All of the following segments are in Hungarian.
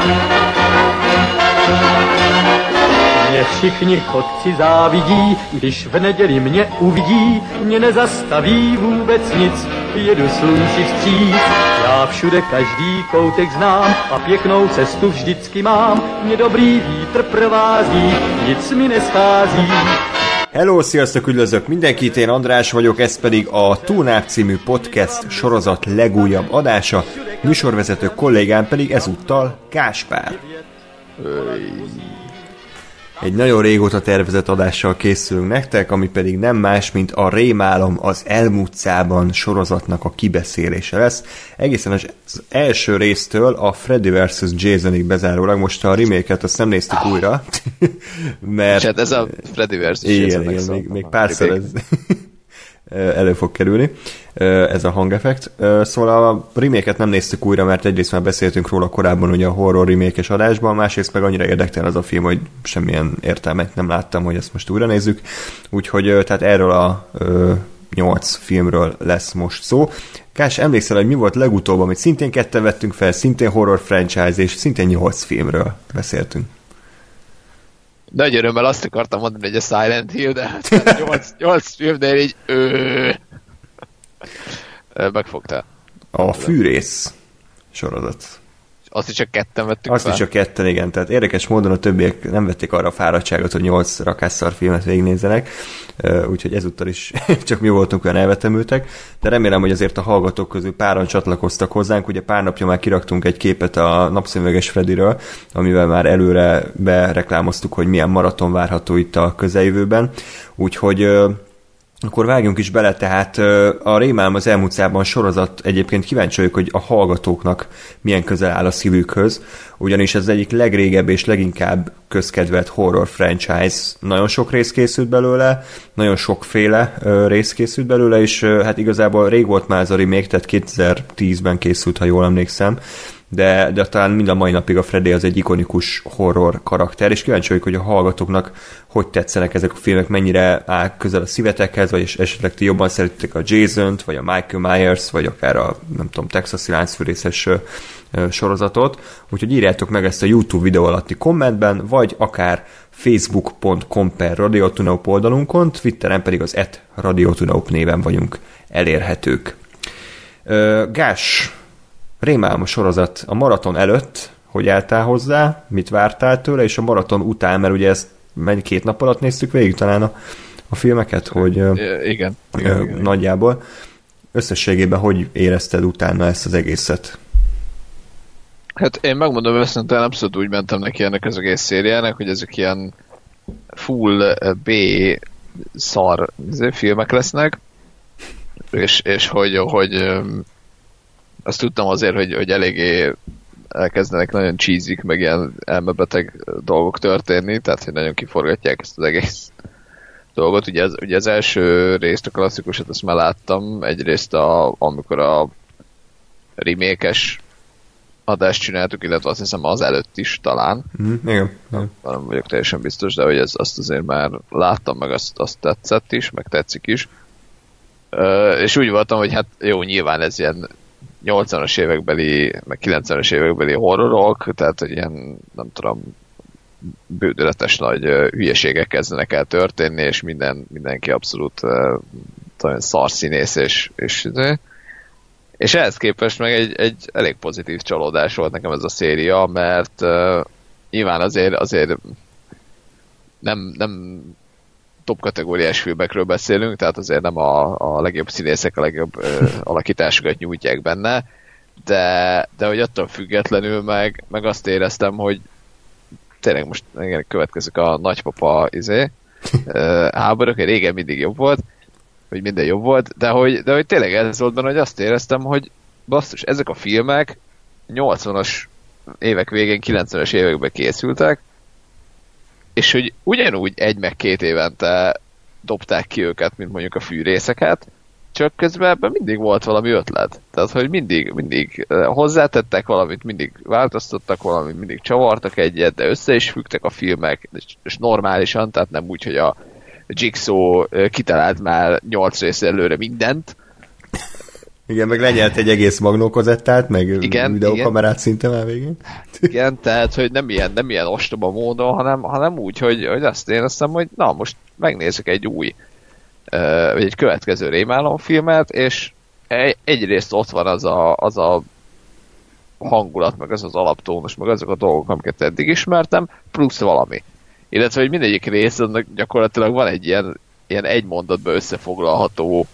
Mě všichni chodci závidí, když v neděli mě uvidí, mě nezastaví vůbec nic, jedu slunci vstříc. Já všude každý koutek znám a pěknou cestu vždycky mám, mě dobrý vítr provází, nic mi neschází. Hello, sziasztok, üdvözlök mindenkit, én András vagyok, ez pedig a Túlnáp című podcast sorozat legújabb adása, műsorvezető kollégám pedig ezúttal Gáspár. Egy nagyon régóta tervezett adással készülünk nektek, ami pedig nem más, mint a Rémálom az Elmúcában sorozatnak a kibeszélése lesz. Egészen az első résztől a Freddy vs. Jasonig bezárólag, most a remake-et azt nem néztük újra, mert... Hát ez a Freddy vs. Igen, még párszor ez elő fog kerülni, ez a hangeffekt. Szóval a remake-et nem néztük újra, mert egyrészt már beszéltünk róla korábban ugye a horror remake-es adásban, másrészt meg annyira érdektelen az a film, hogy semmilyen értelmet nem láttam, hogy ezt most újra nézzük. Úgyhogy tehát erről a 8 filmről lesz most szó. Kás, emlékszel, hogy mi volt legutóbb, amit szintén ketten vettünk fel, szintén horror franchise, és szintén 8 filmről beszéltünk. Nagy örömmel azt akartam mondani, hogy a Silent Hill, de 8 filmnél így megfogtál. A Fűrész sorozat. Azt is csak ketten vettünk fel? Azt is csak ketten, igen. Tehát érdekes módon a többiek nem vették arra a fáradtságot, hogy 8 rakásszar filmet végignézzenek, úgyhogy ezúttal is csak mi voltunk olyan elvetemültek, de remélem, hogy azért a hallgatók közül páran csatlakoztak hozzánk. Ugye pár napja már kiraktunk egy képet a Napszemüveges Freddyről, amivel már előre bereklámoztuk, hogy milyen maraton várható itt a közeljövőben, úgyhogy akkor vágjunk is bele, tehát a Rémálom az Elmúcában sorozat, egyébként kíváncsi vagyok, hogy a hallgatóknak milyen közel áll a szívükhöz, ugyanis ez egyik legrégebb és leginkább közkedvelt horror franchise. Nagyon sok rész készült belőle, nagyon sokféle rész készült belőle, és hát igazából rég volt már ez a remake, tehát 2010-ben készült, ha jól emlékszem, de talán mind a mai napig a Freddy az egy ikonikus horror karakter, és kíváncsi vagyok, hogy a hallgatóknak hogy tetszenek ezek a filmek, mennyire áll közel a szívetekhez, vagy esetleg ti jobban szeretitek a Jasont, vagy a Michael Myers, vagy akár a, nem tudom, Texasi láncfűrészes sorozatot. Úgyhogy írjátok meg ezt a YouTube videó alatti kommentben, vagy akár facebook.com/radiotunaup oldalunkon, Twitteren pedig az @radiotunaup néven vagyunk elérhetők. Gás, Rémálom a sorozat a maraton előtt, hogy álltál hozzá, mit vártál tőle, és a maraton után, mert ugye ezt 2 nap alatt néztük végig talán a filmeket, hogy igen. Nagyjából. Összességében hogy érezted utána ezt az egészet? Hát én megmondom őszintén, abszolút úgy mentem neki ennek az egész szériának, hogy ezek ilyen full B szar filmek lesznek, és hogy azt tudtam azért, hogy eléggé elkezdenek nagyon cheesy, meg ilyen elmebeteg dolgok történni, tehát hogy nagyon kiforgatják ezt az egész dolgot. Ugye az első részt, a klasszikusat, azt már láttam, egyrészt amikor a remake-es adást csináltuk, illetve azt hiszem az előtt is talán. Igen. Nem vagyok teljesen biztos, de hogy azt azért már láttam, meg azt tetszett is, meg tetszik is. És úgy voltam, hogy hát jó, nyilván ez ilyen 80-as évekbeli, meg 90-es évekbeli horrorok, tehát hogy ilyen, nem tudom, bődületes nagy hülyeségek kezdenek el történni, és mindenki abszolút szarszínész, és ehhez képest meg egy elég pozitív csalódás volt nekem ez a széria, mert nyilván azért nem top kategóriás filmekről beszélünk, tehát azért nem a legjobb színészek a legjobb alakításokat nyújtják benne, de hogy attól függetlenül meg azt éreztem, hogy tényleg most következik a nagypapa háborúk, régen mindig jobb volt, hogy minden jobb volt, de hogy tényleg ez volt benne, hogy azt éreztem, hogy basszus, ezek a filmek 80-as évek végén, 90-es években készültek, és hogy ugyanúgy 1-2 évente dobták ki őket, mint mondjuk a fűrészeket, csak közben ebben mindig volt valami ötlet. Tehát, hogy mindig hozzátettek valamit, mindig változtattak valamit, mindig csavartak egyet, de össze is fügtek a filmek, és normálisan, tehát nem úgy, hogy a Jigsaw kitalált már 8 rész előre mindent, Igen, meg lenyelt egy egész magnókozettát, meg igen, videókamerát szinte már végén. Igen, tehát, hogy nem ilyen ostoba módon, hanem úgy, hogy azt éreztem, hogy na, most megnézzük egy új, vagy egy következő rémálomfilmet, és egyrészt ott van az a hangulat, meg az az alaptónus, meg azok a dolgok, amiket eddig ismertem, plusz valami. Illetve, hogy mindegyik rész, annak gyakorlatilag van egy ilyen egy mondatban összefoglalható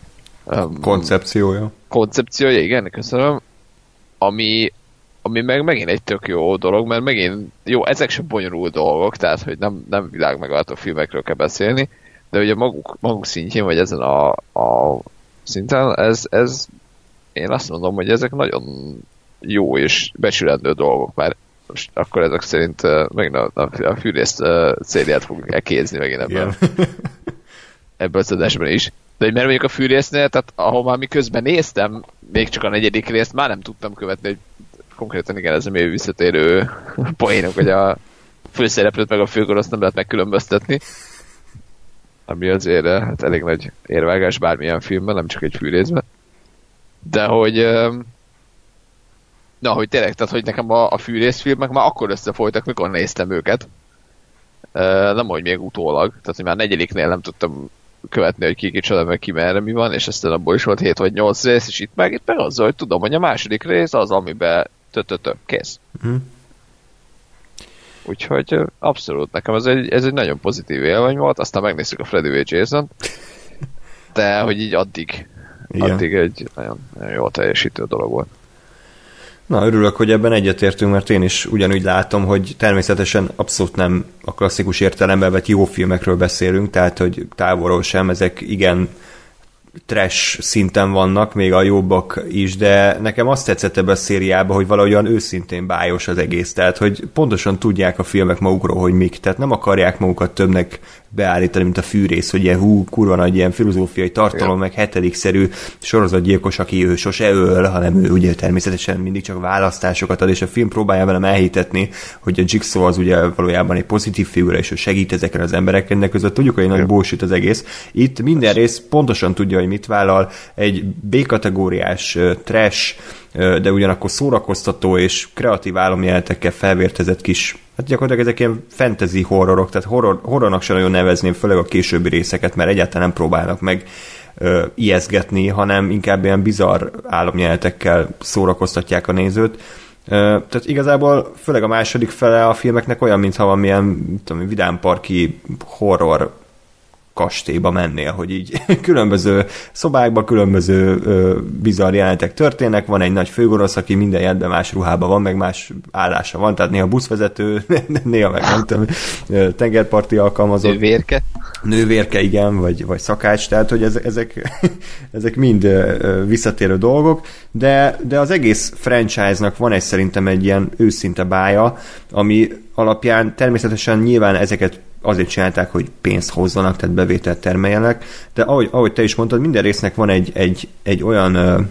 koncepciója, igen, köszönöm, ami meg megint egy tök jó dolog, mert megint, jó, ezek sem bonyolult dolgok, tehát, hogy nem világmegváltó filmekről kell beszélni, de ugye maguk szintjén, vagy ezen a szinten, ez én azt mondom, hogy ezek nagyon jó és becsülendő dolgok, mert most akkor ezek szerint megint a fűrész szériát fogjuk elkézni megint ebből az adásban is. De mert mondjuk a fűrésznél, tehát ahol már miközben néztem, még csak a 4. részt, már nem tudtam követni, hogy konkrétan igen, ez a mély visszatérő poénok, hogy a főszereplőt meg a főkoroszt nem lehet megkülönböztetni. Ami azért hát elég nagy érvágás bármilyen filmben, nem csak egy fűrészben. De hogy hogy tényleg, tehát hogy nekem a fűrészfilmek már akkor összefolytak, mikor néztem őket. Nem, hogy még utólag. Tehát, hogy már 4-nél nem tudtam követni, hogy ki kicsoda, meg ki merre mi van, és aztán abból is volt 7 vagy 8 rész, és itt meg azzal, hogy tudom, hogy a második rész az, amiben kész. Úgyhogy abszolút nekem ez egy nagyon pozitív élmény volt, aztán megnéztük a Freddy vs. Jason-t, de hogy így addig egy nagyon, nagyon jól teljesítő dolog volt. Na, örülök, hogy ebben egyetértünk, mert én is ugyanúgy látom, hogy természetesen abszolút nem a klasszikus értelemben vett jó filmekről beszélünk, tehát, hogy távolról sem, ezek igen trash szinten vannak, még a jobbak is, de nekem azt tetszett ebben a szériában, hogy valahogyan őszintén bájos az egész, tehát, hogy pontosan tudják a filmek magukról, hogy mik, tehát nem akarják magukat többnek beállítani, mint a fűrész, hogy ilyen kurva nagy ilyen filozófiai tartalom, meg 7-szerű sorozatgyilkos, aki ő sose öl, hanem ő ugye természetesen mindig csak választásokat ad, és a film próbálja velem elhitetni, hogy a Jigsaw az ugye valójában egy pozitív figura, és ő segít ezeken az embereken, de között tudjuk, hogy egy nagy bullshit az egész. Itt minden rész pontosan tudja, hogy mit vállal, egy B-kategóriás trash, de ugyanakkor szórakoztató és kreatív álomjelenetekkel felvértezett kis, hát gyakorlatilag ezek ilyen fantasy horrorok, tehát horrornak sem nagyon nevezném, főleg a későbbi részeket, mert egyáltalán nem próbálnak meg ijeszgetni, hanem inkább ilyen bizarr álomjelenetekkel szórakoztatják a nézőt. Tehát igazából főleg a második fele a filmeknek olyan, mintha valamilyen vidámparki horror kastélyba mennél, hogy így különböző szobákban különböző bizarr jelenetek történnek, van egy nagy főgonosz, aki minden jelentben más ruhában van, meg más állása van, tehát néha buszvezető, néha meg nem tudom, tengerparti alkalmazott. Nővérke, igen, vagy szakács, tehát hogy ezek mind visszatérő dolgok, de az egész franchise-nak van szerintem egy ilyen őszinte bája, ami alapján természetesen nyilván ezeket azért csinálták, hogy pénzt hozzanak, tehát bevételt termeljenek, de ahogy te is mondtad, minden résznek van egy olyan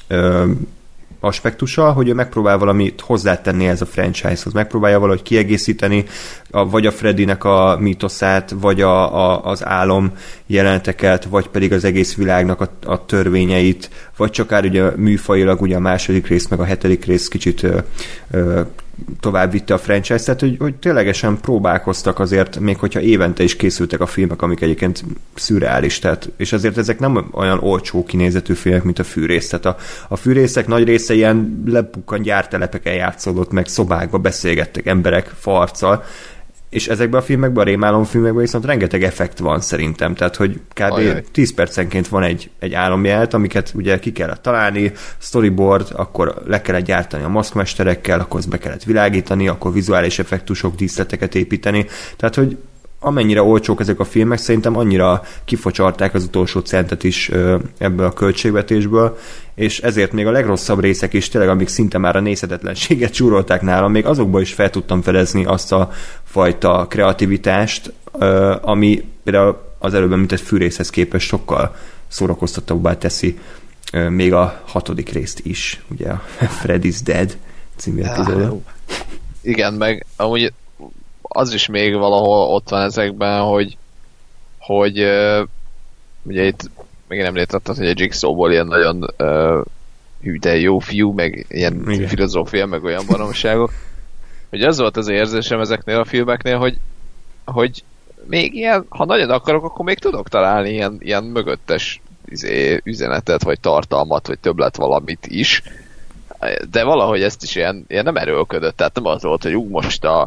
aspektusa, hogy ő megpróbál valamit hozzátenni ez a franchise-hoz, megpróbálja valahogy kiegészíteni, vagy a Freddynek a mítoszát, vagy az álom jeleneteket, vagy pedig az egész világnak a törvényeit, vagy csak ugye műfajilag ugye a második rész, meg a 7. rész kicsit tovább vitte a franchise, tehát hogy ténylegesen próbálkoztak azért, még hogyha évente is készültek a filmek, amik egyébként szürreális, tehát, és azért ezek nem olyan olcsó kinézetű filmek, mint a fűrész, tehát a fűrészek nagy része ilyen lepukkant gyártelepeken játszódott, meg szobákba beszélgettek emberek farccal, és ezekben a filmekben, a rémálomfilmekben viszont rengeteg effekt van szerintem, tehát hogy kb. 10 percenként van egy álomjelet, amiket ugye ki kellett találni, storyboard, akkor le kellett gyártani a maszkmesterekkel, akkor be kellett világítani, akkor vizuális effektusok, díszleteket építeni, tehát hogy amennyire olcsók ezek a filmek, szerintem annyira kifocsarták az utolsó centet is ebből a költségvetésből, és ezért még a legrosszabb részek is tényleg, amik szinte már a nézhetetlenséget csúrolták nálam, még azokból is fel tudtam fedezni azt a fajta kreativitást, ami például az előbb említett fűrészhez képest sokkal szórakoztatóbbá teszi még a 6. részt is, ugye a Freddy's Dead című epizód. Igen, meg amúgy az is még valahol ott van ezekben, hogy ugye itt még említetted, hogy a Jigsaw-ból ilyen nagyon hű, de jó fiú, meg ilyen filozófia, meg olyan baromságok. Hogy az volt az érzésem ezeknél a filmeknél, hogy még ilyen, ha nagyon akarok, akkor még tudok találni ilyen mögöttes üzenetet, vagy tartalmat, vagy többlet valamit is. De valahogy ezt is ilyen nem erőlködött, tehát nem az volt, hogy most a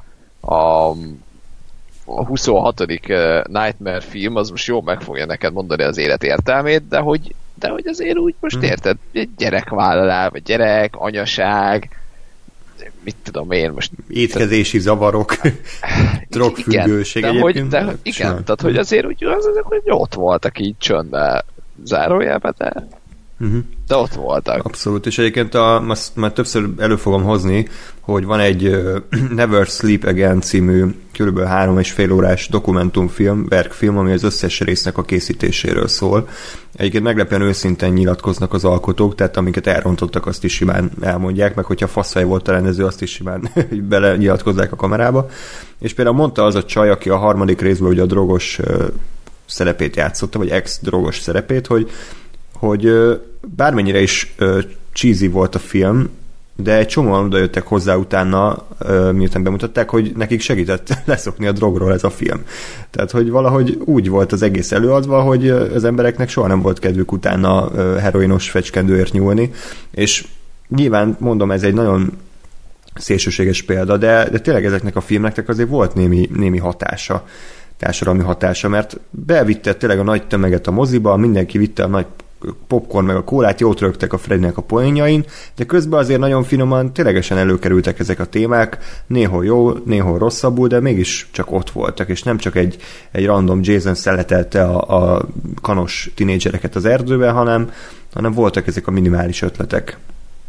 26. Nightmare film, az most jól meg fogja neked mondani az élet értelmét, de hogy azért úgy most érted, gyerekvállalás, vagy gyerek, anyaság, mit tudom én most... Étkezési zavarok, drogfüggőség egyébként. Igen, tehát hogy azért úgy hogy ott voltak így csöndbe zárójelben, de ott voltak. Abszolút, és egyébként azt már többször elő fogom hozni, hogy van egy Never Sleep Again című kb. 3,5 órás dokumentumfilm, verkfilm, ami az összes résznek a készítéséről szól. Egyébként meglepően őszintén nyilatkoznak az alkotók, tehát amiket elrontottak, azt is simán elmondják, meg hogyha faszfej volt a rendező, azt is simán bele nyilatkozzák a kamerába. És például mondta az a csaj, aki a harmadik részben ugye a drogos szerepét játszotta, vagy ex-drogos szerepét, hogy bármennyire is cheesy volt a film, de egy csomóan oda jöttek hozzá utána, miután bemutatták, hogy nekik segített leszokni a drogról ez a film. Tehát, hogy valahogy úgy volt az egész előadva, hogy az embereknek soha nem volt kedvük utána heroinos fecskendőért nyúlni, és nyilván mondom, ez egy nagyon szélsőséges példa, de tényleg ezeknek a filmeknek azért volt némi hatása, társadalmi hatása, mert bevitte tényleg a nagy tömeget a moziba, mindenki vitte a nagy popcorn meg a kólát, jót rögtek a Freddynek a poénjain, de közben azért nagyon finoman ténylegesen előkerültek ezek a témák, néhol jó, néhol rosszabbul, de mégis csak ott voltak, és nem csak egy random Jason szeletelte a kanos tinédzsereket az erdőbe, hanem voltak ezek a minimális ötletek.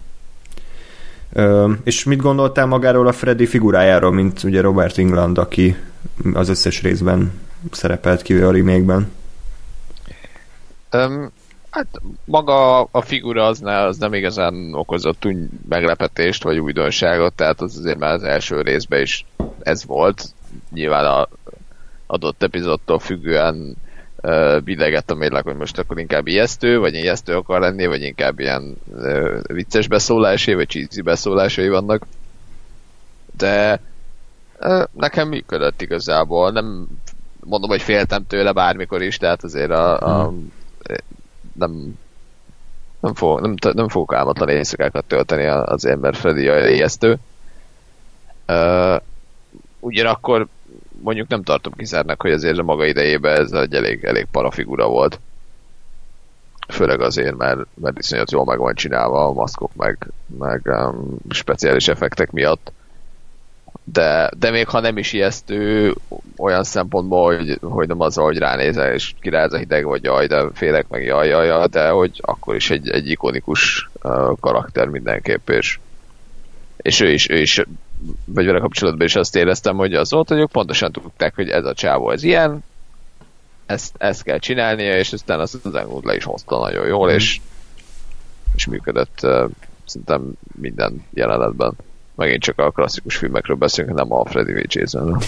És mit gondoltál magáról a Freddy figurájáról, mint ugye Robert Englund, aki az összes részben szerepelt kivéve a remake-ben? Hát maga a figura az nem igazán okozott úgy meglepetést, vagy újdonságot, tehát az azért már az első részben is ez volt. Nyilván a adott epizódtól függően billegett a mérleg, hogy most akkor inkább ijesztő, vagy ijesztő akar lenni, vagy inkább ilyen vicces beszólásai, vagy cheesy beszólásai vannak. De nekem működött igazából. Nem mondom, hogy féltem tőle bármikor is, tehát azért nem fogok álmatlan éjszakákat tölteni az ember Freddy ijesztő. Ugyanakkor mondjuk nem tartom kizárnak, hogy azért a maga idejében ez egy elég parafigura volt. Főleg azért, mert iszonyat jól meg van csinálva a maszkok, meg speciális effektek miatt. De még ha nem is ijesztő olyan szempontból, hogy nem az, hogy ránézel és kiráz a hideg vagy jaj, de félek meg jaj, de hogy akkor is egy ikonikus karakter mindenképp, és ő is vagy vele kapcsolatban is azt éreztem, hogy az volt, hogy ők pontosan tudták, hogy ez a csávó ez ilyen, ezt kell csinálnia, és aztán az Englund le is hozta nagyon jól, és működött szerintem minden jelenetben. Megint csak a klasszikus filmekről beszélünk, nem a Freddy v. Jasonről.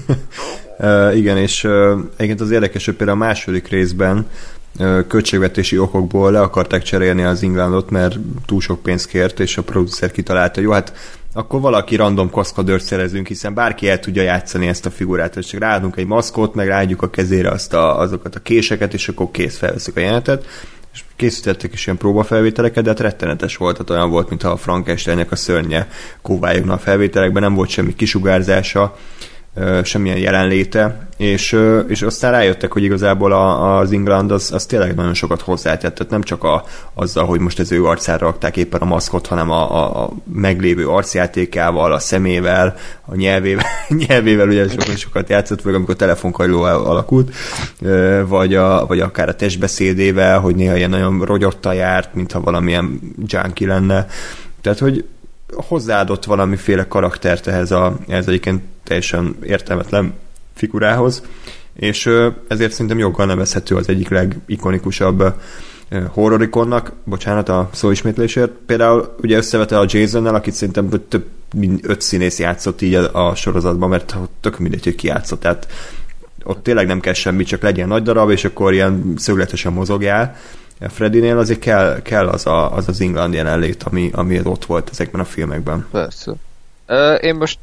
Igen, és egyébként az érdekes, hogy például a második részben költségvetési okokból le akarták cserélni az Englundot, mert túl sok pénzt kért, és a producer kitalálta, hogy jó, hát akkor valaki random kaszkadőrt szerezünk, hiszen bárki el tudja játszani ezt a figurát, és csak ráadunk egy maszkot, meg ráadjuk a kezére azokat a késeket, és akkor kész, felveszük a jelenetet, és készítettek is ilyen próbafelvételeket, de hát rettenetes volt, tehát olyan volt, mintha a Frankensteinnek a szörnye kóvályogna a felvételekben, nem volt semmi kisugárzása, semmilyen jelenléte, és aztán rájöttek, hogy igazából az Englund az tényleg nagyon sokat hozzátett, tehát nem csak azzal, hogy most az ő arcára rakták éppen a maszkot, hanem a meglévő arcjátékával, a szemével, a nyelvével ugye sokat játszott, vagy amikor telefonkagyló alakult, vagy akár a testbeszédével, hogy néha ilyen nagyon rogyottan járt, mintha valamilyen junkie lenne. Tehát, hogy hozzáadott valamiféle karaktert ehhez egyébként teljesen értelmetlen figurához, és ezért szerintem joggal nevezhető az egyik legikonikusabb horrorikonnak, bocsánat a szóismétlésért. Például ugye összevetel a Jasonnel, akit szerintem több mint 5 színész játszott így a sorozatban, mert tök mindegy, hogy ki játszott, tehát ott tényleg nem kell semmi, csak legyen nagy darab, és akkor ilyen szögletesen mozogjál, A Freddynél azért kell az England jelenlét, ami ott volt ezekben a filmekben. Persze. Én most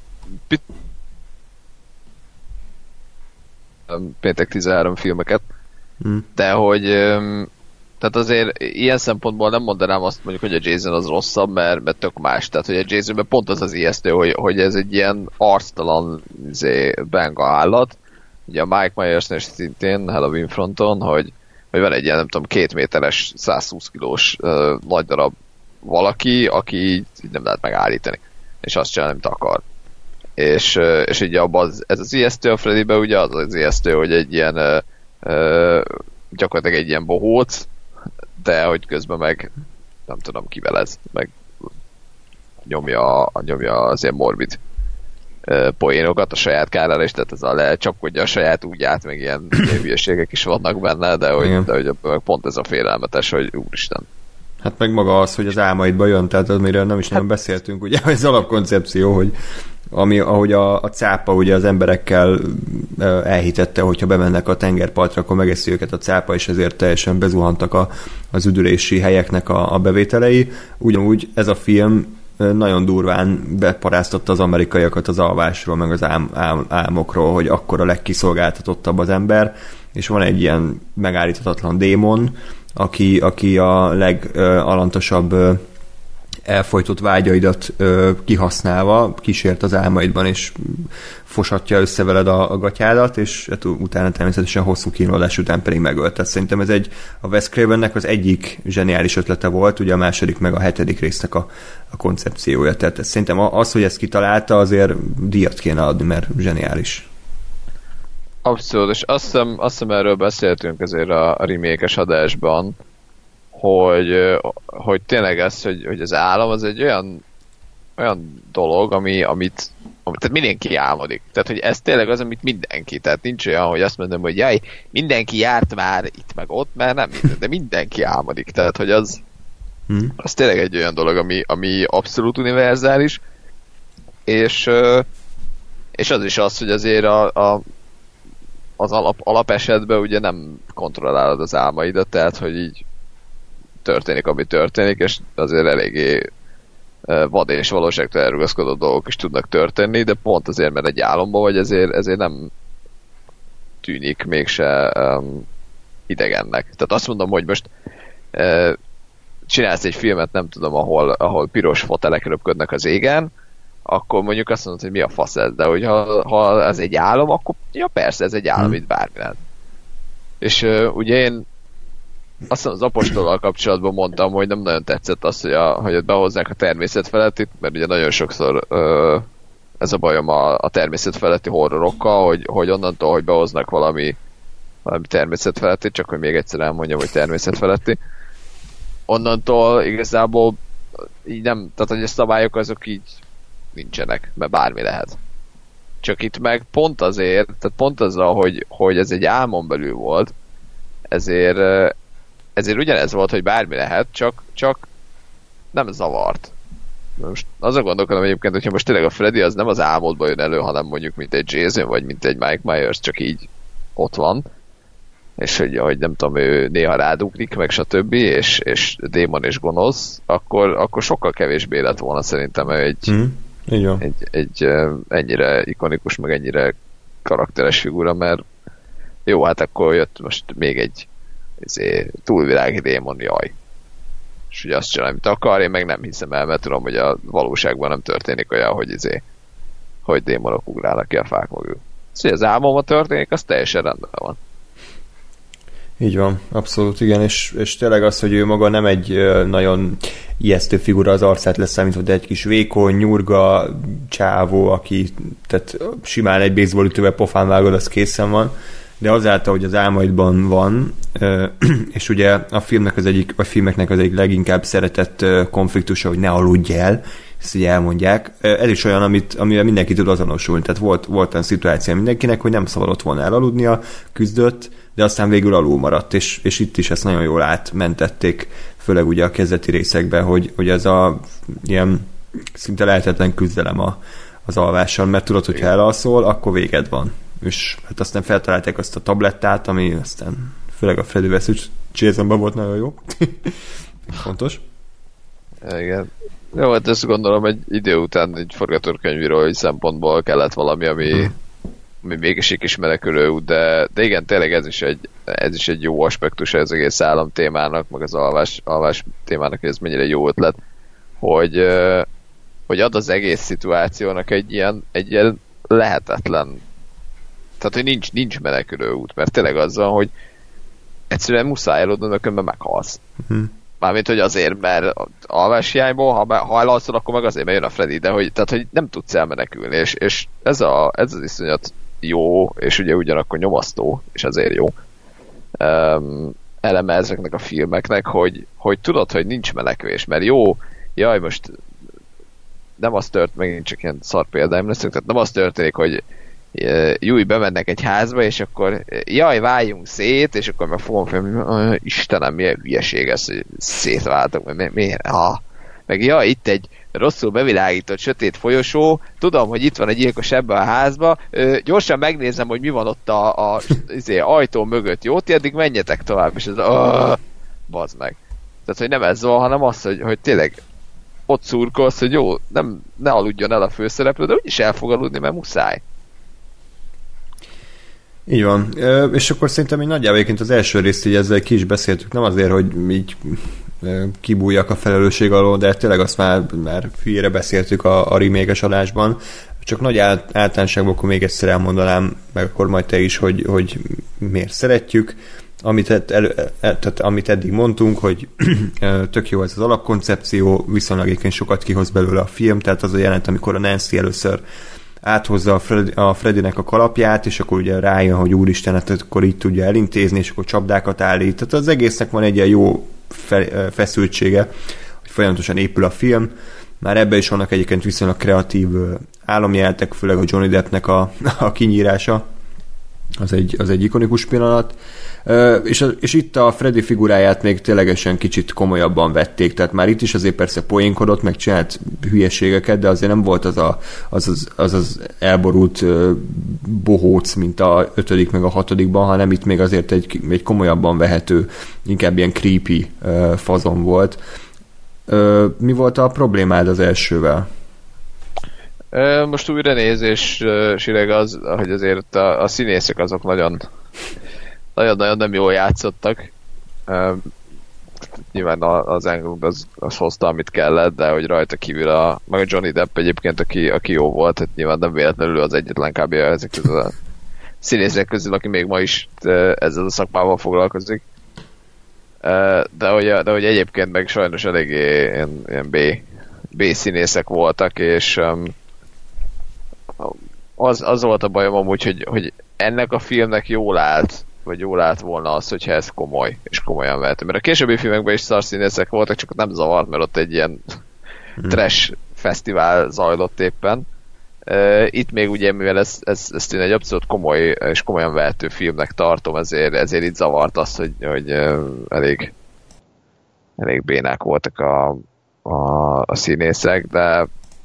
péntek 13 filmeket, de hogy tehát azért ilyen szempontból nem mondanám azt mondjuk, hogy a Jason az rosszabb, mert tök más. Tehát, hogy a Jasonben pont az ijesztő, hogy ez egy ilyen arctalan benga állat. Ugye a Mike Myers-nél szintén Halloween fronton, hogy van egy ilyen, nem tudom, 2 méteres, 120 kilós nagy darab valaki, aki így nem lehet megállítani. És azt csinál, amit akar. És ugye abban ez az ijesztő, a Freddyben ugye az ijesztő, hogy egy ilyen gyakorlatilag egy ilyen bohóc, de hogy közben meg nem tudom, kivelez, meg nyomja az ilyen morbid poénokat a saját kárára, és tehát ez lecsapkodja a saját útját, meg ilyen hülyeségek is vannak benne, de hogy pont ez a félelmetes, hogy úristen. Hát meg maga az, hogy az álmaidba jön, tehát amiről nem is nagyon beszéltünk, ugye, ez alapkoncepció, hogy ahogy a cápa ugye az emberekkel elhitette, hogyha bemennek a tengerpartra, akkor megeszi őket a cápa, és ezért teljesen bezuhantak az üdülési helyeknek a bevételei. Ugyanúgy ez a film nagyon durván beparáztatta az amerikaiakat az alvásról, meg az álmokról, hogy akkor a legkiszolgáltatottabb az ember, és van egy ilyen megállíthatatlan démon, aki a legalantosabb elfojtott vágyaidat kihasználva kísért az álmaidban, és fosatja össze veled a gatyádat, és hát utána természetesen hosszú kínlódás után pedig megölt. Tehát szerintem ez a Wes Cravennek az egyik zseniális ötlete volt, ugye a második meg a 7. résznek a koncepciója. Tehát szerintem az, hogy ezt kitalálta, azért díjat kéne adni, mert zseniális. Abszolút, és azt hiszem erről beszéltünk azért a remake-es adásban, hogy tényleg ez, hogy az álom az egy olyan dolog, amit tehát mindenki álmodik. Tehát, hogy ez tényleg az, amit mindenki. Tehát nincs olyan, hogy azt mondom, hogy jaj, mindenki járt már itt meg ott, mert nem, de mindenki álmodik. Tehát, hogy az tényleg egy olyan dolog, ami abszolút univerzális, és az is az, hogy azért az alapesetben ugye nem kontrollálod az álmaidat, tehát, hogy így történik, ami történik, és azért eléggé vad és valóságtól elrugaszkodó dolgok is tudnak történni, de pont azért, mert egy álomban vagy, ezért nem tűnik mégse idegennek. Tehát azt mondom, hogy most csinálsz egy filmet, nem tudom, ahol piros fotelek röpködnek az égen, akkor mondjuk azt mondod, hogy mi a fasz ez, de hogy ha ez egy álom, akkor ja persze, ez egy álom, itt bármi lehet. És ugye én azt az Apostollal kapcsolatban mondtam, hogy nem nagyon tetszett az, hogy ott behozzák a természet felettit, mert ugye nagyon sokszor ez a bajom a természet feletti horrorokkal, hogy onnantól, hogy behoznak valami természet feletti, csak hogy még egyszer elmondjam, hogy természet feletti, onnantól igazából így nem, tehát hogy a szabályok azok így nincsenek, mert bármi lehet. Csak itt meg pont azért, tehát pont azzal, hogy ez egy álmon belül volt, ezért ugyanez volt, hogy bármi lehet, csak nem zavart. Most azon gondolkodom egyébként, hogyha most tényleg a Freddy az nem az álmodba jön elő, hanem mondjuk mint egy Jason, vagy mint egy Mike Myers, csak így ott van, és hogy nem tudom, ő néha rádugrik, meg stb., és démon és gonosz, akkor sokkal kevésbé lett volna szerintem egy ennyire ikonikus, meg ennyire karakteres figura, mert jó, hát akkor jött most még egy túlvilági démon, jaj. És ugye azt csinál, amit akar, én meg nem hiszem el, mert tudom, hogy a valóságban nem történik olyan, hogy démonok ugrálnak ki a fák mögül. Szóval az álmomban történik, az teljesen rendben van. Így van, abszolút, igen, és tényleg az, hogy ő maga nem egy nagyon ijesztő figura az arcát leszámítva, de egy kis vékony, nyurga csávó, aki tehát simán egy baseballütővel pofán vágod, az készen van, de azáltal, hogy az álmaidban van, és ugye a filmeknek az egyik leginkább szeretett konfliktusa, hogy ne aludj el, ezt így elmondják. Ez is olyan, amivel mindenki tud azonosulni. Tehát volt olyan szituáció mindenkinek, hogy nem szabadott volna elaludnia, küzdött, de aztán végül alul maradt, és itt is ezt nagyon jól átmentették, főleg ugye a kezdeti részekben, hogy ez a ilyen szinte lehetetlen küzdelem az alvással, mert tudod, hogyha elalszol, akkor véged van. És hát aztán feltalálták azt a tablettát, ami aztán főleg a Freddy vs. Jasonban volt nagyon jó. Fontos. Igen. Jó, hát ezt gondolom egy idő után egy forgatókönyvírói szempontból kellett valami, ami mégis egy kis menekülő út, de igen, tényleg ez is egy jó aspektus az egész állam témának, meg az alvás témának, hogy ez mennyire jó ötlet, hogy ad az egész szituációnak egy ilyen lehetetlen, tehát hogy nincs menekülő út, mert tényleg az van, hogy egyszerűen muszáj elodnod, különben meghalsz. Mármint, hogy azért, mert alváshiányból, ha elalszol, akkor meg azért, mert jön a Freddy, de tehát, hogy nem tudsz elmenekülni, és ez az iszonyat jó, és ugye ugyanakkor nyomasztó, és azért jó eleme ezeknek a filmeknek, hogy tudod, hogy nincs menekvés, mert jó, jaj, most nem az megint csak ilyen szar példáim leszünk, tehát nem az történik, hogy Júj, bemennek egy házba, és akkor jaj, váljunk szét, és akkor meg fogom fel, Istenem, milyen hülyeség ez, hogy szétváltok, miért? Meg jaj, itt egy rosszul bevilágított, sötét folyosó, tudom, hogy itt van egy gyilkos ebbe a házba, gyorsan megnézem, hogy mi van ott a ajtó mögött, jó? Ti addig menjetek tovább, és ez bazd meg. Tehát, hogy nem ez van, hanem az, hogy tényleg ott szurkolsz, hogy jó, ne aludjon el a főszereplő, de úgyis el fog aludni, mert muszáj. Így van. És akkor szerintem így nagyjából egyébként az első részt így ezzel ki is beszéltük, nem azért, hogy így kibújjak a felelősség alól, de tényleg azt már hülyére beszéltük a remake-es adásban. Csak nagy általánosságban akkor még egyszer elmondanám, meg akkor majd te is, hogy miért szeretjük. Amit eddig mondtunk, hogy tök jó ez az alapkoncepció, viszonylag egyébként sokat kihoz belőle a film, tehát az a jelent, amikor a Nancy először áthozza a Freddynek a kalapját, és akkor ugye rájön, hogy úristen, hát akkor így tudja elintézni, és akkor csapdákat állít. Tehát az egésznek van egy ilyen jó feszültsége, hogy folyamatosan épül a film. Már ebben is vannak egyébként viszonylag kreatív álomjeltek, főleg a Johnny Deppnek a kinyírása. Az egy ikonikus pillanat. És itt a Freddy figuráját még ténylegesen kicsit komolyabban vették, tehát már itt is azért persze poénkodott, meg csinált hülyeségeket, de azért nem volt az elborult bohóc, mint a 5. meg a 6-ban, hanem itt még azért egy komolyabban vehető, inkább ilyen creepy fazon volt. Mi volt a problémád az elsővel? Most újra nézésileg az, hogy azért a színészek azok nagyon nem jól játszottak. Nyilván az Englund az hozta, amit kellett, de hogy rajta kívül meg a Johnny Depp egyébként, aki jó volt, tehát nyilván nem véletlenül az egyetlen kb. Ezek közül a színészek közül, aki még ma is ezzel a szakmával foglalkozik. De hogy egyébként meg sajnos eléggé ilyen B színészek voltak, és az volt a bajom amúgy, hogy ennek a filmnek jól állt volna az, hogyha ez komoly, és komolyan vehető. Mert a későbbi filmekben is szarszínészek voltak, csak nem zavart, mert ott egy ilyen trash fesztivál zajlott éppen. Itt még ugye, mivel ezt én egy abszolút komoly és komolyan vehető filmnek tartom, ezért itt zavart az, hogy elég bénák voltak a színészek, de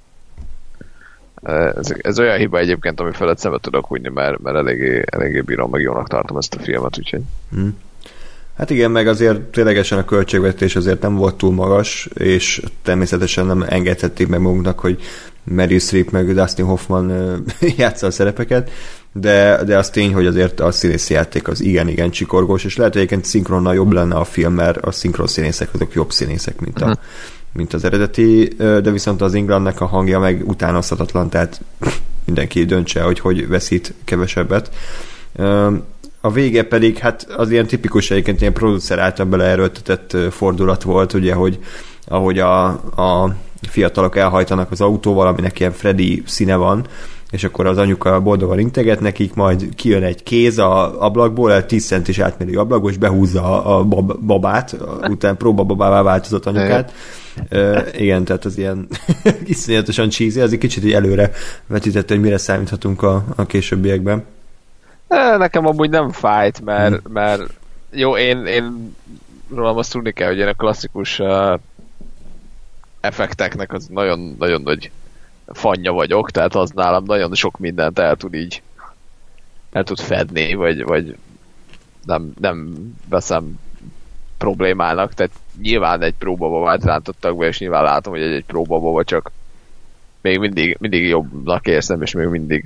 ez olyan hiba egyébként, ami felett szemet tudok hújni, mert eléggé bírom, meg jónak tartom ezt a filmet, úgyhogy. Hát igen, meg azért ténylegesen a költségvetés azért nem volt túl magas, és természetesen nem engedhették meg magunknak, hogy Meryl Streep meg Dustin Hoffman játsza a szerepeket, de az tény, hogy azért a színészi játék az igen csikorgós, és lehet, hogy egyébként szinkronnal jobb lenne a film, mert a szinkron színészek azok jobb színészek, mint az eredeti, de viszont az Englandnek a hangja meg utánozhatatlan, tehát mindenki döntse, hogy veszít kevesebbet. A vége pedig, hát az ilyen tipikus egyébként ilyen producer által beleerőltetett fordulat volt, ugye, ahogy a fiatalok elhajtanak az autóval, aminek ilyen Freddy színe van, és akkor az anyuka boldogan integet nekik, majd kijön egy kéz a ablakból, 10 centis átmérő ablakból, és behúzza a babát, utána próbababává változott anyukát. Igen, tehát az ilyen iszonyatosan cheesy, az egy kicsit így előre vetítette, hogy mire számíthatunk a későbbiekben. Nekem amúgy nem fájt, mert jó, én rólam azt tudni kell, hogy én a klasszikus effekteknek az nagyon nagy fanja vagyok, tehát az nálam nagyon sok mindent el tud fedni, vagy nem veszem problémának, tehát nyilván egy próbababát rántottak be, és nyilván látom, hogy egy próbababa, csak még mindig jobbnak érzem, és még mindig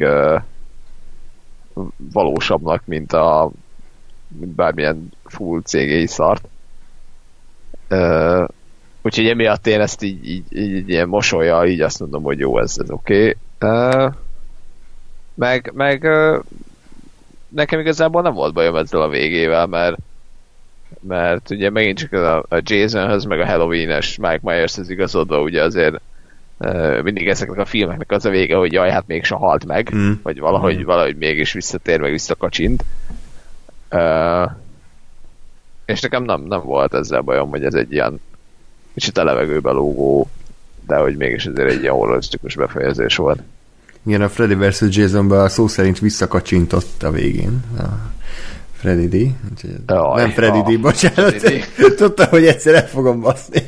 valósabbnak, mint bármilyen full CGI szart. Úgyhogy emiatt én ezt így ilyen mosolya, így azt mondom, hogy jó, ez oké. Meg nekem igazából nem volt bajom ezzel a végével, mert ugye megint csak a Jasonhöz, meg a Halloween-es Mike Myers-hez igazodva, ugye azért mindig ezeknek a filmeknek az a vége, hogy jaj, hát mégse halt meg, vagy valahogy mégis visszatér, meg visszakacsint. És nekem nem volt ezzel bajom, hogy ez egy ilyen kicsit a levegőbe lógó, de hogy mégis ezért egy ilyen horrorisztikus befejezés volt. Igen, a Freddy vs. Jasonban a szó szerint visszakacsintott a végén. A Freddy D. Nem Freddy D, bocsánat. Tudtam, hogy egyszer el fogom baszni.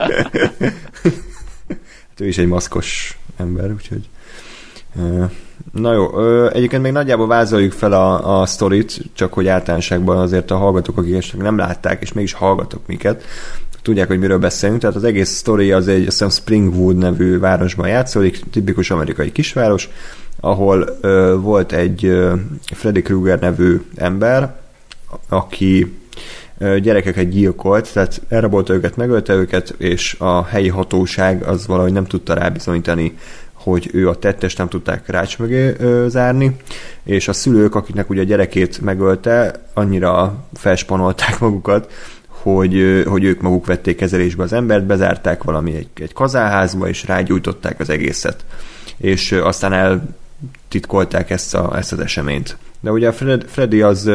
Hát ő is egy maszkos ember, úgyhogy... Na jó, egyébként még nagyjából vázoljuk fel a sztorit, csak hogy általánosságban azért a hallgatók, akik esetleg nem látták, és mégis hallgatok minket, tudják, hogy miről beszélünk. Tehát az egész sztori az egy, azt hiszem, Springwood nevű városban játszódik, tipikus amerikai kisváros, ahol volt egy Freddy Krueger nevű ember, aki gyerekeket gyilkolt, tehát elrabolta őket, megölte őket, és a helyi hatóság az valahogy nem tudta rábizonyítani, hogy ő a tettes, nem tudták rács mögé zárni, és a szülők, akiknek ugye a gyerekét megölte, annyira felspanolták magukat, hogy ők maguk vették kezelésbe az embert, bezárták valami egy kazáházba, és rágyújtották az egészet. És aztán eltitkolták ezt az eseményt. De ugye a Freddy az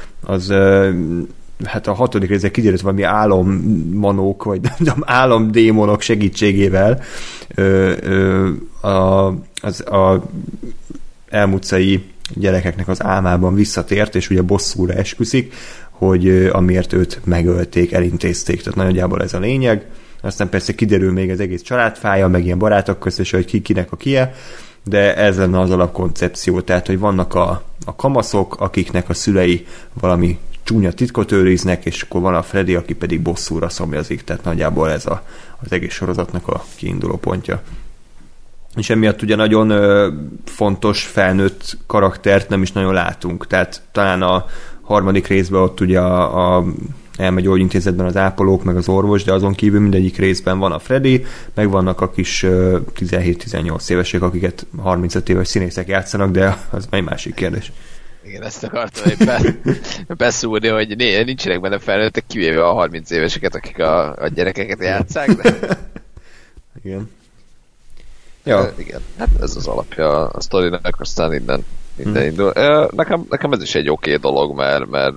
hát a 6. részre kiderült valami álommanók, vagy nem tudom, álomdémonok segítségével a elmucai gyerekeknek az álmában visszatért, és ugye bosszúra esküszik, hogy amiért őt megölték, elintézték. Tehát nagyjából ez a lényeg. Aztán persze kiderül még az egész családfája, meg ilyen barátok között, hogy kinek a kie, de ez lenne az alapkoncepció. Tehát, hogy vannak a kamaszok, akiknek a szülei valami csúnya titkot őriznek, és akkor van a Freddy, aki pedig bosszúra szomjazik. Tehát nagyjából ez az egész sorozatnak a kiinduló pontja. És emiatt ugye nagyon fontos felnőtt karaktert nem is nagyon látunk. Tehát talán a 3. részben ott ugye elmegy gyógyintézetben az ápolók, meg az orvos, de azon kívül mindegyik részben van a Freddy, meg vannak a kis 17-18 évesek, akiket 35 éves színészek játszanak, de az egy másik kérdés. Igen, ezt akartam éppen beszúrni, hogy nincsenek benne felnőttek, kivéve a 30 éveseket, akik a gyerekeket játsszák, de... Igen. Ja. Igen, hát ez az alapja a sztorinak, aztán innen indul. Nekem ez is egy oké dolog, mert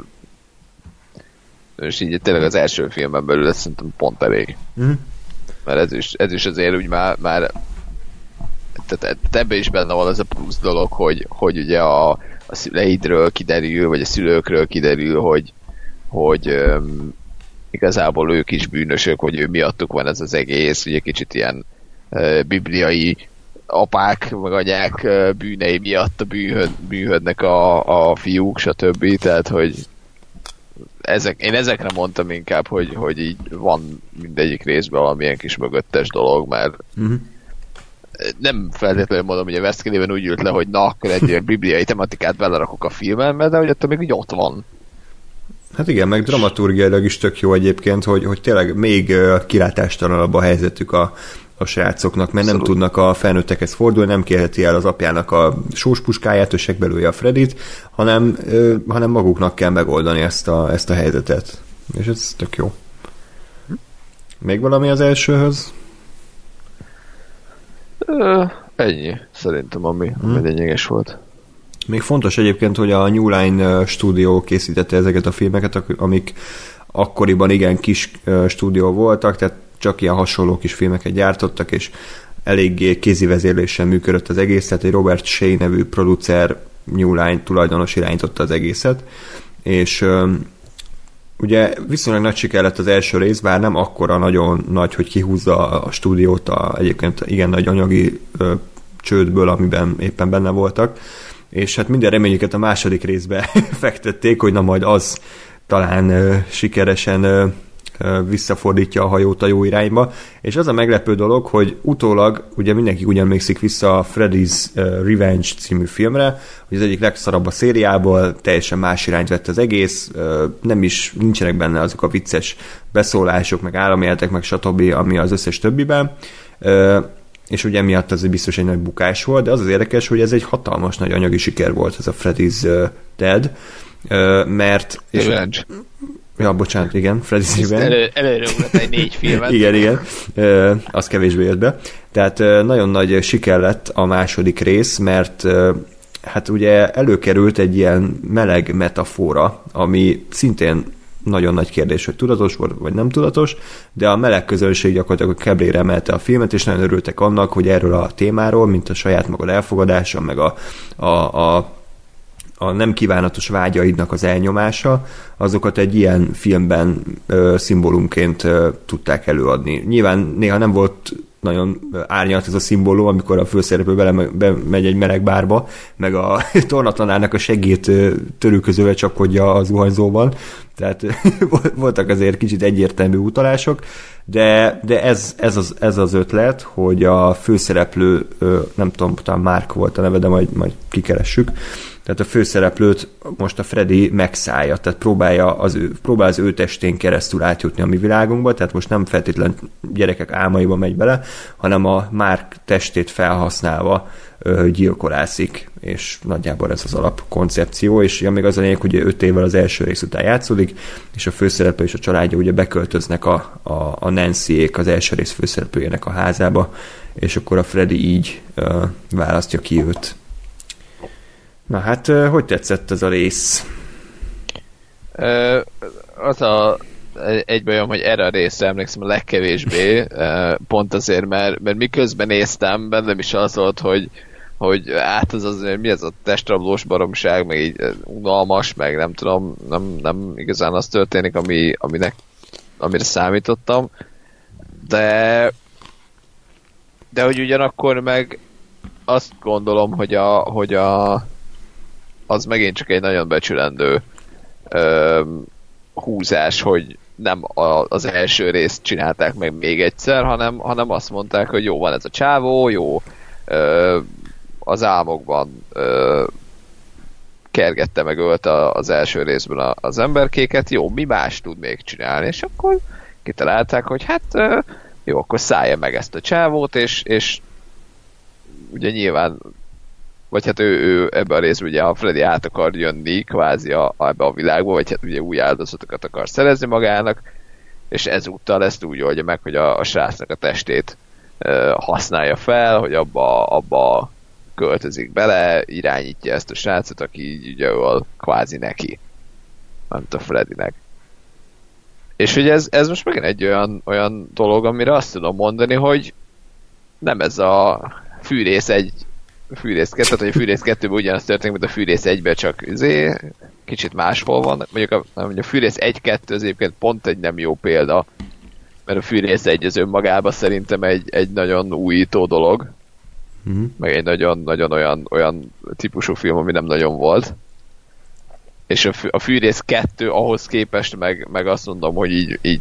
és így tényleg az első filmen belül ez szerintem pont elég. Mert ez is azért úgy már tehát ebben is benne van az a plusz dolog, hogy ugye a szüleidről kiderül, vagy a szülőkről kiderül, hogy igazából ők is bűnösök, hogy ő miattuk van ez az egész, ugye kicsit ilyen bibliai apák, meg anyák bűnei miatt bűnhödnek a fiúk, stb. Tehát, hogy én ezekre mondtam inkább, hogy így van mindegyik részben valamilyen kis mögöttes dolog, mert nem feltétlenül mondom, hogy a Westkelében úgy ült le, hogy na, akkor egy bibliai tematikát belerakok a filmen, de hogy attól még úgy ott van. Hát igen, meg dramaturgiailag is tök jó egyébként, hogy tényleg még kilátástalanabb a helyzetük a srácoknak, mert nem tudnak a felnőttekhez fordulni, nem kérheti el az apjának a sóspuskáját, ösek belőle a Freddyt, hanem maguknak kell megoldani ezt a helyzetet. És ez tök jó. Még valami az elsőhöz? Ennyi, szerintem, ami lényeges volt. Még fontos egyébként, hogy a New Line stúdió készítette ezeket a filmeket, amik akkoriban igen kis stúdió voltak, tehát csak ilyen hasonló kis filmeket gyártottak, és eléggé kézi vezérléssel működött az egész, tehát egy Robert Shea nevű producer, New Line tulajdonos irányította az egészet, és ugye viszonylag nagy siker lett az első rész, bár nem akkora nagyon nagy, hogy kihúzza a stúdiót egyébként igen nagy anyagi csődből, amiben éppen benne voltak, és hát minden reményüket a második részbe fektették, hogy na majd az talán sikeresen visszafordítja a hajót a jó irányba, és az a meglepő dolog, hogy utólag, ugye mindenki úgy emlékszik vissza a Freddy's Revenge című filmre, hogy az egyik legszarabb a szériából, teljesen más irányt vett az egész, nincsenek benne azok a vicces beszólások, meg államjátek, meg stb., ami az összes többiben, és ugye emiatt az biztos egy nagy bukás volt, de az érdekes, hogy ez egy hatalmas nagy anyagi siker volt, ez a Freddy's Dead, mert... Revenge. Ja, bocsánat, igen, Freddy's Revenge. Előre ugrott egy 4 filmet. Igen, az kevésbé jött be. Tehát nagyon nagy siker lett a második rész, mert hát ugye előkerült egy ilyen meleg metafora, ami szintén nagyon nagy kérdés, hogy tudatos volt, vagy nem tudatos, de a meleg közönség gyakorlatilag a keblére emelte a filmet, és nagyon örültek annak, hogy erről a témáról, mint a saját magad elfogadása, meg a nem kívánatos vágyaidnak az elnyomása, azokat egy ilyen filmben szimbólumként tudták előadni. Nyilván néha nem volt nagyon árnyalt ez a szimbólum, amikor a főszereplő bemegy egy meleg bárba, meg a tornatanának a segít törülközővel csapkodja a zuhanyzóban, tehát voltak azért kicsit egyértelmű utalások, de ez az ötlet, hogy a főszereplő, nem tudom, talán Mark volt a neve, de majd kikeressük, tehát a főszereplőt most a Freddy megszállja, tehát próbál az ő testén keresztül átjutni a mi világunkba, tehát most nem feltétlen gyerekek álmaiba megy bele, hanem a Mark testét felhasználva gyilkolászik, és nagyjából ez az alapkoncepció, és ja, még az a lényeg, hogy 5 évvel az első rész után játszódik, és a főszereplő és a családja ugye beköltöznek a Nancy-ék, az első rész főszereplőjének a házába, és akkor a Freddy így választja ki őt. Na hát, hogy tetszett ez a rész? Egy bajom, hogy erre a részre emlékszem a legkevésbé, pont azért, mert miközben néztem, bennem is az volt, hogy mi ez a testrablós baromság, meg így unalmas, meg nem tudom, nem igazán az történik, amire számítottam, de hogy ugyanakkor meg azt gondolom, hogy az megint csak egy nagyon becsülendő húzás, hogy nem az első részt csinálták meg még egyszer, hanem azt mondták, hogy jó, van ez a csávó, jó, az álmokban kergette meg ölt az első részben az emberkéket, jó, mi más tud még csinálni, és akkor kitalálták, hogy hát jó, akkor szállja meg ezt a csávót, és ugye nyilván vagy hát ő ebbe a részben ugye a Freddy át akar jönni kvázi ebbe a világba, vagy hát ugye új áldozatokat akar szerezni magának, és ezúttal ezt úgy oldja meg, hogy a srácnak a testét használja fel, hogy abba költözik bele, irányítja ezt a srácot, aki így ugye kvázi neki, mint a Freddynek. És hogy ez most megint egy olyan dolog, amire azt tudom mondani, hogy nem ez a Fűrész 2, tehát hogy a Fűrész 2-ben ugyanaz történik, mint a Fűrész 1-ben, csak kicsit máshol van. Mondjuk a Fűrész 1-2 az egyébként pont egy nem jó példa, mert a Fűrész 1 az önmagában szerintem egy nagyon újító dolog, meg egy nagyon olyan típusú film, ami nem nagyon volt. És a Fűrész 2 ahhoz képest meg azt mondom, hogy így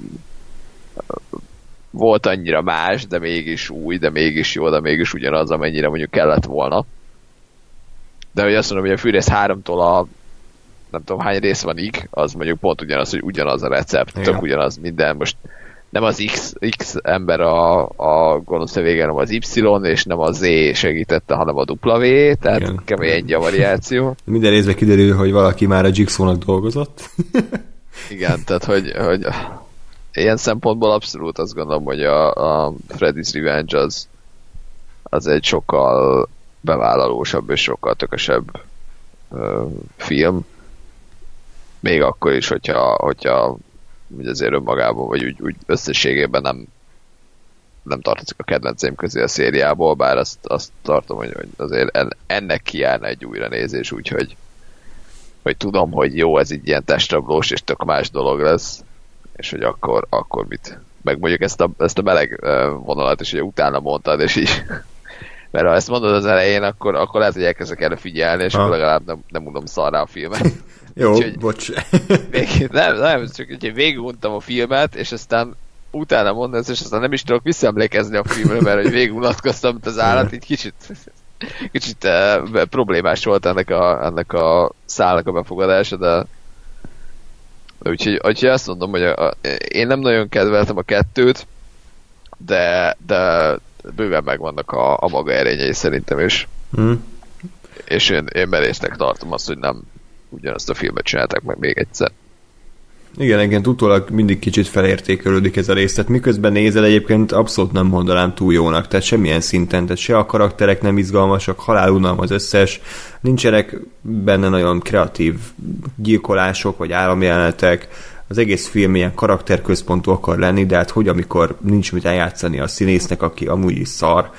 volt annyira más, de mégis új, de mégis jó, de mégis ugyanaz, amennyire mondjuk kellett volna. De hogy azt mondom, hogy a Fűrész 3-tól nem tudom hány rész van az mondjuk pont ugyanaz, hogy ugyanaz a recept, tök ugyanaz minden. Most nem az X ember a gonosz végén, hanem az Y, és nem a Z segítette, hanem a W, tehát igen, kemény egy a variáció. Minden részben kiderül, hogy valaki már a Jigsaw-nak dolgozott. Igen, tehát hogy ilyen szempontból abszolút azt gondolom, hogy a Freddy's Revenge az egy sokkal bevállalósabb és sokkal tökösebb film. Még akkor is, hogyha azért önmagában, vagy úgy összességében nem tartozik a kedvenceim közé a szériából, bár azt tartom, hogy azért ennek kijárna egy újranézés, úgyhogy hogy tudom, hogy jó, ez így ilyen testrablós, és tök más dolog lesz, és hogy akkor mit. Meg mondjuk ezt a meleg vonalat is ugye utána mondtad, és így Mert ha ezt mondod az elején, akkor lehet, hogy elkezdek erre figyelni, és akkor legalább nem unom szarrá a filmet. Jó, úgyhogy bocs. nem, csak úgyhogy végiguntam a filmet, és aztán utána mondom, és aztán nem is tudok visszaemlékezni a filmre, mert hogy végigunatkoztam, mint az állat, így kicsit problémás volt ennek a szálnak a befogadása, de úgyhogy azt mondom, hogy én nem nagyon kedveltem a kettőt, de bőven megvannak a maga erényei szerintem is. És én merésznek tartom azt, hogy nem ugyanazt a filmet csinálták meg még egyszer. Igen, utólag mindig kicsit felértékelődik ez a rész, tehát miközben nézel egyébként abszolút nem mondanám túl jónak, tehát semmilyen szinten, tehát se a karakterek nem izgalmasak, halálunalmas összes, nincsenek benne nagyon kreatív gyilkolások, vagy államjelenetek, az egész film ilyen karakterközpontú akar lenni, de hát hogy amikor nincs mit eljátszani a színésznek, aki amúgy is szar.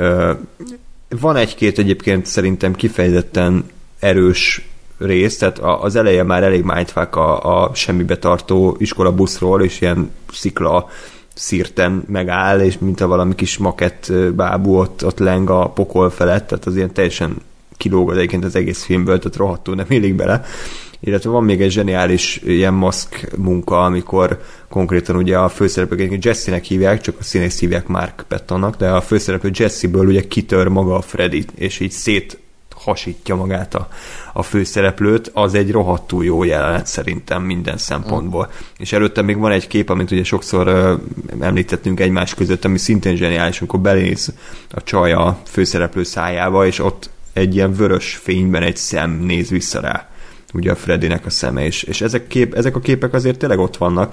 Van egy-két egyébként szerintem kifejezetten erős rész, tehát az eleje már elég mindfuck a semmibe tartó iskolabuszról, és ilyen szikla szírten megáll, és mint a valami kis makett bábú ott leng a pokol felett, tehát az ilyen teljesen kilóg egyébként az egész filmből, tehát rohadtul nem illik bele. Illetve van még egy zseniális ilyen maszk munka, amikor konkrétan ugye a főszereplők Jesse-nek hívják, csak a színész hívják Mark Pattonnak, de a főszereplő Jesse-ből ugye kitör maga a Freddy, és így hasítja magát a főszereplőt, az egy rohadtul jó jelenet szerintem minden szempontból. És előtte még van egy kép, amit ugye sokszor említettünk egymás között, ami szintén zseniális, amikor belész a csaj a főszereplő szájába, és ott egy ilyen vörös fényben egy szem néz vissza rá, ugye a Freddynek a szeme, és ezek a képek azért tényleg ott vannak,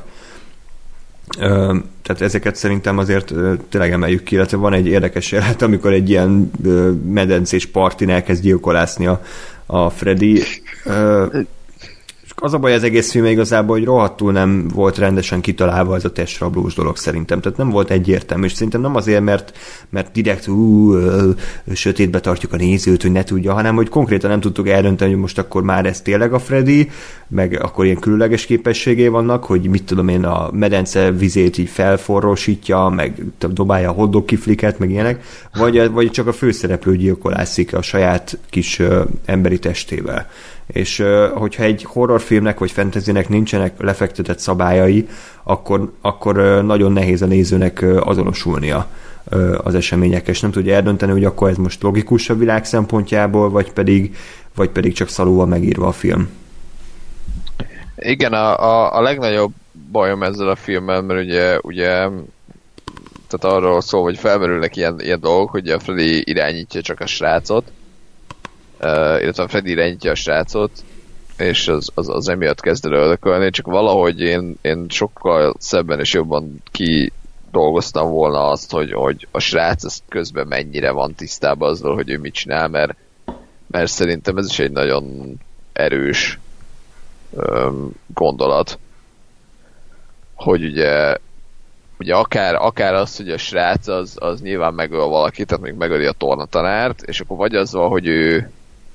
tehát ezeket szerintem azért tényleg emeljük ki, illetve van egy érdekes jelenet, amikor egy ilyen medencés partin elkezd gyilkolászni a Freddy. Az a baj az egész film igazából, hogy rohadtul nem volt rendesen kitalálva ez a testrablós dolog szerintem. Tehát nem volt egyértelmű, és szerintem nem azért, mert direkt sötétbe tartjuk a nézőt, hogy ne tudja, hanem hogy konkrétan nem tudtuk eldönteni, hogy most akkor már ez tényleg a Freddy, meg akkor ilyen különleges képességé vannak, hogy mit tudom én, a medence vizét így felforrósítja, meg dobálja a hotdog kifliket, meg ilyenek, vagy csak a főszereplő gyilkolászik a saját kis emberi testével. És hogyha egy horrorfilmnek vagy fantasynek nincsenek lefektetett szabályai, akkor nagyon nehéz a nézőnek azonosulnia az eseményekkel, és nem tudja eldönteni, hogy akkor ez most logikus a világ szempontjából, vagy pedig csak szalóval megírva a film. Igen, a legnagyobb bajom ezzel a filmmel, mert ugye tehát arról szól, hogy felmerülnek ilyen dolgok, hogy a Freddy irányítja csak a srácot, illetve a Freddy irányítja a srácot, és az emiatt kezd el öldökölni, csak valahogy én sokkal szebben és jobban kidolgoztam volna azt, hogy a srác ezt közben mennyire van tisztában azzal, hogy ő mit csinál, mert szerintem ez is egy nagyon erős gondolat, hogy ugye akár az, hogy a srác az nyilván megöl valakit, tehát még megöli a tornatanárt, és akkor vagy az van, hogy ő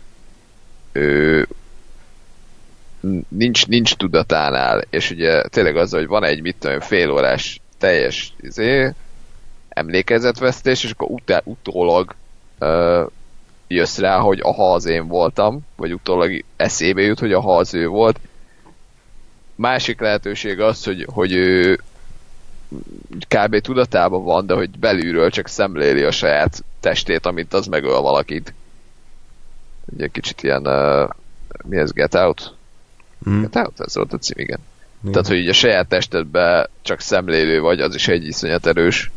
nincs tudatánál, és ugye tényleg az, hogy van egy fél órás teljes emlékezetvesztés, és akkor utólag jössz rá, hogy aha, az én voltam, vagy utólag eszébe jut, hogy aha, az ő volt. Másik lehetőség az, hogy ő kb. Tudatában van, de hogy belülről csak szemléli a saját testét, amint az megöl valakit. Ugye kicsit ilyen mi ez, Get Out? Get Out? Ez volt a cím, igen. Tehát, hogy így a saját testedben csak szemlélő vagy, az is egy iszonyat erős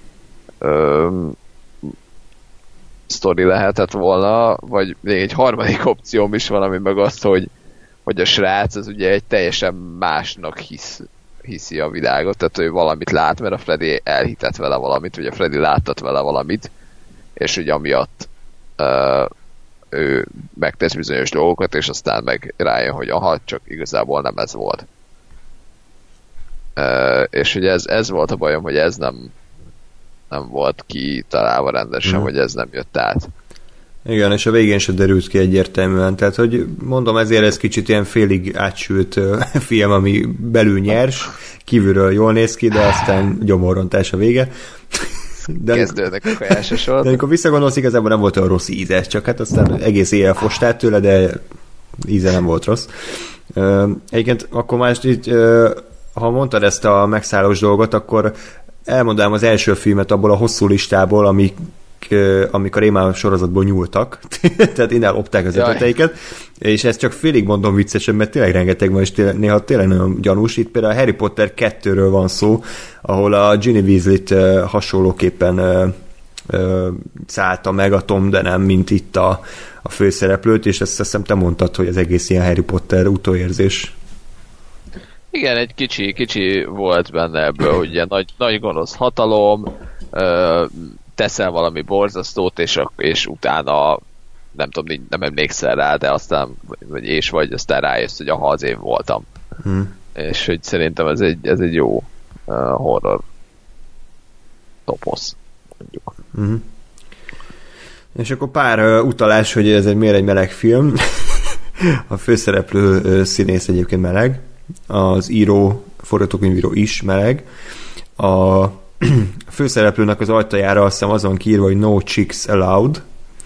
sztori lehetett volna, vagy még egy harmadik opcióm is van, ami meg azt, hogy a srác az ugye egy teljesen másnak hiszi a világot, tehát ő valamit lát, mert a Freddy elhitett vele valamit, vagy a Freddy láttat vele valamit, és ugye amiatt ő megtesz bizonyos dolgokat, és aztán meg rájön, hogy aha, csak igazából nem ez volt. És ugye ez volt a bajom, hogy ez nem volt kitalálva rendesen, hogy ez nem jött át. Igen, és a végén se derült ki egyértelműen, tehát hogy mondom, ezért ez kicsit ilyen félig átsült film, ami belül nyers, kívülről jól néz ki, de aztán gyomorrontás a vége. kezdődnek a kajásosod. De amikor visszagondolsz, igazából nem volt olyan rossz íze, csak hát aztán egész éjjel fostál tőle, de íze nem volt rossz. Egyébként akkor már így, ha mondtad ezt a megszállós dolgot, akkor elmondanám az első filmet abból a hosszú listából, amik a Rémálom sorozatból nyúltak, tehát innen lopták az ötleteiket, és ezt csak félig mondom viccesen, mert tényleg rengeteg van, és néha tényleg nagyon gyanús. Itt például a Harry Potter 2-ről van szó, ahol a Ginny Weasley-t hasonlóképpen szállta meg a Tom Denham, mint itt a főszereplőt, és ezt hiszem te mondtad, hogy az egész ilyen Harry Potter utóérzés. Igen, egy kicsi volt benne ebből, hogy ilyen nagy gonosz hatalom, teszel valami borzasztót, és utána nem tudom, nem emlékszel rá, de aztán vagy aztán rájössz, hogy aha, az én voltam. És hogy szerintem ez egy jó horror toposz, mondjuk. És akkor pár utalás, hogy ez miért egy meleg film. A főszereplő színész egyébként meleg, az forgatókönyvíró is meleg. A főszereplőnek az ajtajára azt hiszem azon kiírva, hogy no chicks allowed.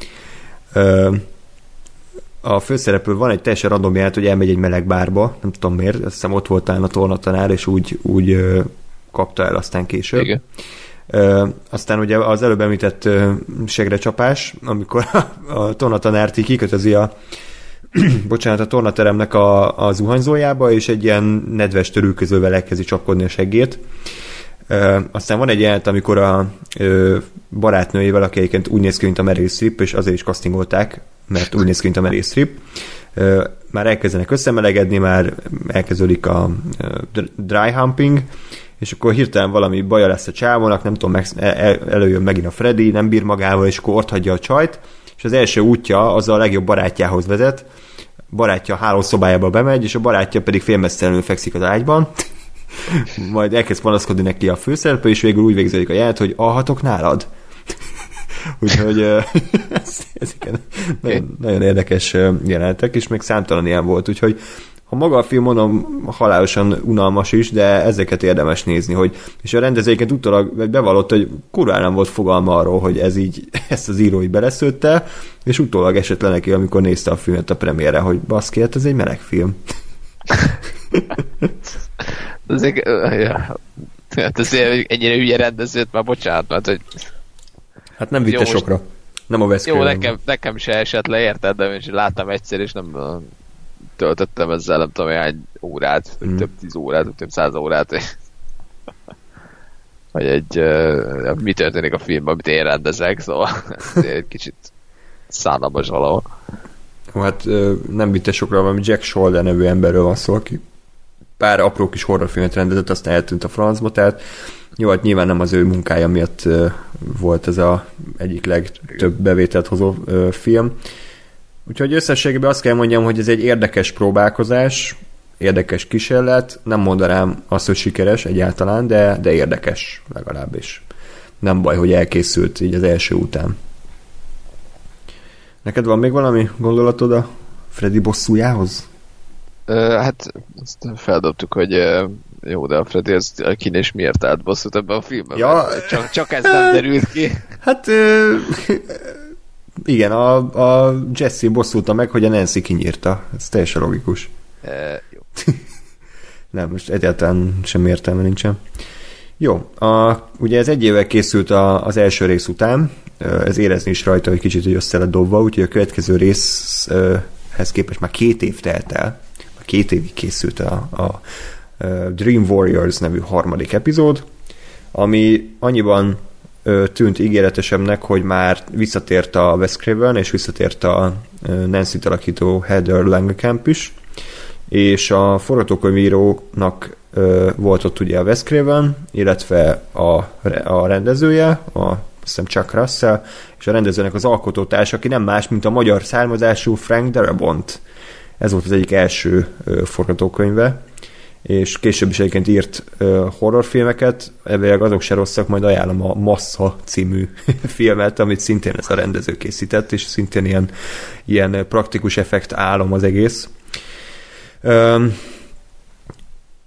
A főszereplő van egy teljesen random jelent, hogy elmegy egy meleg bárba, nem tudom miért, azt hiszem ott voltál a tornatanár, és úgy kapta el aztán később. Igen. Aztán ugye az előbb említett segrecsapás, amikor a tornatanárt így kikötözi a tornateremnek a zuhanyzójába, és egy ilyen nedves törülközővel elkezdi csapkodni a seggét. Aztán van egy jelent, amikor a barátnőjével, aki egyébként úgy néz ki, mint a Meryl Streep, és azért is castingolták, mert úgy néz ki, mint a Meryl Streep, már elkezdenek összemelegedni, már elkezdődik a dry humping, és akkor hirtelen valami baja lesz a csávónak, nem tudom, előjön megint a Freddy, nem bír magával, és akkor ott hagyja a csajt, és az első útja az a legjobb barátjához vezet, barátja a hálószobájába bemegy, és a barátja pedig félmeztelenül fekszik az ágyban, majd elkezd panaszkodni neki a főszereplő, és végül úgy végződik a jelent, hogy alhatok nálad. Úgyhogy ezek nagyon érdekes jelenetek, és még számtalan ilyen volt, úgyhogy ha maga a film, mondom, halálosan unalmas is, de ezeket érdemes nézni, és a rendezőként utólag bevallott, hogy kurva nem volt fogalma arról, hogy ez így, ezt az írói beleszőtte, és utólag esett le neki, amikor nézte a filmet a premiérre, hogy baszki, hát ez egy meleg film. Hát azért ennyire hülye rendezőt, már bocsánat, mert hogy... Hát nem vitte sokra. Nem a Wes Craven. Jó, nekem se esett le, érted, de én láttam egyszer, és nem töltöttem ezzel, nem tudom, hány órát, több 10 órát, több 100 órát, vagy mi történik a filmben, amit én rendezek, szóval egy kicsit szánalmas valahol. Hát nem vitte sokra, valami Jack Scholder nevű emberről van szó, aki pár apró kis horrorfilmet rendezett, aztán eltűnt a francba, tehát jó, hát nyilván nem az ő munkája miatt volt ez az egyik legtöbb bevételt hozó film. Úgyhogy összességében azt kell mondjam, hogy ez egy érdekes próbálkozás, érdekes kísérlet, nem mondanám azt, hogy sikeres egyáltalán, de érdekes legalábbis. Nem baj, hogy elkészült így az első után. Neked van még valami gondolatod a Freddy bosszújához? Hát azt feldobtuk, hogy jó, de a Freddy az kin és miért állt bosszút ebben a filmben? Ja. Csak ez nem derült ki. Hát igen, a Jesse bosszulta meg, hogy a Nancy kinyírta. Ez teljesen logikus. Jó. Nem, most egyáltalán sem értelme nincsen. Jó, ugye ez egy évvel készült az első rész után, ez érezni is rajta, hogy kicsit össze lett dobva, úgyhogy a következő részhez képest már 2 év telt el. Már 2 évig készült a Dream Warriors nevű 3. epizód, ami annyiban tűnt ígéretesebbnek, hogy már visszatért a Wes Craven, és visszatért a Nancy-t alakító Heather Langenkamp is, és a forgatókönyvírónak volt ott ugye a Wes Craven, illetve a rendezője, azt hiszem Chuck Russell, és a rendezőnek az alkotótárs, aki nem más, mint a magyar származású Frank Darabont. Ez volt az egyik első forgatókönyve, és később is egyébként írt horrorfilmeket, ebből azok se rosszak, majd ajánlom a Massa című filmet, amit szintén ez a rendező készített, és szintén ilyen praktikus effekt álom az egész.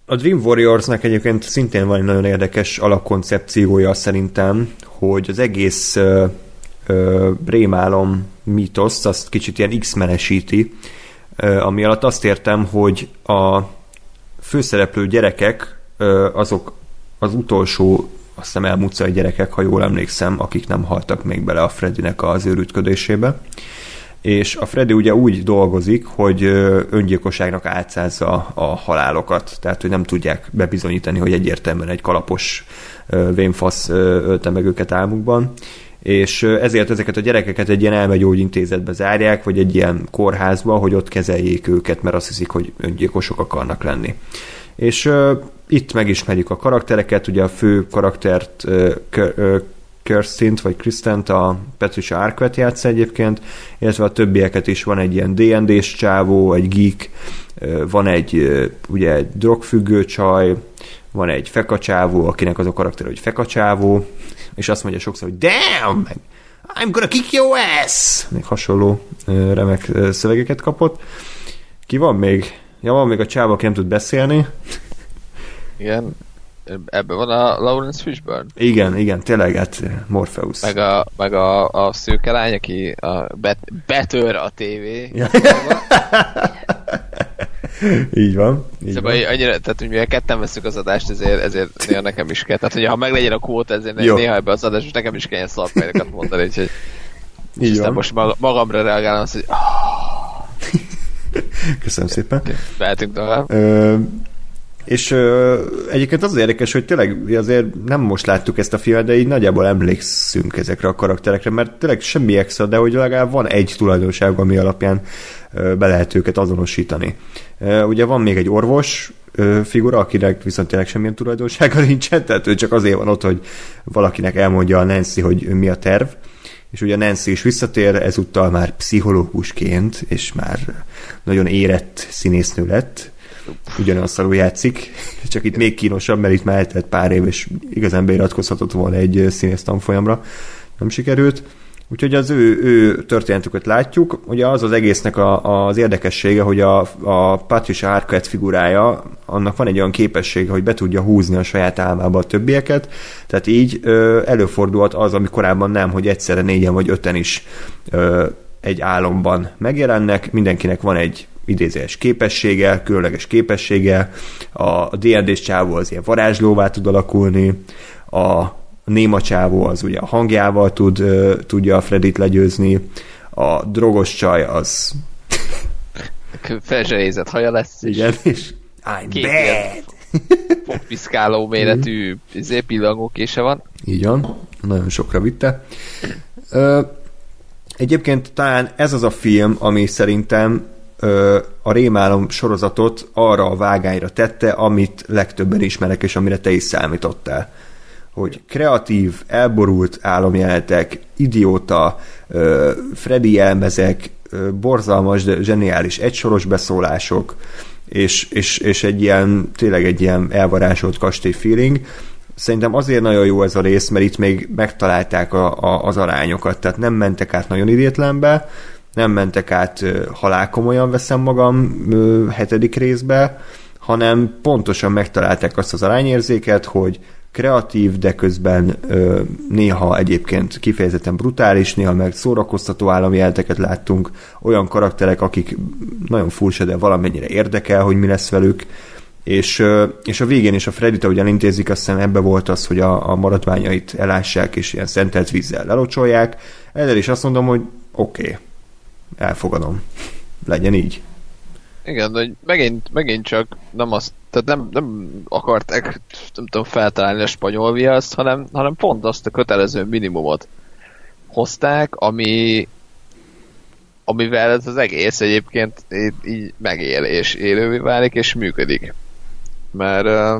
A Dream Warriorsnak egyébként szintén van egy nagyon érdekes alapkoncepciója szerintem, hogy az egész rémálom mítoszt, azt kicsit ilyen X-menesíti, ami alatt azt értem, hogy a főszereplő gyerekek, azok az utolsó, azt hiszem elmucai gyerekek, ha jól emlékszem, akik nem haltak még bele a Freddynek az őrütködésébe. És a Freddy ugye úgy dolgozik, hogy öngyilkosságnak álcázza a halálokat, tehát hogy nem tudják bebizonyítani, hogy egyértelműen egy kalapos vénfasz ölte meg őket álmukban, és ezért ezeket a gyerekeket egy ilyen elmegyógyintézetbe zárják, vagy egy ilyen kórházba, hogy ott kezeljék őket, mert azt hiszik, hogy öngyilkosok akarnak lenni. És itt megismerjük a karaktereket, ugye a fő karaktert Kirstint, vagy Kristent, a Patricia Arquette játsza egyébként, illetve a többieket is. Van egy ilyen D&D-s csávó, egy geek, van egy ugye egy drogfüggő csaj, van egy fekacsávó, akinek az a karakter, hogy fekacsávó, és azt mondja sokszor, hogy damn, I'm gonna kick your ass! Még hasonló remek szövegeket kapott. Ki van még? Ja, van még a csávó, aki nem tud beszélni. Igen, ebben van a Lawrence Fishburne. Igen, tényleg, hát Morpheus. Meg a szőke lány, aki betör a tévé. Ja. Így van. Szóval annyira, tehát hogy mivel ketten veszük az adást, ezért néha nekem is kell. Tehát, hogy ha meglegyen a kvóta, ezért néha ebbe az adást, most nekem is kell ilyen szarfejleket mondani, úgyhogy és aztán most magamra reagálom azt, hogy köszönöm szépen. Behetünk tovább. És egyébként az érdekes, hogy tényleg azért nem most láttuk ezt a filmet, de így nagyjából emlékszünk ezekre a karakterekre, mert tényleg semmi extra, de hogy legalább van egy tulajdonság, ami alapján be lehet őket azonosítani. Ugye van még egy orvos figura, akinek viszont tényleg semmilyen tulajdonsága nincsen, tehát ő csak azért van ott, hogy valakinek elmondja a Nancy, hogy mi a terv, és ugye Nancy is visszatér, ezúttal már pszichológusként, és már nagyon érett színésznő lett, ugyanaz szarul játszik, csak itt még kínosabb, mert itt már eltelt pár év, és igazán beiratkozhatott volna egy színész tanfolyamra, nem sikerült. Úgyhogy az ő történetüket látjuk. Ugye az egésznek az érdekessége, hogy a Patricia Arquette figurája, annak van egy olyan képessége, hogy be tudja húzni a saját álmába a többieket, tehát így előfordulhat az, ami korábban nem, hogy egyszerre 4-en vagy 5-en is egy álomban megjelennek, mindenkinek van egy idézőjeles képessége, különleges képessége, a D&D-s csávó az ilyen varázslóvá tud alakulni, a néma csávó az ugye a hangjával tudja a Freddyt legyőzni, a drogos csaj az felzselézett haja lesz. Igen, és I'm bad! Fogpiszkáló méretű pillangókése van. Így van, nagyon sokra vitte. Egyébként talán ez az a film, ami szerintem a Rémálom sorozatot arra a vágányra tette, amit legtöbben ismerek, és amire te is számítottál. Hogy kreatív, elborult álomjelenetek, idióta, Freddy jelmezek, borzalmas, de zseniális egysoros beszólások, és egy ilyen, tényleg egy ilyen elvarázsolt kastély feeling. Szerintem azért nagyon jó ez a rész, mert itt még megtalálták az arányokat, tehát nem mentek át nagyon idétlenbe, nem mentek át halálkomolyan veszem magam 7. részbe, hanem pontosan megtalálták azt az arányérzéket, hogy kreatív, de közben néha egyébként kifejezetten brutális, néha meg szórakoztató álomjelteket láttunk, olyan karakterek, akik nagyon furcsa, de valamennyire érdekel, hogy mi lesz velük, és a végén is a Freddyt, ahogyan intézik, azt hiszem ebbe volt az, hogy a maradványait elássák, és ilyen szentelt vízzel lelocsolják. Ezzel is azt mondom, hogy oké, elfogadom. Legyen így. Igen, de megint csak nem azt, tehát nem akarták, nem tudom, feltalálni a spanyol viaszt, hanem pont azt a kötelező minimumot hozták, amivel ez az egész egyébként így megél, és élővé válik, és működik. Mert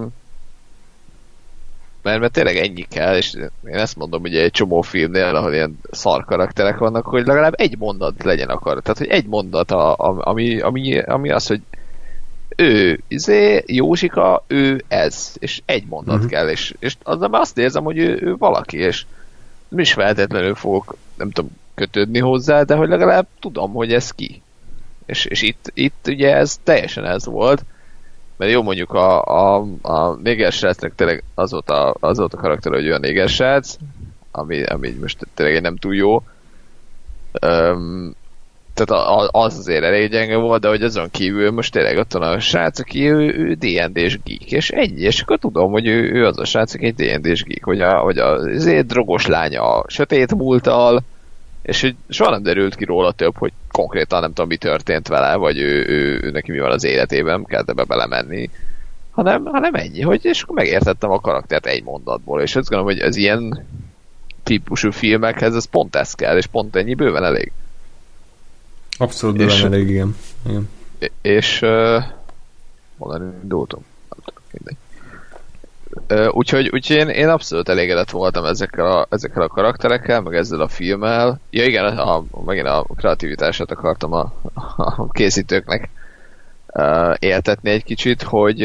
tényleg ennyi kell, és én ezt mondom ugye egy csomó filmnél, ahol ilyen szar karakterek vannak, hogy legalább egy mondat legyen akar. Tehát, hogy egy mondat, ami az, hogy ő, Józsika, ő ez, és egy mondat kell, és azzal már azt érzem, hogy ő valaki, és nem is feltétlenül fogok, nem tudom, kötődni hozzá, de hogy legalább tudom, hogy ez ki. És itt ugye ez teljesen ez volt, mert jó, mondjuk a néger srácnak tényleg az volt a karakter, hogy olyan néger srác, ami most tényleg nem túl jó. Tehát az azért elég gyenge volt, de hogy azon kívül most tényleg ott van a srác, aki ő D&D-s geek, és ennyi, és akkor tudom, hogy ő az a srác, aki egy D&D-s geek, hogy azért drogos lánya a sötét múlttal, és hogy soha nem derült ki róla több, hogy konkrétan nem tudom, mi történt vele, vagy ő neki mi van az életében, kell ebbe belemenni, hanem ennyi, hogy és akkor megértettem a karaktert egy mondatból, és azt gondolom, hogy az ilyen típusú filmekhez ez pont ez kell, és pont ennyi bőven elég. Abszolút bőven elég, igen. És honnan indultam? Úgyhogy én abszolút elégedett voltam ezekkel a karakterekkel, meg ezzel a filmmel. Ja igen, megint a kreativitását akartam a készítőknek éltetni egy kicsit, hogy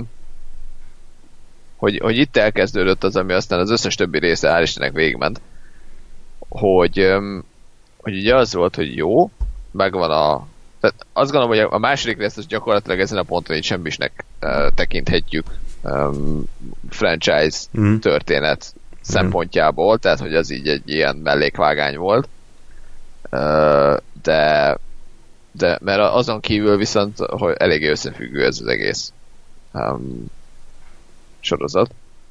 itt elkezdődött az, ami aztán az összes többi része hál' Istennek végigment. Hogy ugye az volt, hogy jó, megvan tehát azt gondolom, hogy a második részt az gyakorlatilag ezen a ponton így semmisnek tekinthetjük franchise történet szempontjából, tehát hogy az így egy ilyen mellékvágány volt. De mert azon kívül viszont hogy eléggé összefüggő ez az egész sorozat.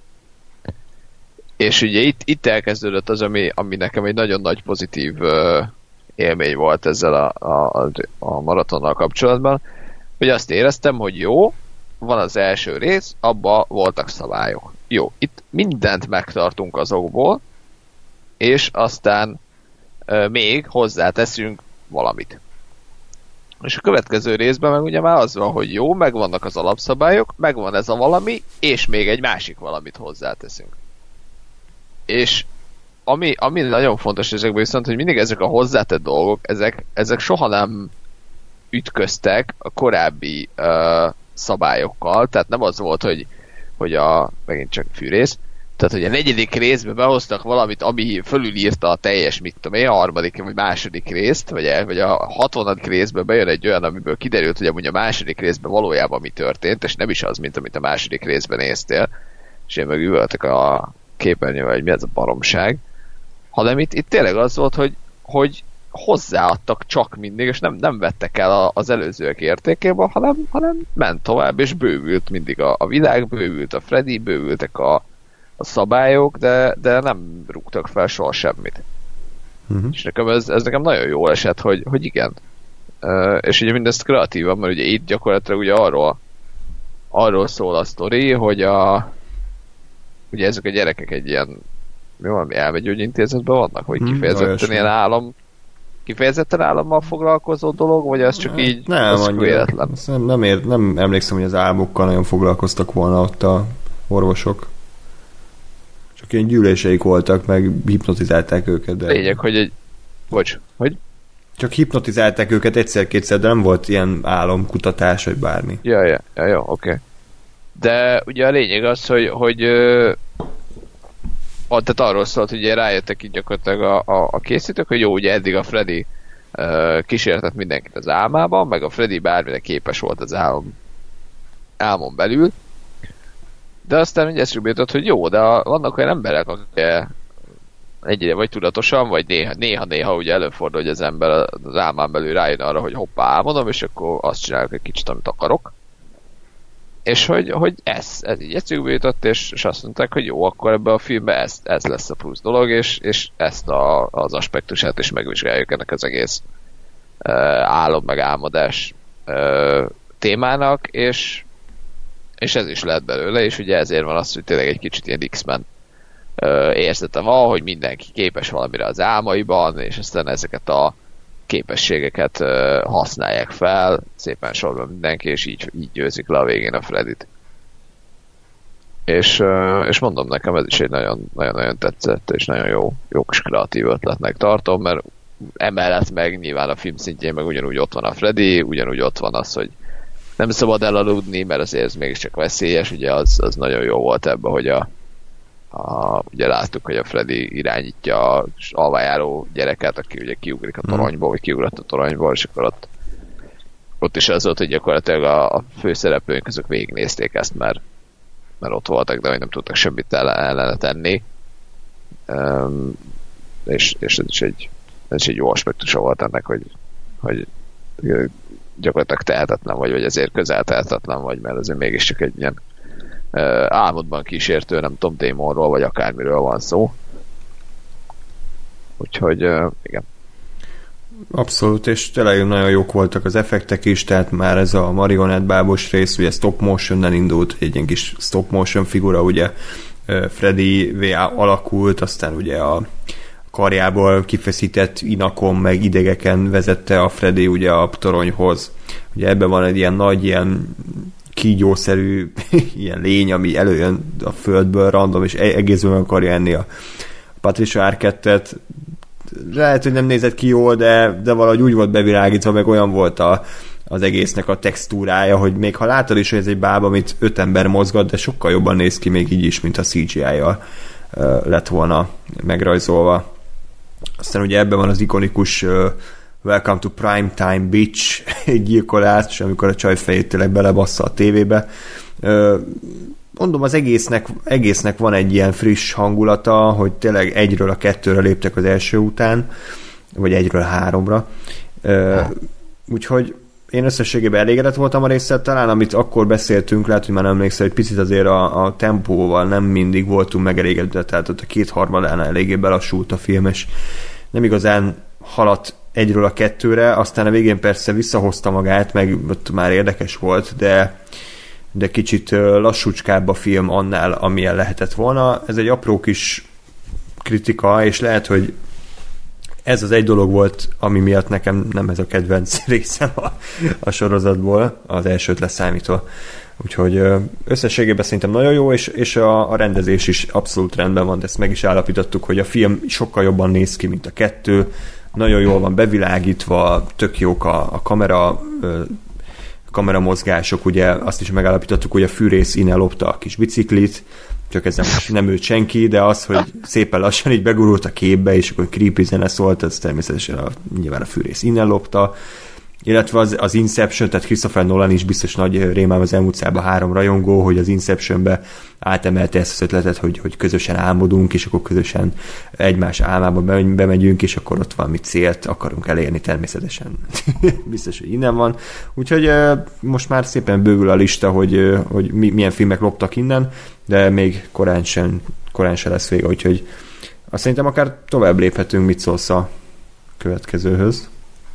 És ugye itt elkezdődött az, ami nekem egy nagyon nagy pozitív élmény volt ezzel a maratonnal kapcsolatban, hogy azt éreztem, hogy jó, van az első rész, abba voltak szabályok. Jó, itt mindent megtartunk azokból, és aztán még hozzáteszünk valamit. És a következő részben meg ugye már az van, hogy jó, megvannak az alapszabályok, megvan ez a valami, és még egy másik valamit hozzáteszünk. És ami nagyon fontos ezekben viszont, hogy mindig ezek a hozzátett dolgok, ezek soha nem ütköztek a korábbi szabályokkal, tehát nem az volt, hogy megint csak fűrész, tehát hogy a negyedik részben behoztak valamit, ami fölülírta a teljes, mit tudom én, a harmadik vagy második részt, vagy a 60. részben bejön egy olyan, amiből kiderült, hogy amúgy a második részben valójában mi történt, és nem is az, mint amit a második részben néztél, és én meg üvöltek a képernyővel, hogy mi ez a baromság, hanem itt tényleg az volt, hogy hozzáadtak csak mindig, és nem vettek el az előzőek értékébe, hanem ment tovább, és bővült mindig a világ, bővült a Freddy, bővültek a szabályok, de nem rúgtak fel soha semmit. És nekem ez nekem nagyon jól esett, hogy igen. És ugye mindezt kreatívan, mert ugye itt gyakorlatilag ugye arról szól a sztori, hogy ugye ezek a gyerekek egy ilyen valami elmegyógyintézetben vannak, vagy kifejezetten állammal foglalkozó dolog, vagy ez csak így nem véletlen? Nem emlékszem, hogy az álmokkal nagyon foglalkoztak volna ott a orvosok. Csak ilyen gyűléseik voltak, meg hipnotizálták őket. De... Lényeg, hogy hogy? Csak hipnotizálták őket egyszer-kétszer, de nem volt ilyen álomkutatás, vagy bármi. Ja, jó, oké. De ugye a lényeg az, hogy tehát arról szólt, hogy rájöttek így gyakorlatilag a készítők, hogy jó, ugye eddig a Freddy kísértett mindenkit az álmában, meg a Freddy bármire képes volt az álmon belül, de aztán ugye eszükbe jutott, hogy jó, de vannak olyan emberek, akik egyre vagy tudatosan, vagy néha ugye előfordul, hogy az ember az álmán belül rájön arra, hogy hoppá, álmodom, és akkor azt csinálok egy kicsit, amit akarok. És hogy ez így eszükbe jutott, és azt mondták, hogy jó, akkor ebben a filmben ez lesz a plusz dolog, és ezt az aspektusát is megvizsgáljuk ennek az egész álom meg álmodás témának, és ez is lehet belőle, és ugye ezért van az, hogy tényleg egy kicsit ilyen X-Men érzete van, hogy mindenki képes valamire az álmaiban, és aztán ezeket a képességeket használják fel, szépen sorban mindenki, és így győzik le a végén a Freddyt. És mondom, nekem ez is egy nagyon tetszett, és nagyon jó kis kreatív ötletnek tartom, mert emellett meg nyilván a film szintjén meg ugyanúgy ott van a Freddy, ugyanúgy ott van az, hogy nem szabad elaludni, mert azért ez mégiscsak veszélyes, ugye az nagyon jó volt ebben, hogy ugye láttuk, hogy a Freddy irányítja az alvájáró gyereket, aki ugye kiugrik a toronyból, vagy kiugrott a toronyból, és akkor ott is az volt, hogy gyakorlatilag a főszereplőink azok végignézték ezt, mert ott voltak, de hogy nem tudtak semmit ellene tenni. És ez is egy jó aspektusa volt ennek, hogy gyakorlatilag tehetetlen vagy ezért közel tehetetlen vagy, mert azért mégiscsak egy ilyen álmodban kísértő, nem tudom, démonról, vagy akármiről van szó. Úgyhogy igen. Abszolút, és tényleg nagyon jók voltak az effektek is, tehát már ez a marionettbábos rész, ugye stop motion-nel indult, egy ilyen kis stop motion figura, ugye Freddy alakult, aztán ugye a karjából kifeszített inakon, meg idegeken vezette a Freddy ugye a toronyhoz. Ugye ebben van egy ilyen nagy, ilyen kígyószerű ilyen lény, ami előjön a földből random, és egészben akarja enni a Patricia Arquette-et. Lehet, hogy nem nézett ki jól, de valahogy úgy volt bevilágítva, meg olyan volt az egésznek a textúrája, hogy még ha látod is, hogy ez egy báb, amit 5 ember mozgat, de sokkal jobban néz ki még így is, mint a CGI-jal lett volna megrajzolva. Aztán ugye ebben van az ikonikus Welcome to Primetime Bitch egy gyilkolás, amikor a csaj fejét tényleg belebassza a tévébe. Mondom, az egésznek van egy ilyen friss hangulata, hogy tényleg 1-ről 2-re léptek az első után, vagy 1-ről 3-ra. Úgyhogy én összességében elégedett voltam a részsel, talán amit akkor beszéltünk, lehet, hogy már nem emlékszel, hogy picit azért a tempóval nem mindig voltunk megelégedett, tehát ott a 2/3 eléggé belassult a film, és nem igazán haladt 1-ről 2-re, aztán a végén persze visszahozta magát, meg ott már érdekes volt, de kicsit lassúcskább a film annál, amilyen lehetett volna. Ez egy apró kis kritika, és lehet, hogy ez az egy dolog volt, ami miatt nekem nem ez a kedvenc részem a sorozatból, az elsőt leszámítva. Úgyhogy összességében szerintem nagyon jó, és a rendezés is abszolút rendben van, de ezt meg is állapítottuk, hogy a film sokkal jobban néz ki, mint a 2, nagyon jól van bevilágítva, tök jók a kameramozgások, ugye azt is megállapítottuk, hogy a fűrész innen lopta a kis biciklit, csak ez nem őt senki, de az, hogy szépen lassan így begurult a képbe, és akkor creepy zene szólt, ez természetesen nyilván a fűrész innen lopta, illetve az Inception, tehát Christopher Nolan is biztos nagy rémám az elmúlt szában 3 rajongó, hogy az Inceptionbe átemelte ezt az ötletet, hogy közösen álmodunk, és akkor közösen egymás álmába bemegyünk, és akkor ott valami célt akarunk elérni természetesen. Biztos, hogy innen van. Úgyhogy most már szépen bővül a lista, hogy milyen filmek loptak innen, de még korán sem lesz vége, úgyhogy azt szerintem akár tovább léphetünk, mit szólsz a következőhöz.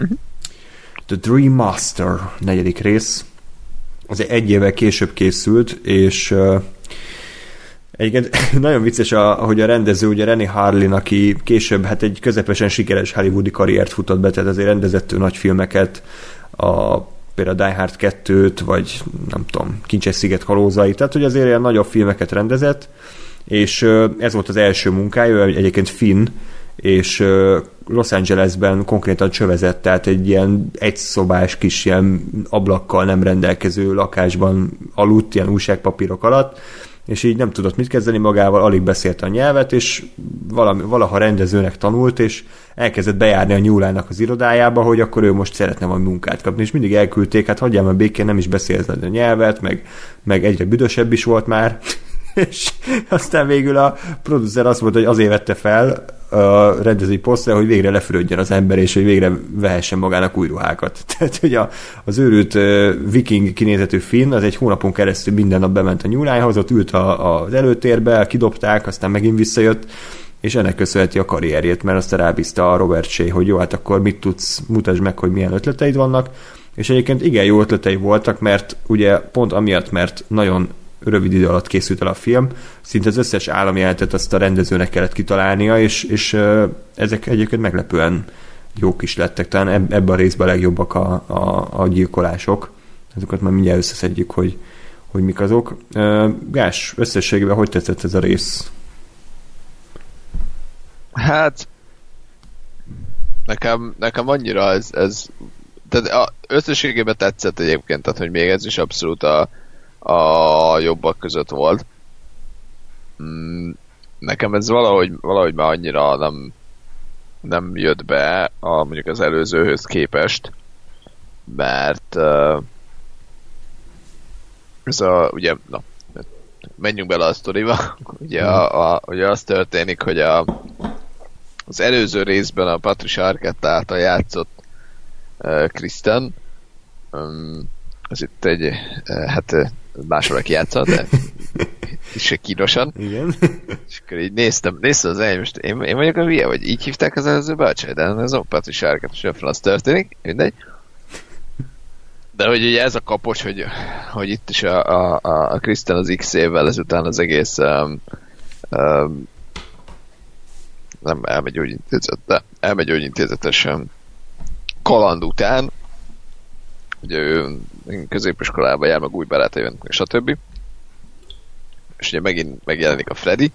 The Dream Master 4. rész. Az 1 évvel később készült, és egyébként nagyon vicces, hogy a rendező, ugye Renny Harlin, aki később hát egy közepesen sikeres hollywoodi karriert futott be, tehát azért rendezett nagy filmeket, például Die Hard 2-t, vagy nem tudom, Kincses sziget kalózai, tehát hogy azért ilyen nagyobb filmeket rendezett, és ez volt az első munkája, egyébként finn, és Los Angelesben konkrétan csövezett, tehát egy ilyen egyszobás kis ilyen ablakkal nem rendelkező lakásban aludt, ilyen újságpapírok alatt, és így nem tudott mit kezdeni magával, alig beszélte a nyelvet, és valaha rendezőnek tanult, és elkezdett bejárni a Nyúlának az irodájába, hogy akkor ő most szeretne valami munkát kapni, és mindig elküldték, hát hagyjál már békén, nem is beszélted a nyelvet, meg egyre büdösebb is volt már, és aztán végül a producer azt mondta, hogy azért vette fel a rendezői posztra, hogy végre lefürödjön az ember, és hogy végre vehessen magának új ruhákat. Tehát, hogy az őrült viking kinézetű finn, az egy hónapon keresztül minden nap bement a Nyúlányhoz, ott ült az előtérbe, kidobták, aztán megint visszajött, és ennek köszönheti a karrierjét, mert aztán rábízta a Robert Shea, hogy jó, hát akkor mit tudsz, mutasd meg, hogy milyen ötleteid vannak, és egyébként igen jó ötletei voltak, mert ugye pont amiatt, mert nagyon rövid idő alatt készült el a film, szinte az összes államjelentet azt a rendezőnek kellett kitalálnia, és ezek egyébként meglepően jók is lettek, talán ebben a részben a legjobbak a gyilkolások. Azokat már mindjárt összeszedjük, hogy mik azok. Gás, összességében hogy tetszett ez a rész? Hát nekem annyira ez tehát összességében tetszett egyébként, tehát hogy még ez is abszolút a jobbak között volt. Nekem ez valahogy már annyira nem jött be mondjuk az előzőhöz képest. mert ez ugye, menjünk bele a sztoriba, ugye, ugye az történik, hogy az előző részben a Patricia Arquette által játszott Kristen, az itt egy, hát máshol játszott, de is kínosan. Igen. És akkor így néztem az elején, most én vagyok a hülye, vagy így hívták az előző bácsai, de ez a Patricia Arquette, és a franc történik, mindegy. De hogy ugye ez a kapos, hogy itt is a Kristen az X évvel ezután az egész nem elmegyógyintézet, de elmegyógyintézetes kaland után, ugye ő középiskolába jár, meg új barátai jön, és a többi. És ugye megint megjelenik a Freddy.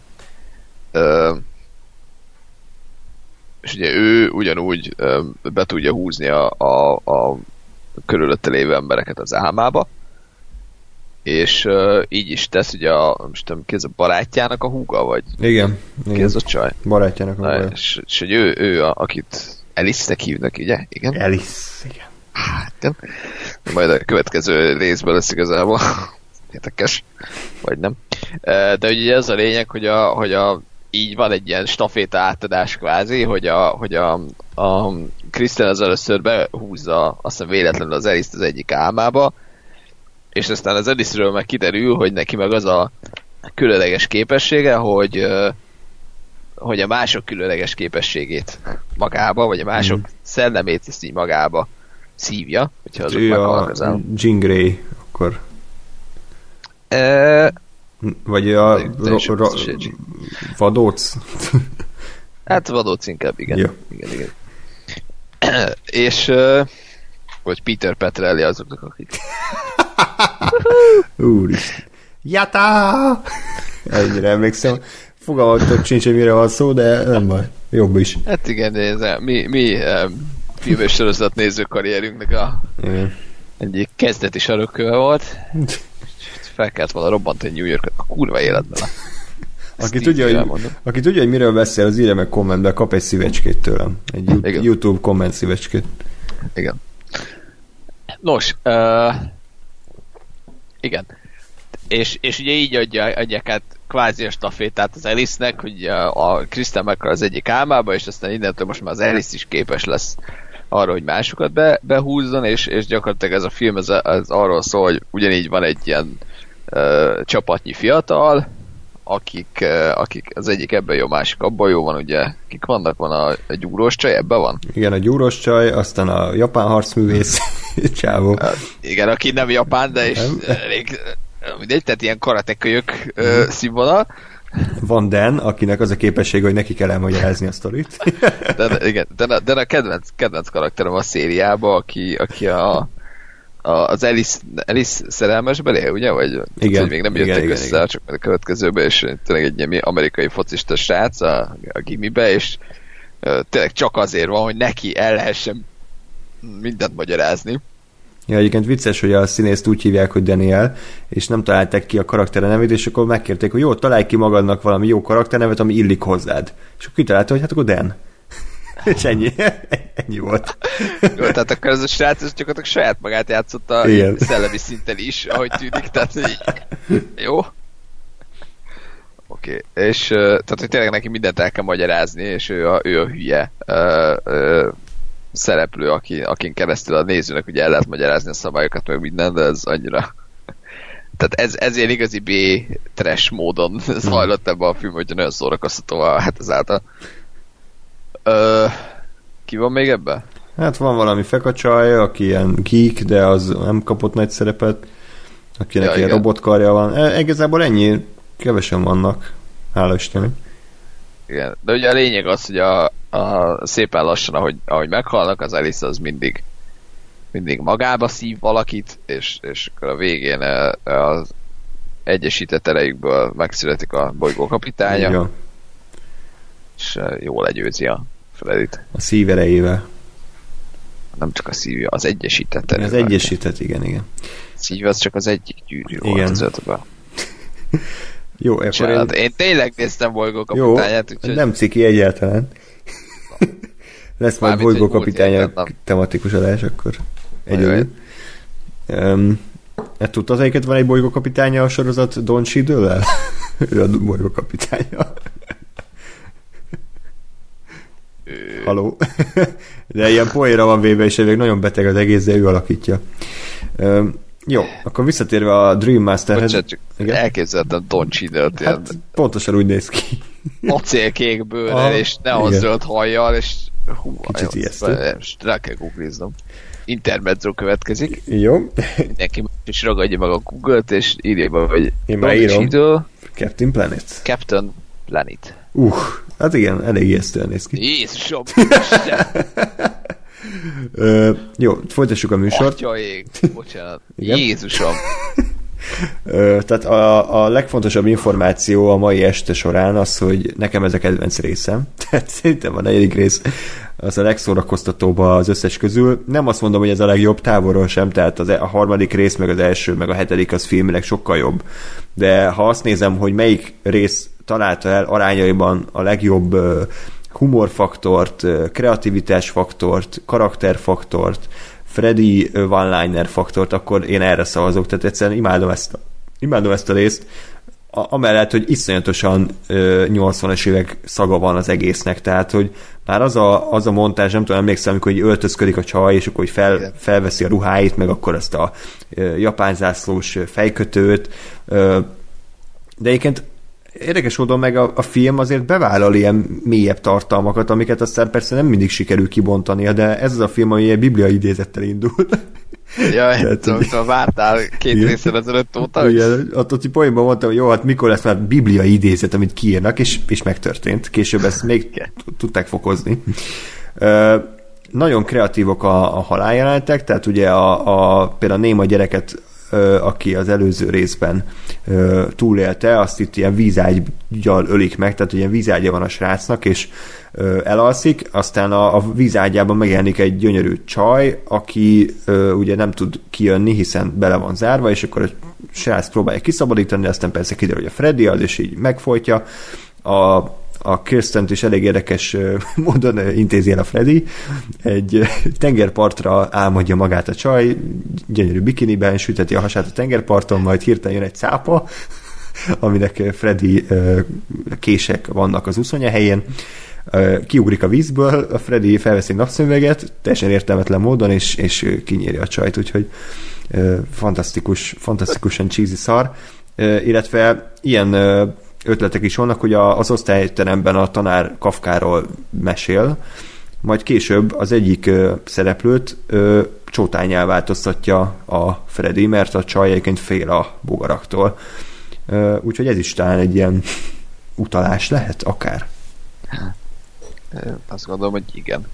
És ugye ő ugyanúgy be tudja húzni a körülötte lévő embereket az álmába, és így is tesz, ugye most nem ki ez a barátjának a húga, vagy Igen. ki ez a csaj? Barátjának a húga. És hogy ő akit Alice-nek hívnak, ugye? Igen? Alice, igen. Hát, igen. Majd a következő részben lesz igazából. Érdekes. Vagy nem. De ugye ez a lényeg, hogy így van egy ilyen staféta átadás kvázi, hogy a Kristen az először behúzza aztán véletlenül az Alice-t az egyik álmába, és aztán az Alice-ről meg kiderül, hogy neki meg az a különleges képessége, hogy a mások különleges képességét magába, vagy a mások szellemét ezt így magába szívja, hogyha azok meghallgazál. Jean Grey, akkor... Vagy vadóc? Hát vadóc inkább, igen. Ja. Igen. És vagy Peter Petrelli azoknak, akik... Úristen. Jata! Ennyire emlékszem. Fogalmatok sincs, hogy mire van szó, de nem baj. Jobb is. Hát igen, ez mi film és sorozat néző karrierünknek egyik kezdeti sarokköve volt. Fel kellett volna robbantani New Yorkot a kurva életben. Aki tudja, hogy miről beszél, az írja meg kommentbe, kap egy szívecskét tőlem. Egy YouTube komment szívecskét. Igen. Nos, igen. És ugye így adják át kvázi a stafétát az Alice-nek, hogy a Kristen meghal az egyik álmába, és aztán innentől most már az Alice is képes lesz arra, hogy másokat behúzzon, és gyakorlatilag ez a film ez arról szól, hogy ugyanígy van egy ilyen csapatnyi fiatal, akik az egyik ebben jó, másik abban jó van, ugye, kik vannak, van a gyúrós csaj, ebben van? Igen, a gyúrós csaj, aztán a japán harcművész csávó. Igen, aki nem japán, de is elég mindegy, tehát ilyen karatekölyök színvonal. Van Dan, akinek az a képesség, hogy neki kell elmagyarázni a sztorit. De a kedvenc karakterem a szériában, aki az Alice szerelmes belé, ugye? Vagy igen, hogy még nem jöttek össze, csak a következőbe, és tényleg egy ilyen amerikai focista srác a gimibe, és tényleg csak azért van, hogy neki el lehessen mindent magyarázni. Ja, egyébként vicces, hogy a színészt úgy hívják, hogy Daniel, és nem találták ki a karaktere nevét, és akkor megkérték, hogy jó, találj ki magadnak valami jó karakternevet, ami illik hozzád. És akkor kitalálta, hogy hát akkor Dan. És ennyi volt. Jó, tehát akkor ez a srác gyakorlatilag saját magát játszotta szellemi szinten is, ahogy tűnik, tehát így, jó. Oké. És tehát, hogy tényleg neki mindent el kell magyarázni, és ő a hülye szereplő, akin keresztül a nézőnek ugye el lehet magyarázni a szabályokat, meg minden, de ez annyira... Tehát ezért igazi B-trash módon zajlott ebben a film, hogy nagyon szórakoztató, hát ezáltal. Ki van még ebben? Hát van valami fekacsaj, aki ilyen geek, de az nem kapott nagy szerepet, akinek ilyen robotkarja van. Igazából ennyi, kevesen vannak, hála Istennek. Igen, de ugye a lényeg az, hogy szépen lassan, ahogy meghalnak, az Alice az mindig magába szív valakit, és akkor a végén az egyesített erejükből megszületik a bolygó kapitánya, igen. És jól legyőzi a Freddyt. A szív erejével. Nem csak a szívja, az egyesített erejével. Az egyesített, igen. Szív az csak az egyik gyűrű volt az ötben. Jó, akkor én tényleg néztem bolygókapitányát, úgyhogy... nem ciki egyáltalán. Lesz majd bolygókapitánya tematikus adás, akkor egyedül. Tudtad, egyiket van egy bolygókapitánya a sorozat Don Cheadle-lel? Ő a bolygókapitánya. Haló. De ilyen poénra van véve, és még nagyon beteg az egész, de ő alakítja. Jó, akkor visszatérve a Dream Masterhez. Elképzeltem Don Cheadle-t. Hát pontosan úgy néz ki. Acélkék bőrrel, és neonzöld hajjal, és kicsit ijesztő. Rá kell googliznom. Intermezzo következik. Jó. Mindenki is ragadja meg a Google-t, és írja be, hogy én már írom. Captain Planet. Captain Planet. Hát igen, elég ijesztően néz ki. Jézusom! Jó, folytassuk a műsort. Atyaég, bocsánat. Jézusom! Tehát a legfontosabb információ a mai este során az, hogy nekem ez a kedvenc részem. Tehát szerintem a 4. rész az a legszórakoztatóbb az összes közül. Nem azt mondom, hogy ez a legjobb, távolról sem, tehát a 3. rész, meg az első, meg a 7. az filmileg sokkal jobb. De ha azt nézem, hogy melyik rész találta el arányaiban a legjobb humorfaktort, kreativitásfaktort, karakterfaktort, Freddy one-liner faktort, akkor én erre szavazok. Tehát egyszerűen imádom ezt a részt, amellett, hogy iszonyatosan 80-as évek szaga van az egésznek, tehát, hogy már az a montázs, nem tudom, emlékszem, amikor így öltözködik a csaj, és akkor felveszi a ruháit, meg akkor ezt a japán zászlós fejkötőt, de egyébként érdekes módon meg a film azért bevállal ilyen mélyebb tartalmakat, amiket aztán persze nem mindig sikerül kibontania, de ez az a film, ami ilyen biblia idézettel indul. Jaj, szóval vártál 2 részsel ezelőtt óta? Igen, ott poénban mondtam, hogy jó, hát mikor lesz már biblia idézet, amit kiírnak, és megtörtént. Később ezt még tudták fokozni. Nagyon kreatívok a haláljelentek, tehát ugye például a néma gyereket, aki az előző részben túlélte, azt itt ilyen vízágyjal ölik meg, tehát ilyen vízágya van a srácnak, és elalszik, aztán a vízágyában megjelenik egy gyönyörű csaj, aki ugye nem tud kijönni, hiszen bele van zárva, és akkor a srác próbálja kiszabadítani, aztán persze kiderül, hogy a Freddy az, és így megfojtja. A Kirstent is elég érdekes módon intézi el a Freddy. Egy tengerpartra álmodja magát a csaj, gyönyörű bikiniben, süteti a hasát a tengerparton, majd hirtelen jön egy cápa, aminek Freddy kések vannak az uszonya helyén. Kiugrik a vízből, a Freddy felveszi egy napszemüveget, teljesen értelmetlen módon, és kinyéri a csajt, úgyhogy fantasztikusan cheesy szar. Illetve ilyen ötletek is vannak, hogy az osztályteremben a tanár Kafkáról mesél, majd később az egyik szereplőt csótányá változtatja a Freddy, mert a csaj egyébként fél a bogaraktól. Úgyhogy ez is talán egy ilyen utalás lehet, akár. Azt gondolom, hogy igen.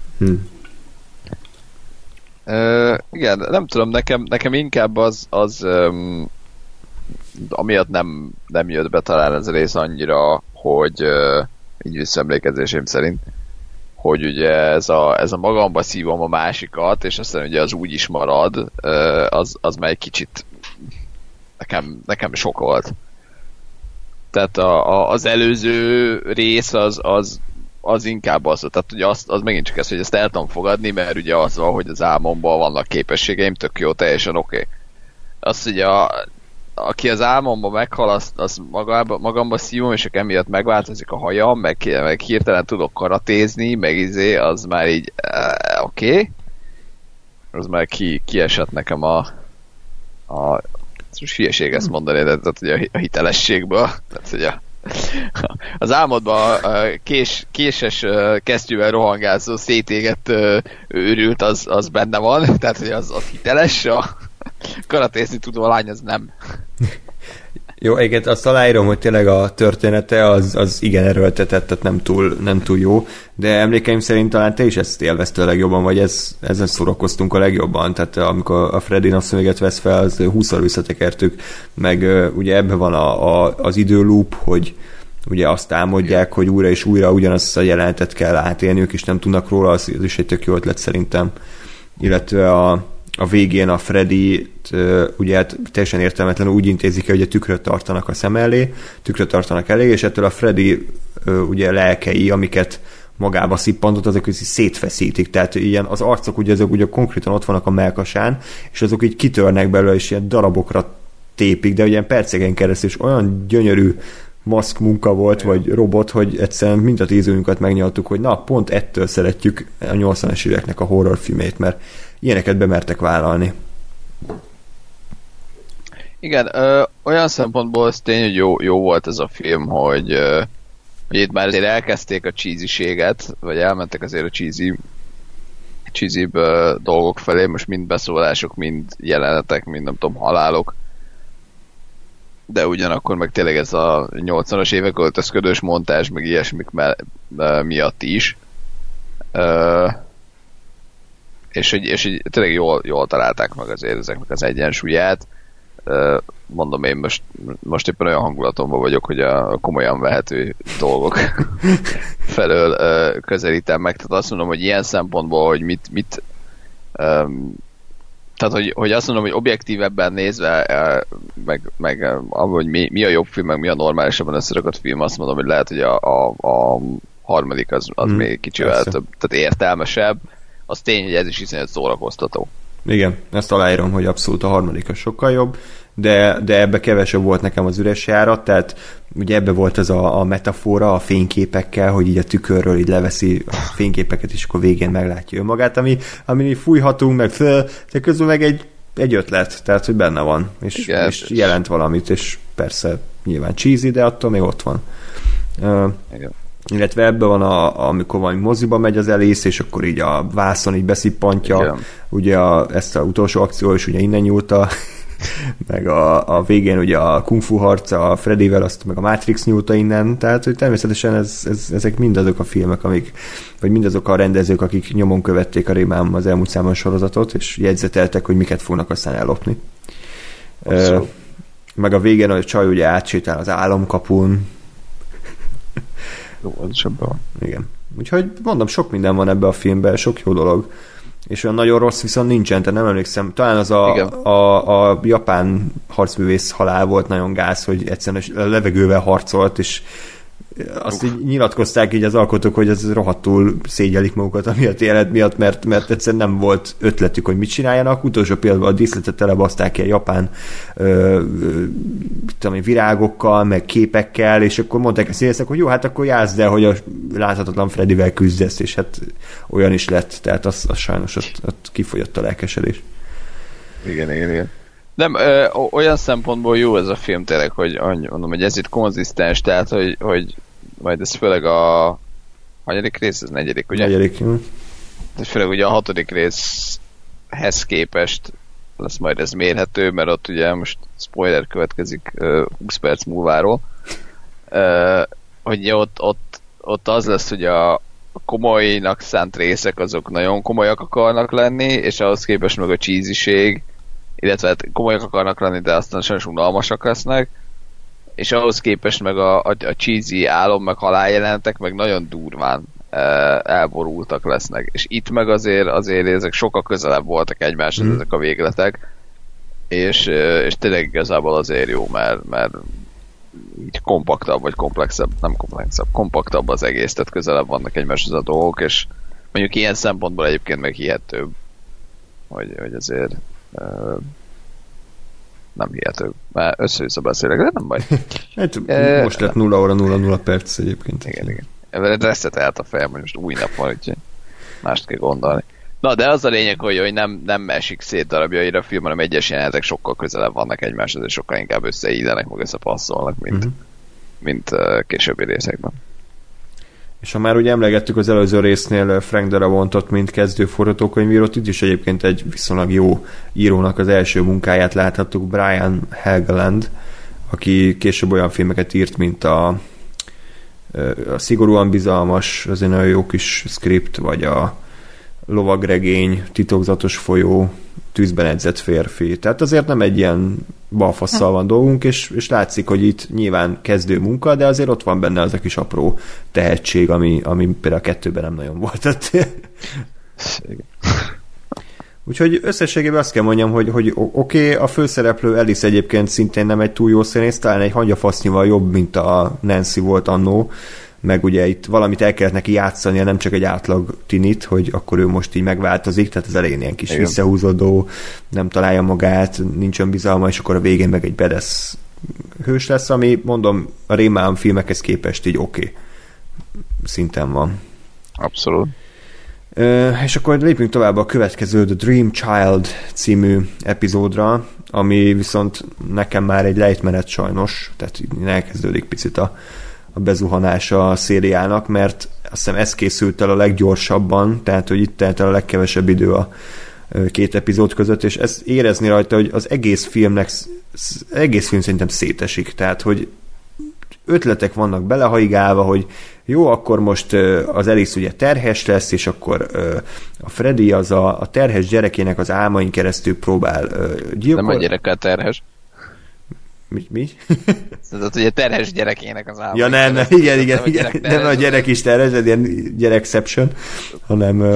Igen, nem tudom, nekem inkább az amiatt nem jött be talán ez a rész annyira, hogy így visszaemlékezésém szerint, hogy ugye ez a magamba szívom a másikat, és aztán ugye az úgy is marad, az már egy kicsit nekem sokkolt. Tehát az előző rész az inkább az, tehát ugye az megint csak ez, hogy ezt el tudom fogadni, mert ugye az van, hogy az álmomban vannak képességeim, tök jó, teljesen oké. Azt ugye aki az álmomban meghal, az magamba szívom, és emiatt megváltozik a hajam, meg hirtelen tudok karatézni, meg az már így oké. Az már kiesett nekem most hülyeség ezt mondani, de tehát ugye a hitelességből. Tehát ugye az álmodban késes kesztyűvel rohangázó, szétégett őrült, az benne van, tehát hogy az hiteles, a karatézni tudó lány az nem. Jó, egyébként azt aláírom, hogy tényleg a története az igen erőltetett, tehát nem túl jó, de emlékeim szerint talán te is ezt élvezte a legjobban, vagy ezen szórakoztunk a legjobban, tehát amikor a Freddy napszemüveget vesz fel, az 20-szor visszatekertük, meg ugye ebben van az időloop, hogy ugye azt álmodják, hogy újra és újra ugyanazt a jelenetet kell átélniük, és nem tudnak róla, az is egy tök jó ötlet szerintem. Illetve a végén a Freddy-t ugye hát teljesen értelmetlenül úgy intézik, hogy a tükröt tartanak a szem elé, tükröt tartanak elé, és ettől a Freddy ugye lelkei, amiket magába szippantott, azok így szétfeszítik, tehát ilyen az arcok ugye azok ugye konkrétan ott vannak a mellkasán, és azok így kitörnek belőle, és ilyen darabokra tépik, de ilyen perceken keresztül, és olyan gyönyörű maszk munka volt, vagy robot, hogy egyszerűen mind a 10 ujjunkat megnyaltuk, hogy na, pont ettől szeretjük a 80-as éveknek a horrorfilmét, mert ilyeneket bemertek vállalni. Igen, olyan szempontból az tény, hogy jó volt ez a film, hogy itt már azért elkezdték a cheesy-séget, vagy elmentek azért a cheesy dolgok felé, most mind beszólások, mind jelenetek, mind nem tudom, halálok, de ugyanakkor meg tényleg ez a 80-as évek öltözködős montázs, meg ilyesmik miatt is. És hogy tényleg jól találták meg azért ezeknek az egyensúlyát. Mondom, én most éppen olyan hangulatomban vagyok, hogy a komolyan vehető dolgok felől közelítem meg. Tehát azt mondom, hogy ilyen szempontból, hogy mit tehát, hogy azt mondom, hogy objektívebben nézve, meg hogy mi a jobb film, meg mi a normálisabban összerakott film, azt mondom, hogy lehet, hogy a harmadik az még kicsivel több, tehát értelmesebb. Az tény, hogy ez is iszonyat szórakoztató. Igen, ezt aláírom, hogy abszolút a harmadik a sokkal jobb, de ebbe kevesebb volt nekem az üres járat, tehát ugye ebbe volt ez a metafora a fényképekkel, hogy így a tükörről így leveszi a fényképeket, és akkor végén meglátja önmagát, ami fújhatunk, meg de közben meg egy ötlet, tehát hogy benne van, és jelent valamit, és persze nyilván cheesy, de attól még ott van. Igen. Illetve ebben van, amikor valami moziba megy az Alice, és akkor így a vászon így beszippantja, igen. Ugye ezt az utolsó akció is ugye innen nyúlta, meg a végén ugye a Kung Fu harca a Freddyvel, azt meg a Matrix nyúlta innen, tehát hogy természetesen ezek mind azok a filmek, vagy mindazok a rendezők, akik nyomon követték a Rémám az elmúlt számon sorozatot, és jegyzeteltek, hogy miket fognak aztán ellopni. Meg a végén a csaj ugye átsétál az álomkapun. Jó, az is ebben van. Igen. Úgyhogy mondom, sok minden van ebben a filmben, sok jó dolog. És olyan nagyon rossz viszont nincsen, tehát nem emlékszem. Talán az a japán harcművész halál volt nagyon gáz, hogy egyszerűen a levegővel harcolt, és azt így nyilatkozták így az alkotók, hogy ez rohadtul szégyelik magukat a élet miatt, mert egyszerűen nem volt ötletük, hogy mit csináljanak. Utolsó pillanatban a díszletet telebaszták ki a japán virágokkal, meg képekkel, és akkor mondták a színészek, hogy jó, hát akkor játszd el, hogy a láthatatlan Freddyvel küzdesz, és hát olyan is lett, tehát az sajnos ott kifogyott a lelkesedés. Igen. Nem, olyan szempontból jó ez a film tényleg, hogy mondom, hogy ez itt konzisztens, tehát, hogy majd ez főleg a hanyadik rész, ez negyedik, ugye? Negyedik, tehát főleg ugye a 6. részhez képest lesz majd ez mérhető, mert ott ugye most spoiler következik 20 perc múlváról, hogy ott az lesz, hogy a komolynak szánt részek azok nagyon komolyak akarnak lenni, és ahhoz képest meg a cheesy-ség, illetve hát komolyak akarnak lenni, de aztán sajnos unalmasak lesznek, és ahhoz képest meg a cheesy álom, meg haláljelentek meg nagyon durván elborultak lesznek. És itt meg azért ezek sokkal közelebb voltak egymáshoz ezek a végletek, és tényleg igazából azért jó, mert így kompaktabb, vagy komplexebb, nem komplexebb, kompaktabb az egész, tehát közelebb vannak egymáshoz a dolgok, és mondjuk ilyen szempontból egyébként meg hihetőbb, hogy azért nem hihető. Már össze-vissza beszélek, de nem baj. Hát most lett 0 óra 00 perc egyébként. Igen. Ebben resszet a fejem, hogy most új nap van, úgyhogy mást kell gondolni. Na, de az a lényeg, hogy nem esik szét darabjaira a film, hanem egyes jelenetek sokkal közelebb vannak egymáshoz, és sokkal inkább összeídenek, meg összepasszolnak, mint későbbi részekben. És ha már ugye emlegettük az előző résznél Frank Daramontot, mint kezdő forgatókönyvírót, itt is egyébként egy viszonylag jó írónak az első munkáját láthattuk, Brian Helgeland, aki később olyan filmeket írt, mint a Szigorúan bizalmas, az egy nagyon jó kis script, vagy a Lovagregény, Titokzatos folyó, Tűzben edzett férfi. Tehát azért nem egy ilyen balfasszal van dolgunk, és látszik, hogy itt nyilván kezdő munka, de azért ott van benne az a kis apró tehetség, ami például a 2-ben nem nagyon volt. Úgyhogy összességében azt kell mondjam, hogy oké, a főszereplő Alice egyébként szintén nem egy túl jó színész, talán egy hangyafasznyval jobb, mint a Nancy volt annó, meg ugye itt valamit el kellett neki játszania, nem csak egy átlag tinit, hogy akkor ő most így megváltozik, tehát az elején ilyen kis visszahúzódó, nem találja magát, nincs önbizalma, és akkor a végén meg egy badass hős lesz, ami mondom, a rémálom filmekhez képest így oké szinten van. Abszolút. És akkor lépjünk tovább a következő The Dream Child című epizódra, ami viszont nekem már egy lejtmenet sajnos, tehát elkezdődik picit a bezuhanása a szériának, mert azt hiszem ez készült el a leggyorsabban, tehát hogy itt telt el a legkevesebb idő a két epizód között, és ezt érezni rajta, hogy az egész film szerintem szétesik, tehát hogy ötletek vannak belehaigálva, hogy jó, akkor most az Alice ugye terhes lesz, és akkor a Freddy az a terhes gyerekének az álmain keresztül próbál gyilkolni. Nem a gyerekkel terhes. Mi? Tehát ugye terhes gyerekének az álmain. Ja nem, igen. Nem a gyerek is terhes, ez ilyen gyerekception, hanem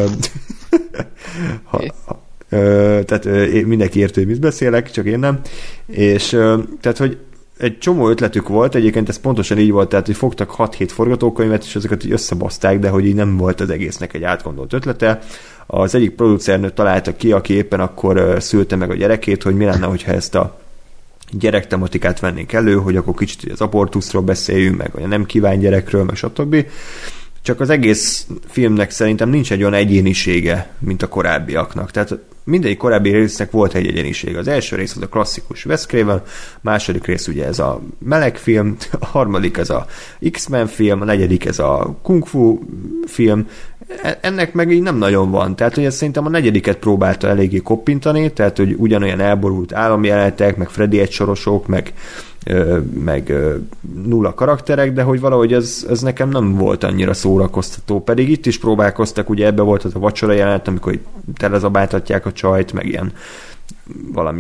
tehát mindenki értő, hogy mit beszélek, csak én nem. És tehát, hogy egy csomó ötletük volt, egyébként ez pontosan így volt, tehát hogy fogtak 6-7 forgatókönyvet, és ezeket így összebaszták, de hogy így nem volt az egésznek egy átgondolt ötlete. Az egyik producernő találta ki, aki éppen akkor szülte meg a gyerekét, hogy mi lenne, hogyha ezt a gyerektematikát vennénk elő, hogy akkor kicsit az abortuszról beszéljünk, meg a nem kíván gyerekről, meg stb. Csak az egész filmnek szerintem nincs egy olyan egyénisége, mint a korábbiaknak. Tehát mindegyik korábbi résznek volt egy egyéniség. Az első rész az a klasszikus Wes Craven, a második rész ugye ez a melegfilm, a harmadik ez a X-Men film, a negyedik ez a Kung Fu film. Ennek meg így nem nagyon van. Tehát, hogy ez szerintem a negyediket próbálta eléggé koppintani, tehát, hogy ugyanolyan elborult államjelenetek, meg Freddy egysorosok, meg nulla karakterek, de hogy valahogy ez nekem nem volt annyira szórakoztató. Pedig itt is próbálkoztak, ugye ebbe volt az a vacsora jelenet, amikor telezabáltatják a csajt, meg ilyen valami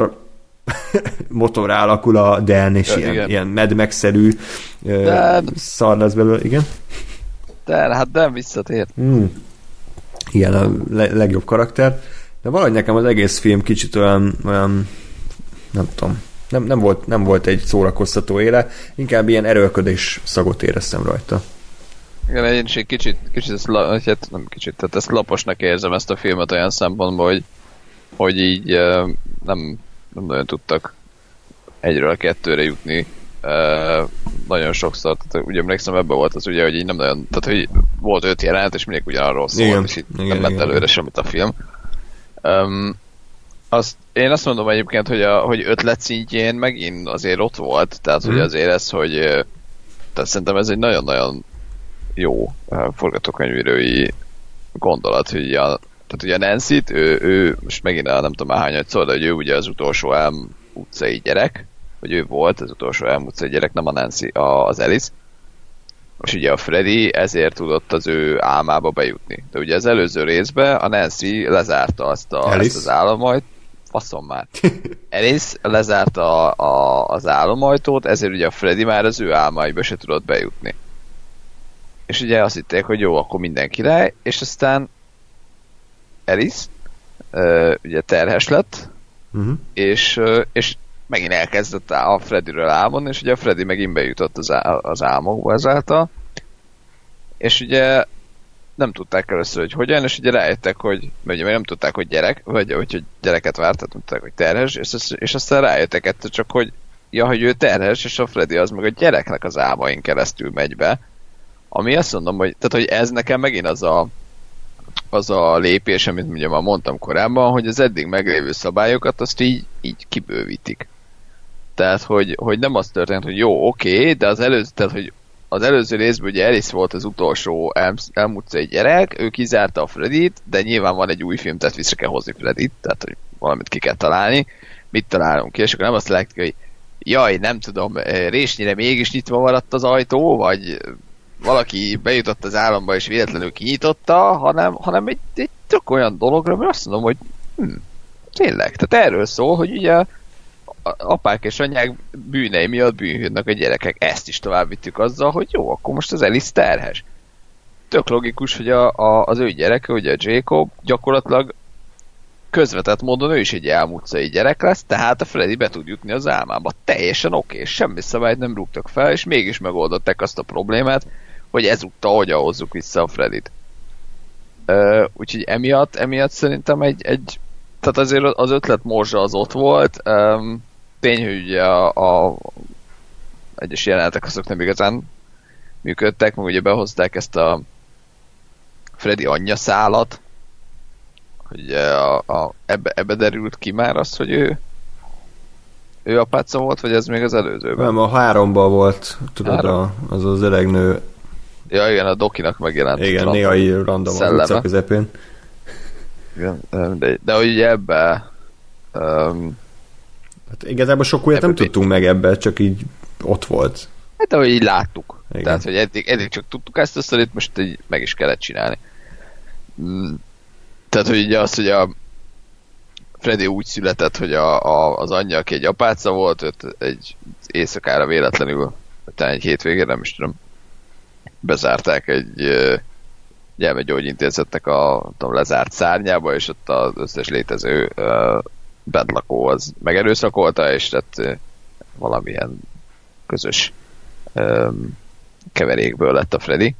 motor alakul a Dan, és ilyen Mad Max-szerű szar lesz belőle, igen. De visszatér. Igen, a legjobb karakter. De valahogy nekem az egész film kicsit olyan nem tudom, nem volt egy szórakoztató éle, inkább ilyen erőlködés szagot éreztem rajta. Igen, én is egy kicsit tehát ezt laposnak érzem ezt a filmet olyan szempontból, hogy így nem nagyon tudtak egyről a kettőre jutni nagyon sokszor. Tehát, ugye emlékszem, ebben volt az ugye, hogy így nem nagyon, tehát hogy volt 5 jelenet, és mindig ugyanarról szólt, és így nem ment előre semmit a film. Én azt mondom egyébként, hogy ötlet szintjén megint azért ott volt, tehát hogy azért ez, hogy tehát szerintem ez egy nagyon-nagyon jó forgatókönyvírói gondolat, hogy tehát ugye Nancy-t, ő most megint nem tudom már hányat szól, de hogy ő ugye az utolsó Elm utcai gyerek, vagy ő volt az utolsó Elm utcai gyerek, nem a Nancy, az Alice. És ugye a Freddy ezért tudott az ő álmába bejutni. De ugye az előző részben a Nancy lezárta ezt az államajt, faszom már. Alice lezárta az államajtót, ezért ugye a Freddy már az ő álmaiba se tudott bejutni. És ugye azt hitték, hogy jó, akkor minden király, és aztán Alice ugye terhes lett, és megint elkezdett a Freddyről álmodni, és ugye a Freddy megint bejutott az álmokba ezáltal, és ugye nem tudták először, hogy hogyan, és ugye rájöttek, hogy ugye nem tudták, hogy gyerek, vagy hogy gyereket várt, tehát tudták, hogy terhes, és aztán rájöttek ettől csak, hogy hogy ő terhes, és a Freddy az meg a gyereknek az álmain keresztül megy be, ami azt mondom, hogy, tehát, hogy ez nekem megint az a lépés, amit ugye már mondtam korábban, hogy az eddig meglévő szabályokat azt így kibővítik. Tehát, hogy nem az történt, hogy jó, oké, de az előző részben ugye Alice volt az utolsó Elm utcai gyerek, ő kizárta a Freddyt, de nyilván van egy új film, tehát vissza kell hozni Freddyt, tehát hogy valamit ki kell találni, mit találunk ki, és akkor nem azt látjuk, hogy jaj, nem tudom, résnyire mégis nyitva maradt az ajtó, vagy valaki bejutott az államba és véletlenül kinyitotta, hanem egy tök olyan dologra, mert azt mondom, hogy tényleg, tehát erről szól, hogy ugye apák és anyák bűnei miatt bűnhődnek a gyerekek. Ezt is tovább vittük azzal, hogy jó, akkor most az Alice terhes. Tök logikus, hogy az ő gyereke, ugye a Jacob gyakorlatilag közvetett módon ő is egy Elm utcai gyerek lesz, tehát a Freddy be tud jutni az álmába. Teljesen oké, semmi szabályt nem rúgtak fel, és mégis megoldották azt a problémát, hogy ezúttal hogyan hozzuk vissza a Freddyt. Úgyhogy emiatt szerintem tehát azért az ötlet morzsa az ott volt. Tény, hogy ugye a egyes jelenetek azok nem igazán működtek, meg ugye behozták ezt a Freddy anyja szálat, hogy ebbe derült ki már az, hogy ő apáca volt, vagy ez még az előzőben? Nem, a 3-ban volt, tudod, az öreg nő. Ja, igen, a Dokinak megjelent. Igen, néha így random az utca közepén. Igen, de hogy ugye ebbe... Hát igazából sok újat nem tudtunk meg ebbe, csak így ott volt. Hát, de hogy így láttuk. Igen. Tehát, hogy eddig csak tudtuk ezt a szorít, most így meg is kellett csinálni. Tehát, hogy ugye az, hogy a Freddy úgy született, hogy az anyja, aki egy apáca volt, őt egy éjszakára véletlenül, talán egy hétvégére, nem is tudom, bezárták egy gyermekgyógyintézetnek a lezárt szárnyába, és ott az összes létező bentlakó az megerőszakolta, és tehát valamilyen közös keverékből lett a Freddy.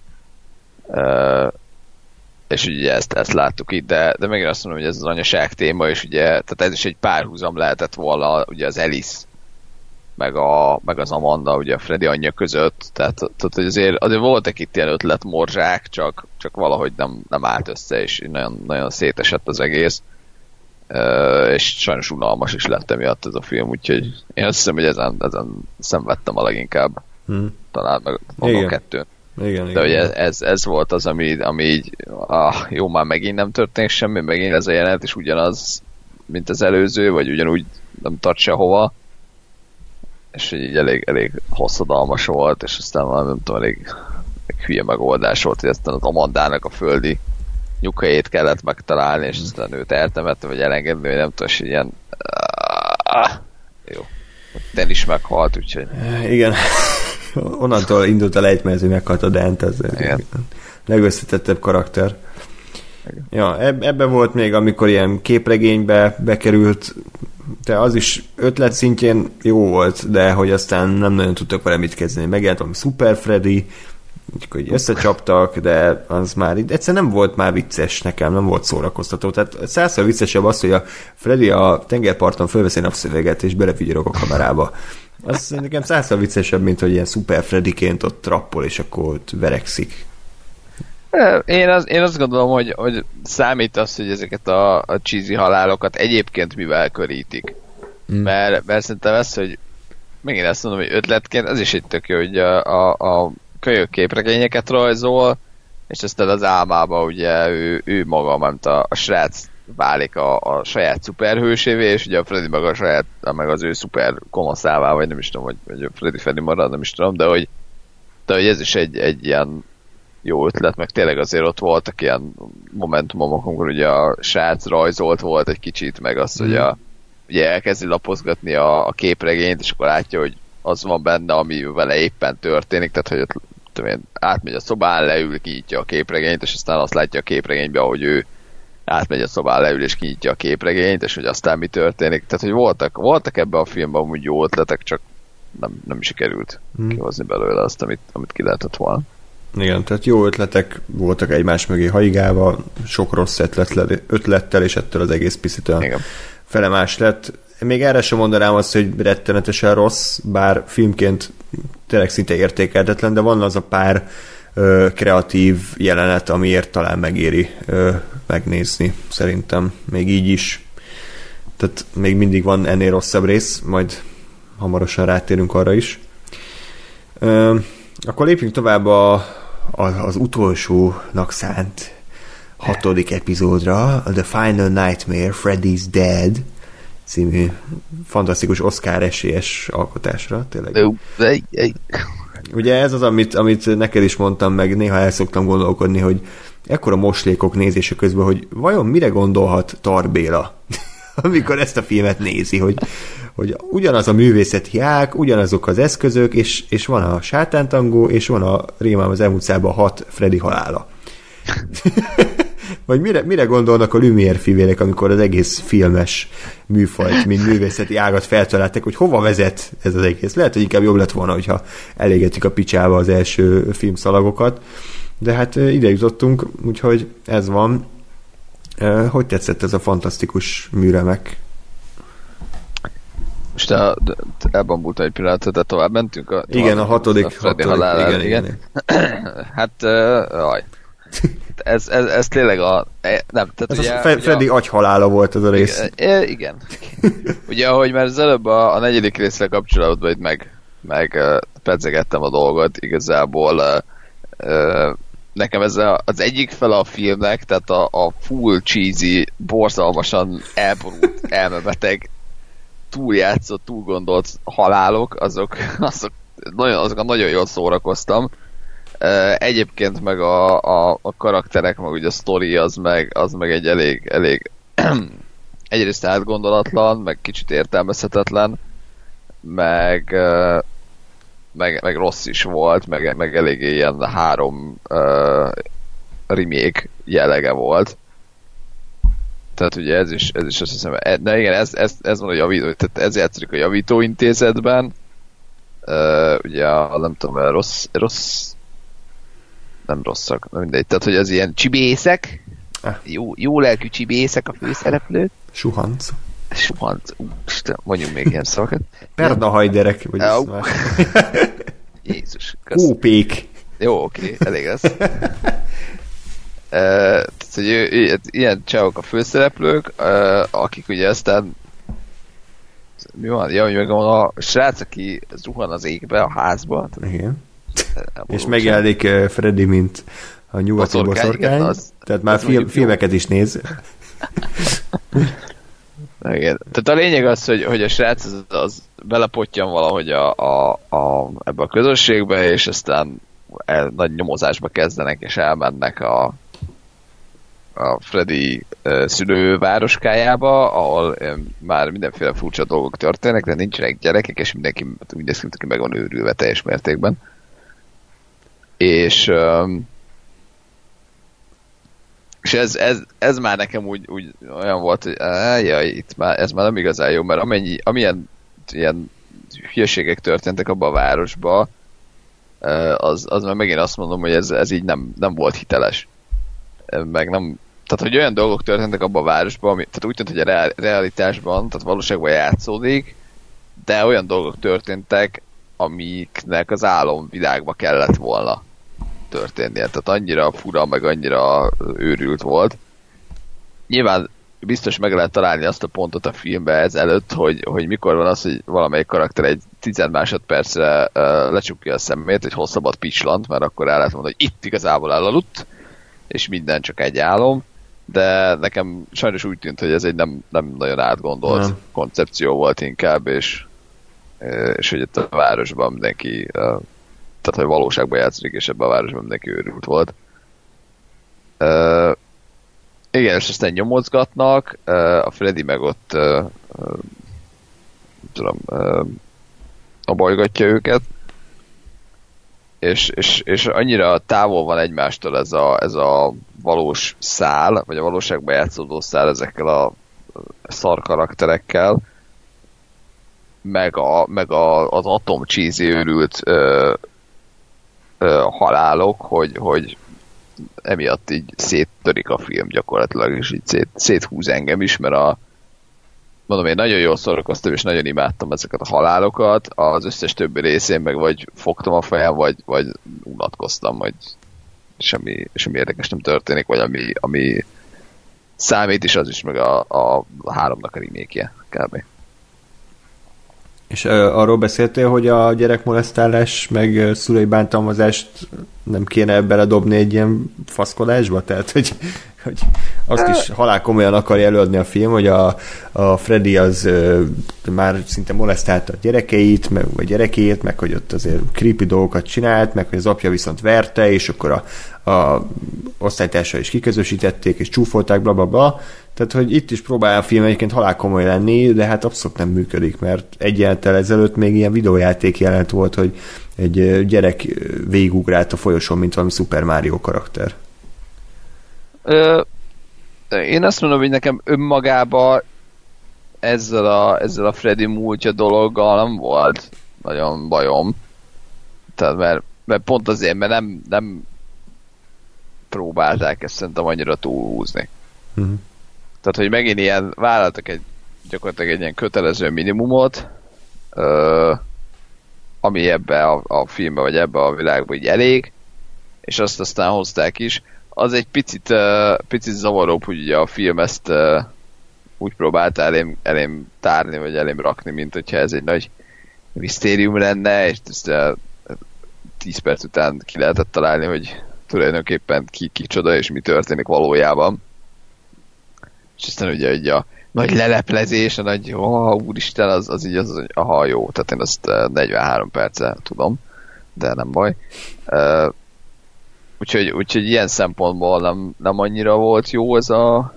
És ugye ezt láttuk itt, de megint azt mondom, hogy ez az anyaság téma, és ugye, tehát ez is egy párhuzam lehetett volna ugye az Alice, meg az Amanda, ugye a Freddy anyja között, tehát hogy azért voltak itt ilyen ötletmorzsák, csak valahogy nem állt össze, és nagyon, nagyon szétesett az egész, és sajnos unalmas is lett emiatt ez a film, úgyhogy én azt hiszem, hogy ezen szenvedtem a leginkább, talán meg a kettőn. Igen, de ugye ez volt az, ami így jó, már megint nem történik semmi, megint ez a jelenet is ugyanaz, mint az előző, vagy ugyanúgy nem tart sehova, és így elég hosszadalmas volt, és aztán nem tudom, elég hülye megoldás volt, hogy aztán az Amandának a földi nyughelyét kellett megtalálni, és aztán őt eltemette, vagy elengedni, vagy nem tudom, és ilyen jó. Den is meghalt, úgyhogy... Igen. Onnantól indult a lejtmező, meghalt a Dent, ez legösszetettebb karakter. Igen. Ja, ebbe volt még, amikor ilyen képregénybe bekerült, de az is ötlet szintjén jó volt, de hogy aztán nem nagyon tudtak vele mit kezdeni. Megjelent valami Super Freddy, hogy összecsaptak, de az már egyszerűen nem volt már vicces nekem, nem volt szórakoztató. Tehát 100-szor viccesebb az, hogy a Freddy a tengerparton fölveszi napszöveget, és belefigyelok a kamerába. Az nekem 100-szor viccesebb, mint hogy ilyen Super Freddyként ott trappol, és akkor ott verekszik. Én azt gondolom, hogy számít az, hogy ezeket a cheesy halálokat egyébként mivel körítik. Mert szerintem ez, hogy megint ezt mondom, hogy ötletként, ez is egy tök jó, hogy a kölyök képregényeket rajzol, és aztán az álmába ugye ő maga, mert a srác válik a saját szuperhősévé, és ugye a Freddy meg az ő szuper konoszává, vagy nem is tudom, vagy a Freddy marad, nem is tudom, de hogy ez is egy ilyen jó ötlet, meg tényleg azért ott voltak ilyen momentumok, amikor ugye a srác rajzolt volt egy kicsit, meg az, hogy ugye elkezdi lapozgatni a képregényt, és akkor látja, hogy az van benne, ami vele éppen történik, tehát hogy ott, átmegy a szobán, leül, kinyitja a képregényt, és aztán azt látja a képregénybe, ahogy ő átmegy a szobán, leül, és kinyitja a képregényt, és hogy aztán mi történik. Tehát, hogy voltak ebben a filmben amúgy jó ötletek, csak nem sikerült kihozni belőle azt, amit ki lehetett volna. Igen, tehát jó ötletek voltak egymás mögé haigálva, sok rossz ötlettel, és ettől az egész picitől felemás lett. Még erre sem mondanám azt, hogy rettenetesen rossz, bár filmként tényleg szinte értékelhetetlen, de van az a pár kreatív jelenet, amiért talán megéri megnézni, szerintem. Még így is. Tehát még mindig van ennél rosszabb rész, majd hamarosan rátérünk arra is. Akkor lépjünk tovább az utolsónak szánt 6. epizódra, The Final Nightmare, Freddy's Dead című fantasztikus Oscar esélyes alkotásra, tényleg. Ugye ez az, amit neked is mondtam, meg néha el szoktam gondolkodni, hogy ekkora moslékok nézése közben, hogy vajon mire gondolhat Tar Béla, amikor ezt a filmet nézi, hogy ugyanaz a művészeti ág, ugyanazok az eszközök, és van a sátántangó, és van a Rémám az elmúlt szában 6 Freddy halála. Vagy mire gondolnak a Lumière fivének, amikor az egész filmes műfajt, mint művészeti ágat feltalálták, hogy hova vezet ez az egész. Lehet, hogy inkább jobb lett volna, hogyha elégetjük a picsába az első filmszalagokat, de hát ide jutottunk, úgyhogy ez van. Hogy tetszett ez a fantasztikus műremek? Most elbambultam egy pillanatot, de tovább mentünk. Igen, a hatodik. Igen. Hát, ez tényleg nem, tehát ez ugye... Freddy agyhalála volt ez a rész. Igen. Ugye, ahogy már az előbb a negyedik részre kapcsolatban itt meg pedzegettem a dolgot, igazából nekem ez az egyik fele a filmnek, tehát a full cheesy, borzalmasan elborult, elmebeteg, túljátszott, túlgondolt halálok, azokon nagyon jól szórakoztam. Egyébként meg a karakterek, meg ugye a sztori az meg egy elég egyrészt átgondolatlan, meg kicsit értelmezhetetlen, meg rossz is volt, meg eléggé ilyen 3 remake jellege volt. Tehát ugye ez is azt hiszem, de igen, ez van a javító, tehát ez játszik a javítóintézetben. Ugye nem tudom, nem rosszak, nem mindegy. Tehát, hogy az ilyen csibészek, jó lelkű csibészek a főszereplők. Suhanc, mondjuk még ilyen szavakat. Pernahajderek, vagy Jézus. Kópék. Jó, oké, elég lesz. Tehát, hogy ilyen csávok a főszereplők, akik ugye aztán mi van? Ja, hogy meg a srác, aki zuhan az égbe, a házba. Igen. És megjelenik Freddy, mint a nyugati boszorkány. Tehát már filmeket is néz. Igen. Tehát a lényeg az, hogy a srác az belepottyan valahogy ebbe a közösségbe, és aztán nagy nyomozásba kezdenek, és elmennek a Freddy szülővároskájába, ahol már mindenféle furcsa dolgok történnek, de nincsenek gyerekek, és mindenki meg van őrülve teljes mértékben. És ez már nekem úgy olyan volt, hogy itt már, ez már nem igazán jó, mert amilyen ilyen hülyeségek történtek abba a városba, az már megint azt mondom, hogy ez így nem volt hiteles. Meg nem, tehát, hogy olyan dolgok történtek abban a városban, tehát úgy tűnt, hogy a realitásban, tehát valóságban játszódik, de olyan dolgok történtek, amiknek az álomvilágba kellett volna történnie. Tehát annyira fura, meg annyira őrült volt. Nyilván biztos meg lehet találni azt a pontot a filmbe ezelőtt, hogy mikor van az, hogy valamelyik karakter egy 10 másodpercre lecsukja a szemét, egy hosszabbat picslant, mert akkor el lehet mondani, hogy itt igazából elaludt, és minden csak egy álom, de nekem sajnos úgy tűnt, hogy ez egy nem nagyon átgondolt koncepció volt inkább, és hogy itt a városban mindenki, tehát hogy valóságban játszik, és ebben a városban mindenki őrült volt. Igen, és aztán nyomozgatnak, a Freddy meg ott abajgatja őket, és annyira távol van egymástól ez a valós szál, vagy a valóságban játszódó szál ezekkel a szar karakterekkel, meg az atom cheesy őrült halálok, hogy emiatt így széttörik a film gyakorlatilag, és így széthúz engem is, mert mondom, én nagyon jól szórakoztam, és nagyon imádtam ezeket a halálokat, az összes többi részén meg vagy fogtam a fejem, vagy unatkoztam, vagy semmi érdekes nem történik, vagy ami számít is, az is meg a 3-nak a remake-je kb. És arról beszéltél, hogy a gyerekmolesztálás meg szülői bántalmazást nem kéne beledobni egy ilyen faszkodásba? Tehát, hogy azt is halálkomolyan akarja előadni a film, hogy a Freddy az már szinte molesztálta a gyerekeit, vagy gyerekét, meg hogy ott azért creepy dolgokat csinált, meg hogy az apja viszont verte, és akkor a osztálytársai is kiközösítették, és csúfolták, bla bla bla. Tehát, hogy itt is próbál a film egyébként halálkomoly lenni, de hát abszolút nem működik, mert egy jelenettel ezelőtt még ilyen videójáték jelent volt, hogy egy gyerek végigugrált a folyosón, mint valami Super Mario karakter. Én azt mondom, hogy nekem önmagában ezzel a Freddy múltja dologgal nem volt nagyon bajom. Tehát mert pont azért, mert nem próbálták ezt szerintem annyira túlhúzni. Uh-huh. Tehát, hogy megint ilyen vállaltak gyakorlatilag egy ilyen kötelező minimumot, ami ebbe a filmbe, vagy ebbe a világba így elég, és azt aztán hozták is. Az egy picit zavaróbb, hogy ugye a film ezt úgy próbálta elém tárni, vagy elém rakni, mint hogyha ez egy nagy misztérium lenne, és ezt 10 perc után ki lehetett találni, hogy tulajdonképpen ki csoda, és mi történik valójában. És aztán ugye a nagy leleplezés, a nagy úristen, az így aha, jó, tehát én azt 43 perce tudom, de nem baj. Úgyhogy ilyen szempontból nem annyira volt jó ez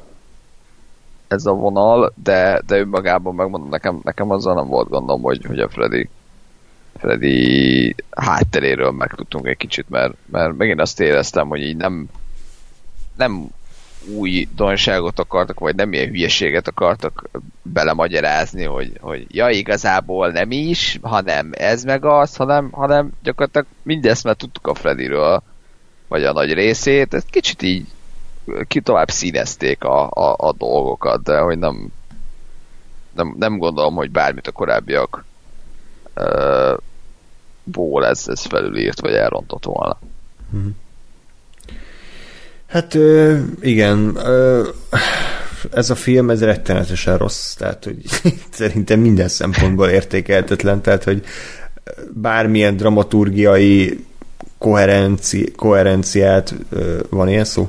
a vonal, de önmagában megmondom, nekem azzal nem volt gondom, hogy a Freddy hátteréről megtudtunk egy kicsit, mert megint azt éreztem, hogy így nem új donságot akartak, vagy nem ilyen hülyeséget akartak belemagyarázni, hogy ja, igazából nem is, hanem ez meg az, hanem gyakorlatilag mindezt már tudtuk a Freddyről, vagy a nagy részét, ezt kicsit így tovább színezték a dolgokat, de hogy nem gondolom, hogy bármit a korábbiak ból ez felülírt, vagy elrontott volna. Hát igen, ez a film, ez rettenetesen rossz, tehát hogy szerintem minden szempontból értékelhetetlen, tehát hogy bármilyen dramaturgiai koherenciát, van ilyen szó?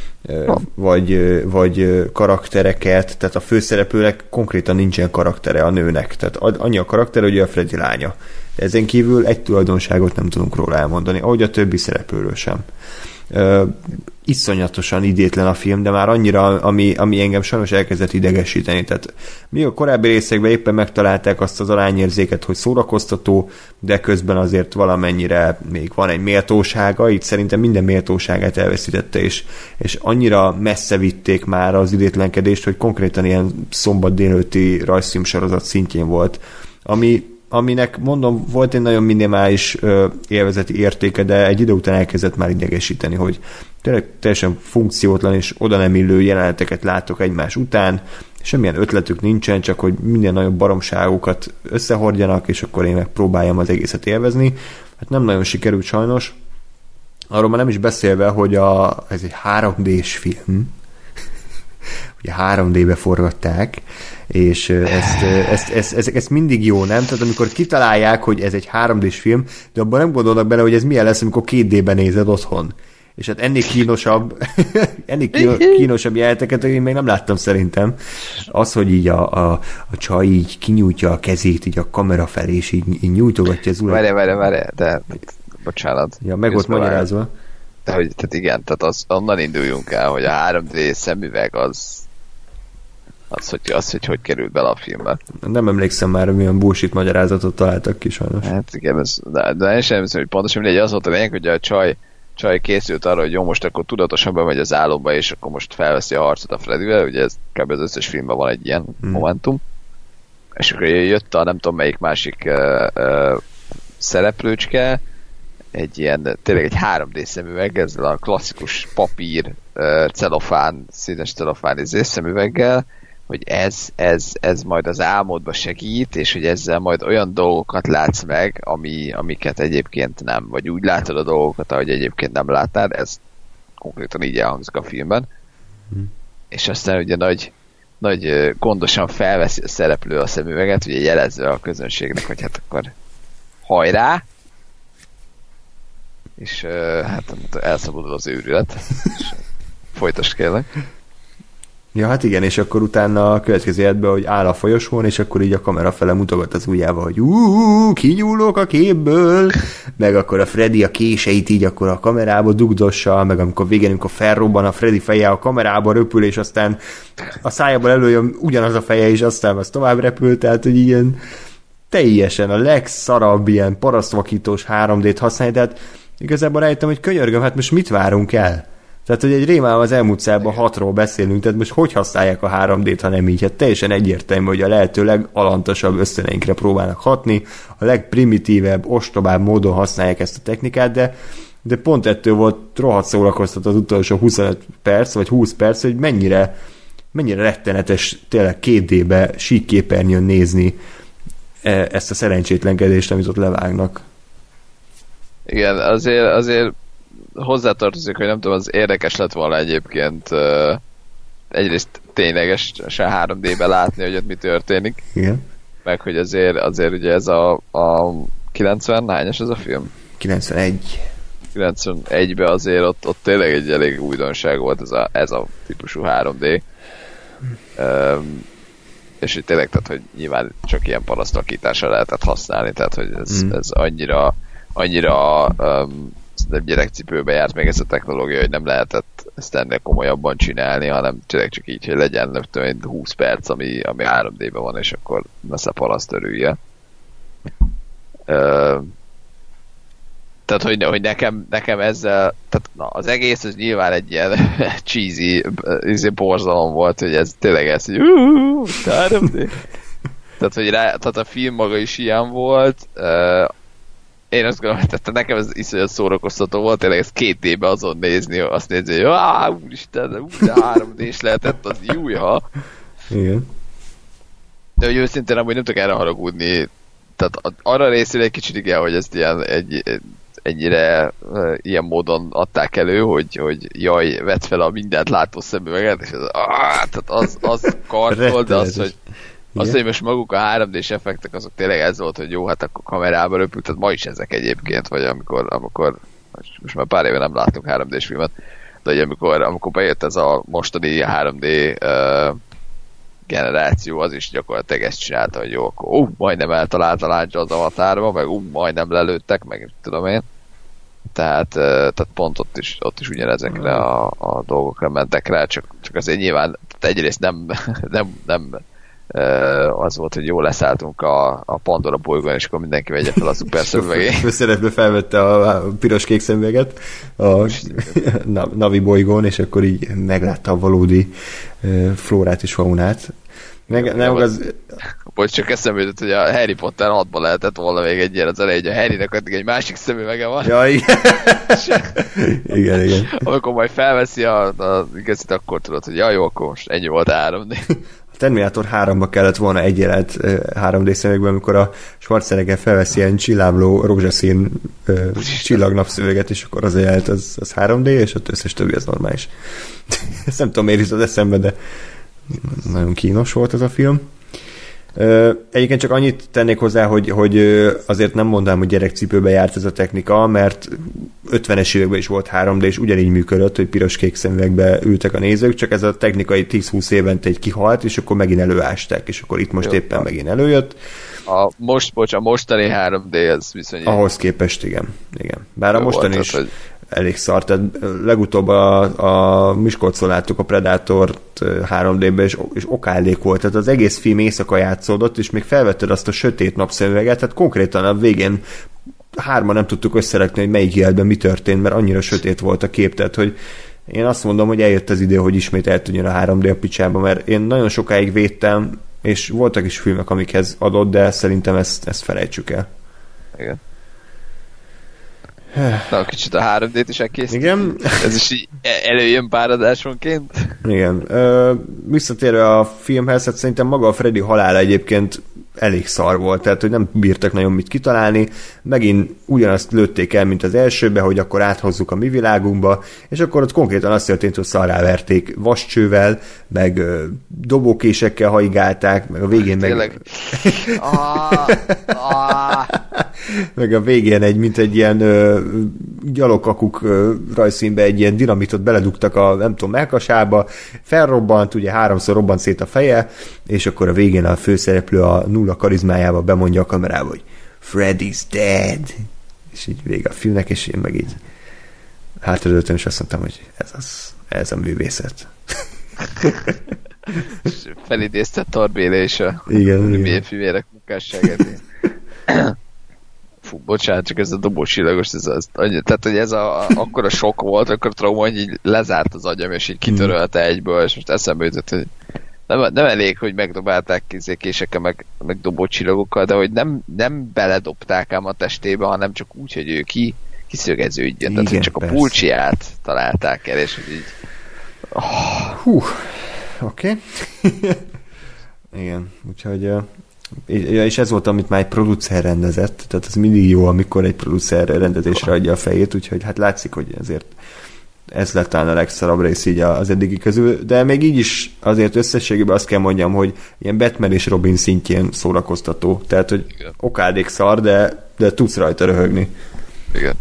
Vagy karaktereket, tehát a főszereplőnek konkrétan nincsen karaktere a nőnek, tehát annyi a karakter, hogy a Freddy lánya. De ezen kívül egy tulajdonságot nem tudunk róla elmondani, ahogy a többi szereplőről sem. Iszonyatosan idétlen a film, de már annyira, ami engem sajnos elkezdett idegesíteni. Tehát mi a korábbi részekben éppen megtalálták azt az arányérzéket, hogy szórakoztató, de közben azért valamennyire még van egy méltósága, így szerintem minden méltóságát elveszítette, és annyira messze vitték már az idétlenkedést, hogy konkrétan ilyen szombat délőtti rajzfilmsorozat szintjén volt, aminek mondom, volt egy nagyon minimális élvezeti értéke, de egy idő után elkezdett már idegesíteni, hogy tényleg teljesen funkciótlan és oda nem illő jeleneteket látok egymás után, semmilyen ötletük nincsen, csak hogy minden nagyon baromságokat összehordjanak, és akkor én megpróbáljam az egészet élvezni. Hát nem nagyon sikerült sajnos. Arról már nem is beszélve, hogy ez egy 3D-s film, ugye 3D-be forgatták, és ezt mindig jó, nem? Tehát amikor kitalálják, hogy ez egy 3D-s film, de abban nem gondolnak bele, hogy ez milyen lesz, amikor 2D-ben nézed otthon. És hát ennél kínosabb jeleneteket én még nem láttam szerintem. Az, hogy így a csaj így kinyújtja a kezét így a kamera felé, és így nyújtogatja az urat. Várj, de bocsánat. Ja, meg volt magyarázva. Tehát igen, tehát onnan induljunk el, hogy a 3D szemüveg az hogy került bele a filmbe. Nem emlékszem már, milyen bullshit magyarázatot találtak ki sajnos. Hát igen, de én sem emlékszem, hogy pontosan mindegy, az volt a lényeg, hogy a csaj készült arra, hogy jó, most akkor tudatosan bemegy az álomba, és akkor most felveszi a harcot a Freddyvel, ugye ez kb. Az összes filmben van egy ilyen momentum. És akkor jött a nem tudom melyik másik szereplőcske, tényleg egy 3D szemüveg, ezzel a klasszikus papír, celofán, színes celofán szemüveggel, hogy ez majd az álmodba segít, és hogy ezzel majd olyan dolgokat látsz meg, amiket egyébként nem, vagy úgy látod a dolgokat, ahogy egyébként nem látnád, ez konkrétan így elhangzik a filmben. És aztán ugye nagy gondosan felveszi a szereplő a szemüveget, ugye jelezve a közönségnek, hogy hát akkor hajrá, és hát elszabadul az őrület. Folytasd kérlek. Ja, hát igen, és akkor utána a következő életben, hogy áll a folyosón, és akkor így a kamera fele mutogat az ujjával, hogy kinyúlok a képből, meg akkor a Freddy a késeit így akkor a kamerába dugdossa, meg amikor végén, amikor felrobban a Freddy feje a kamerába röpül, és aztán a szájából előjön ugyanaz a feje, és aztán az tovább repül, tehát hogy ilyen teljesen a legszarabb ilyen parasztvakítós 3D-t használni, tehát igazából rájöttem, hogy könyörgöm, hát most mit várunk el? Tehát, hogy egy rémálom az elmúlt században 6-ról beszélünk, tehát most hogy használják a 3D-t, ha nem így? Hát teljesen egyértelmű, hogy a lehető legalantasabb ösztöneinkre próbálnak hatni, a legprimitívebb, ostobább módon használják ezt a technikát, de pont ettől volt rohadt szórakoztató az utolsó 25 perc, vagy 20 perc, hogy mennyire rettenetes tényleg 2D-be síkképernyőn nézni ezt a szerencsétlenkedést, amit ott levágnak. Igen, azért hozzátartozik, hogy nem tudom, az érdekes lett volna egyébként egyrészt ténylegesen 3D-be látni, hogy ott mi történik. Igen. Meg, hogy azért ugye ez a 90, hányas ez a film? 91. 91-ben azért ott tényleg egy elég újdonság volt ez a típusú 3D. És így tényleg, tehát, hogy nyilván csak ilyen parasztalakításra lehetett használni, tehát, hogy ez annyira gyerekcipőbe járt még ez a technológia, hogy nem lehetett ezt ennél komolyabban csinálni, hanem tényleg csak így, hogy legyen nem tudom, 20 perc, ami 3D-ben van, és akkor lesz a paraszt örülje. Tehát, hogy nekem ezzel, tehát az egész az nyilván egy ilyen cheesy borzalom volt, hogy ez tényleg ez, hogy 3D. Tehát a film maga is ilyen volt. Én azt gondolom, hogy nekem ez iszonyat szórakoztató volt, tényleg ez 2D-be azon nézni, azt nézni, hogy úristen, de 3D-s lehetett, az jújha. Igen. De hogy őszintén amúgy nem tudok erre haragudni. Tehát arra részére egy kicsit igen, hogy ezt ennyire ilyen módon adták elő, hogy jaj, vedd fel a mindent látó szemüveget, és az kartol, de hogy most maguk a 3D-s effektek, azok tényleg ez volt, hogy jó, hát akkor kamerába röpült, tehát ma is ezek egyébként, vagy amikor most már pár éve nem látunk 3D-s filmet, de hogy amikor bejött ez a mostani 3D generáció, az is gyakorlatilag ezt csinálta, hogy jó, akkor majdnem eltalálta láncsa az Avatarba, meg majdnem lelőttek, meg tudom én. Tehát pont ott is ugyanezekre a dolgokra mentek rá, csak azért nyilván egyrészt nem az volt, hogy jól leszálltunk a Pandora bolygón, és akkor mindenki vegye fel a szuper szemüvegét. Főszereplő felvette a piros-kék szemüveget a Navi bolygón, és akkor így meglátta a valódi flórát és faunát. Bocs, csak eszembe jutott, hogy a Harry Potter 6-ban lehetett volna még egy ilyen az elején, hogy a Harrynek addig egy másik szemüvege van. Ja, igen. Amikor majd felveszi a igazit, akkor tudod, hogy jó, akkor most ennyi volt 3D. A Terminator 3-ba kellett volna egy jelent 3D szemüvegben, amikor a Schwarzenegger felveszi ilyen csillámló rózsaszín csillagnapszöveget, és akkor az a jelent az 3D, és ott összes többi az normális. Ezt nem tudom, miért jutott eszembe, de nagyon kínos volt ez a film. Egyébként csak annyit tennék hozzá, hogy azért nem mondanám, hogy gyerekcipőbe járt ez a technika, mert 50-es években is volt 3D, és ugyanígy működött, hogy piros-kék szemüvegbe ültek a nézők, csak ez a technikai 10-20 évente egy kihalt, és akkor megint előásták, és akkor itt most éppen megint előjött. A mostani 3D ez viszonylag... Ahhoz képest igen. Bár a mostani is elég szar, tehát legutóbb a Miskolcon láttuk a Predátort 3D-ben, és okádék volt, tehát az egész film éjszaka játszódott, és még felvetted azt a sötét napszemüveget, tehát konkrétan a végén hárman nem tudtuk összerakni, hogy melyik életben mi történt, mert annyira sötét volt a kép, tehát hogy én azt mondom, hogy eljött az idő, hogy ismét eltűnjön a 3D a picsába, mert én nagyon sokáig védtem, és voltak is filmek, amikhez adott, de szerintem ezt felejtsük el. Igen. Na, kicsit a 3D-t is elkészítjük. Igen. Ez is így előjön pár adásonként. Igen. Visszatérve a filmhez, hát szerintem maga a Freddy halála egyébként elég szar volt, tehát hogy nem bírtak nagyon mit kitalálni, megint ugyanazt lőtték el, mint az elsőbe, hogy akkor áthozzuk a mi világunkba, és akkor ott konkrétan azt történt, hogy szarrá verték vascsővel, meg dobókésekkel haigálták, meg a végén meg... meg a végén mint egy ilyen gyalogkakuk rajzszínbe egy ilyen dinamitot beledugtak a, nem tudom, melkasába, felrobbant, ugye 3-szor robbant szét a feje, és akkor a végén a főszereplő a nulla karizmájába bemondja a kamerába, hogy Freddy's dead, és így vége a filmnek, és én meg így hátradőltem, és azt mondtam, hogy ez a művészet. Felidézte Torbéle és a milyen filmérek munkásságát. Fú, bocsánat, csak ez a dobócsillagos, tehát, hogy ez akkora sok volt, akkor trauma, hogy így lezárt az agyam, és így kitörölte egyből, és most eszembe jutott, hogy nem elég, hogy megdobálták késekkel, meg dobócsillagokkal, de hogy nem beledobták ám a testébe, hanem csak úgy, hogy ő kiszögeződjön. Tehát, hogy csak a pulcsiát találták el, és hogy így... Hú, oké. Igen, úgyhogy... és ez volt, amit már egy producer rendezett, tehát ez mindig jó, amikor egy producer rendezésre adja a fejét, úgyhogy hát látszik, hogy azért ez lett talán a legszarabb rész így az eddigi közül, de még így is azért összességében azt kell mondjam, hogy ilyen Batman és Robin szintjén szórakoztató, tehát hogy okádék szar, de tudsz rajta röhögni. Igen.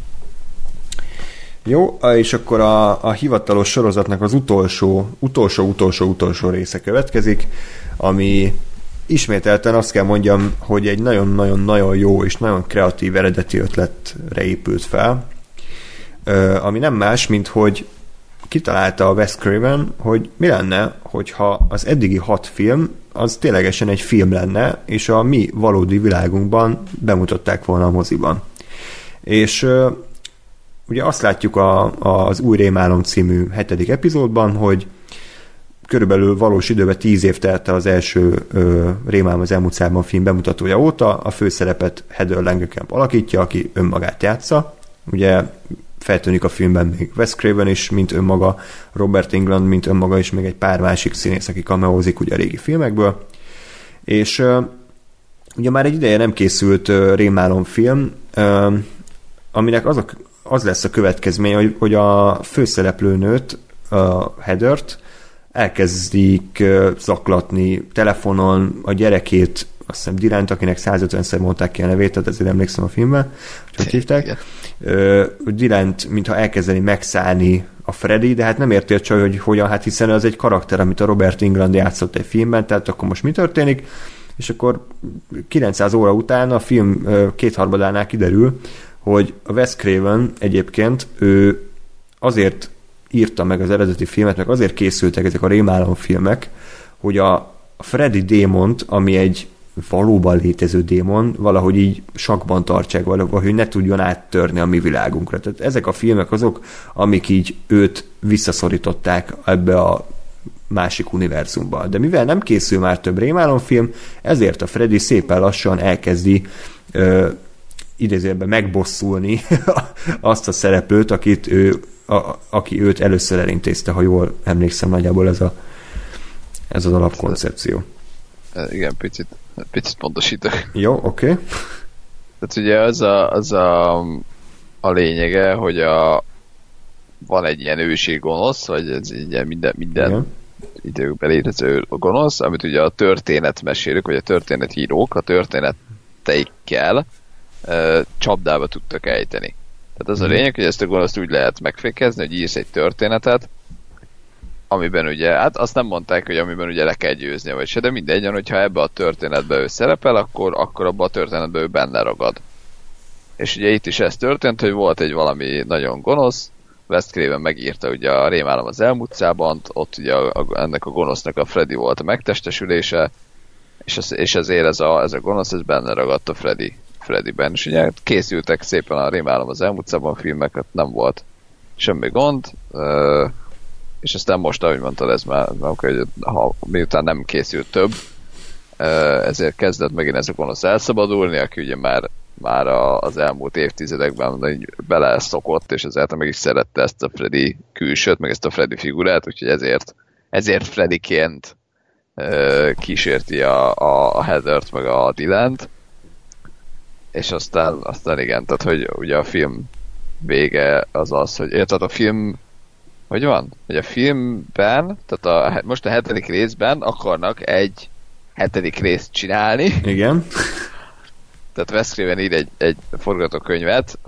Jó, és akkor a hivatalos sorozatnak az utolsó része következik, ami ismételten azt kell mondjam, hogy egy nagyon-nagyon-nagyon jó és nagyon kreatív eredeti ötletre épült fel, ami nem más, mint hogy kitalálta a Wes Craven, hogy mi lenne, hogyha az eddigi 6 film az ténylegesen egy film lenne, és a mi valódi világunkban bemutatták volna a moziban. És ugye azt látjuk az Új Rémálom című 7. epizódban, hogy körülbelül valós időben 10 év telt az első Rémálom az elmúlt században film bemutatója óta, a főszerepet Heather Langenkamp alakítja, aki önmagát játsza. Ugye feltűnik a filmben még Wes Craven is, mint önmaga, Robert Englund, mint önmaga, és még egy pár másik színész, aki cameózik ugye a régi filmekből. És ugye már egy ideje nem készült Rémálom film, aminek az lesz a következmény, hogy a főszereplőnőt, a Heathert elkezdik zaklatni telefonon, a gyerekét, azt hiszem Dilánt, akinek 150-szer mondták ki a nevét, tehát ezért emlékszem a filmben, hogy hívták. Dilánt, mintha elkezdeni megszállni a Freddy, de hát nem érti a csaj, hogy hogyan, hát hiszen az egy karakter, amit a Robert Englund játszott egy filmben, tehát akkor most mi történik? És akkor 900 óra után a film kétharmadánál kiderül, hogy a Wes Craven egyébként ő azért írta meg az eredeti filmet, meg azért készültek ezek a Rémálom filmek, hogy a Freddy démont, ami egy valóban létező démon, valahogy így sakban tartsák, valahogy ne tudjon áttörni a mi világunkra. Tehát ezek a filmek azok, amik így őt visszaszorították ebbe a másik univerzumba. De mivel nem készül már több Rémálom film, ezért a Freddy szépen lassan elkezdi idézőjelben megbosszulni azt a szereplőt, aki őt először elintézte, ha jól emlékszem, nagyjából ez az alapkoncepció. Igen, picit pontosítok. Jó, oké. Tehát ugye az a lényege, hogy van egy ilyen ősi gonosz, vagy ez ilyen minden időkben létező gonosz, amit ugye a történetmesélők, vagy a történetírók a történeteikkel csapdába tudtak ejteni. Tehát az a lényeg, hogy ezt a gonoszt úgy lehet megfékezni, hogy írsz egy történetet, amiben ugye, hát azt nem mondták, hogy amiben ugye le kell győzni, vagy se, de mindegyen, hogyha ebbe a történetbe ő szerepel, akkor abba a történetbe ő benne ragad. És ugye itt is ez történt, hogy volt egy valami nagyon gonosz, Wes Craven megírta ugye a Rémálom az elmúltszában, ott ugye ennek a gonosznak a Freddy volt a megtestesülése, és ezért ez a gonosz, ez benne ragadt a Freddyben. És ugye készültek szépen a Rémálom az elmúltszában filmeket, nem volt semmi gond, és aztán most, ahogy mondtad, ez már miután nem készült több, ezért kezdett megint ez a gonosz elszabadulni, aki ugye már az elmúlt évtizedekben beleszokott, és ezért meg is szerette ezt a Freddy külsőt, meg ezt a Freddy figurát, úgyhogy ezért Freddyként kísérti a Heathert, meg a Dylant, és aztán igen, tehát hogy ugye a film vége az, hogy érted, a film hogy van? Hogy a filmben, tehát most a 7. részben akarnak egy 7. részt csinálni. Igen. Tehát Wes Craven ír egy forgatókönyvet,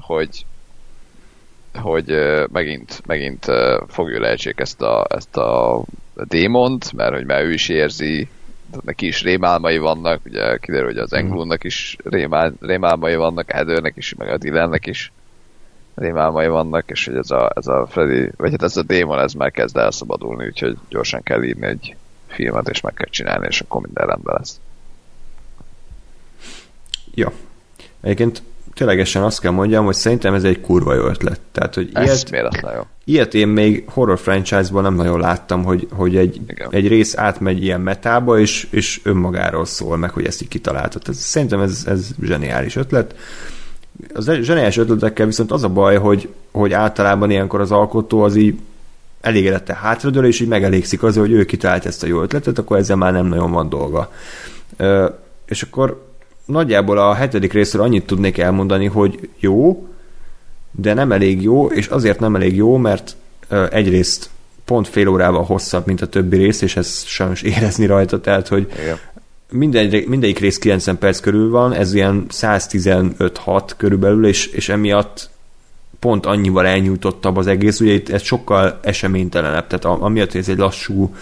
hogy megint fogjuk ezt a démont, mert hogy már ő is érzi, neki is rémálmai vannak, ugye kiderül, hogy az Englundnak is rémálmai vannak, Heathernek is, meg a Dylannek is rémálmai vannak, és hogy ez a Freddy, vagy hát ez a démon, ez már kezd elszabadulni, úgyhogy gyorsan kell írni egy filmet, és meg kell csinálni, és akkor minden rendben lesz. Ja. Egyébként ténylegesen azt kell mondjam, hogy szerintem ez egy kurva jó ötlet. Tehát, hogy ilyet én még horror franchise-ban nem nagyon láttam, hogy egy rész átmegy ilyen metába, és önmagáról szól meg, hogy ezt így kitaláltad. Szerintem ez zseniális ötlet. Az zseniális ötletekkel viszont az a baj, hogy általában ilyenkor az alkotó az így elégedette hátradől, és így megelégszik az, hogy ő kitalált ezt a jó ötletet, akkor ezzel már nem nagyon van dolga. És akkor nagyjából a 7. részről annyit tudnék elmondani, hogy jó, de nem elég jó, és azért nem elég jó, mert egyrészt pont fél órával hosszabb, mint a többi rész, és ez sajnos érezni rajta, tehát, hogy mindegyik rész 90 perc körül van, ez ilyen 115-6 körülbelül, és emiatt pont annyival elnyújtottabb az egész, ugye itt ez sokkal eseménytelenebb, tehát amiatt, hogy ez egy lassú,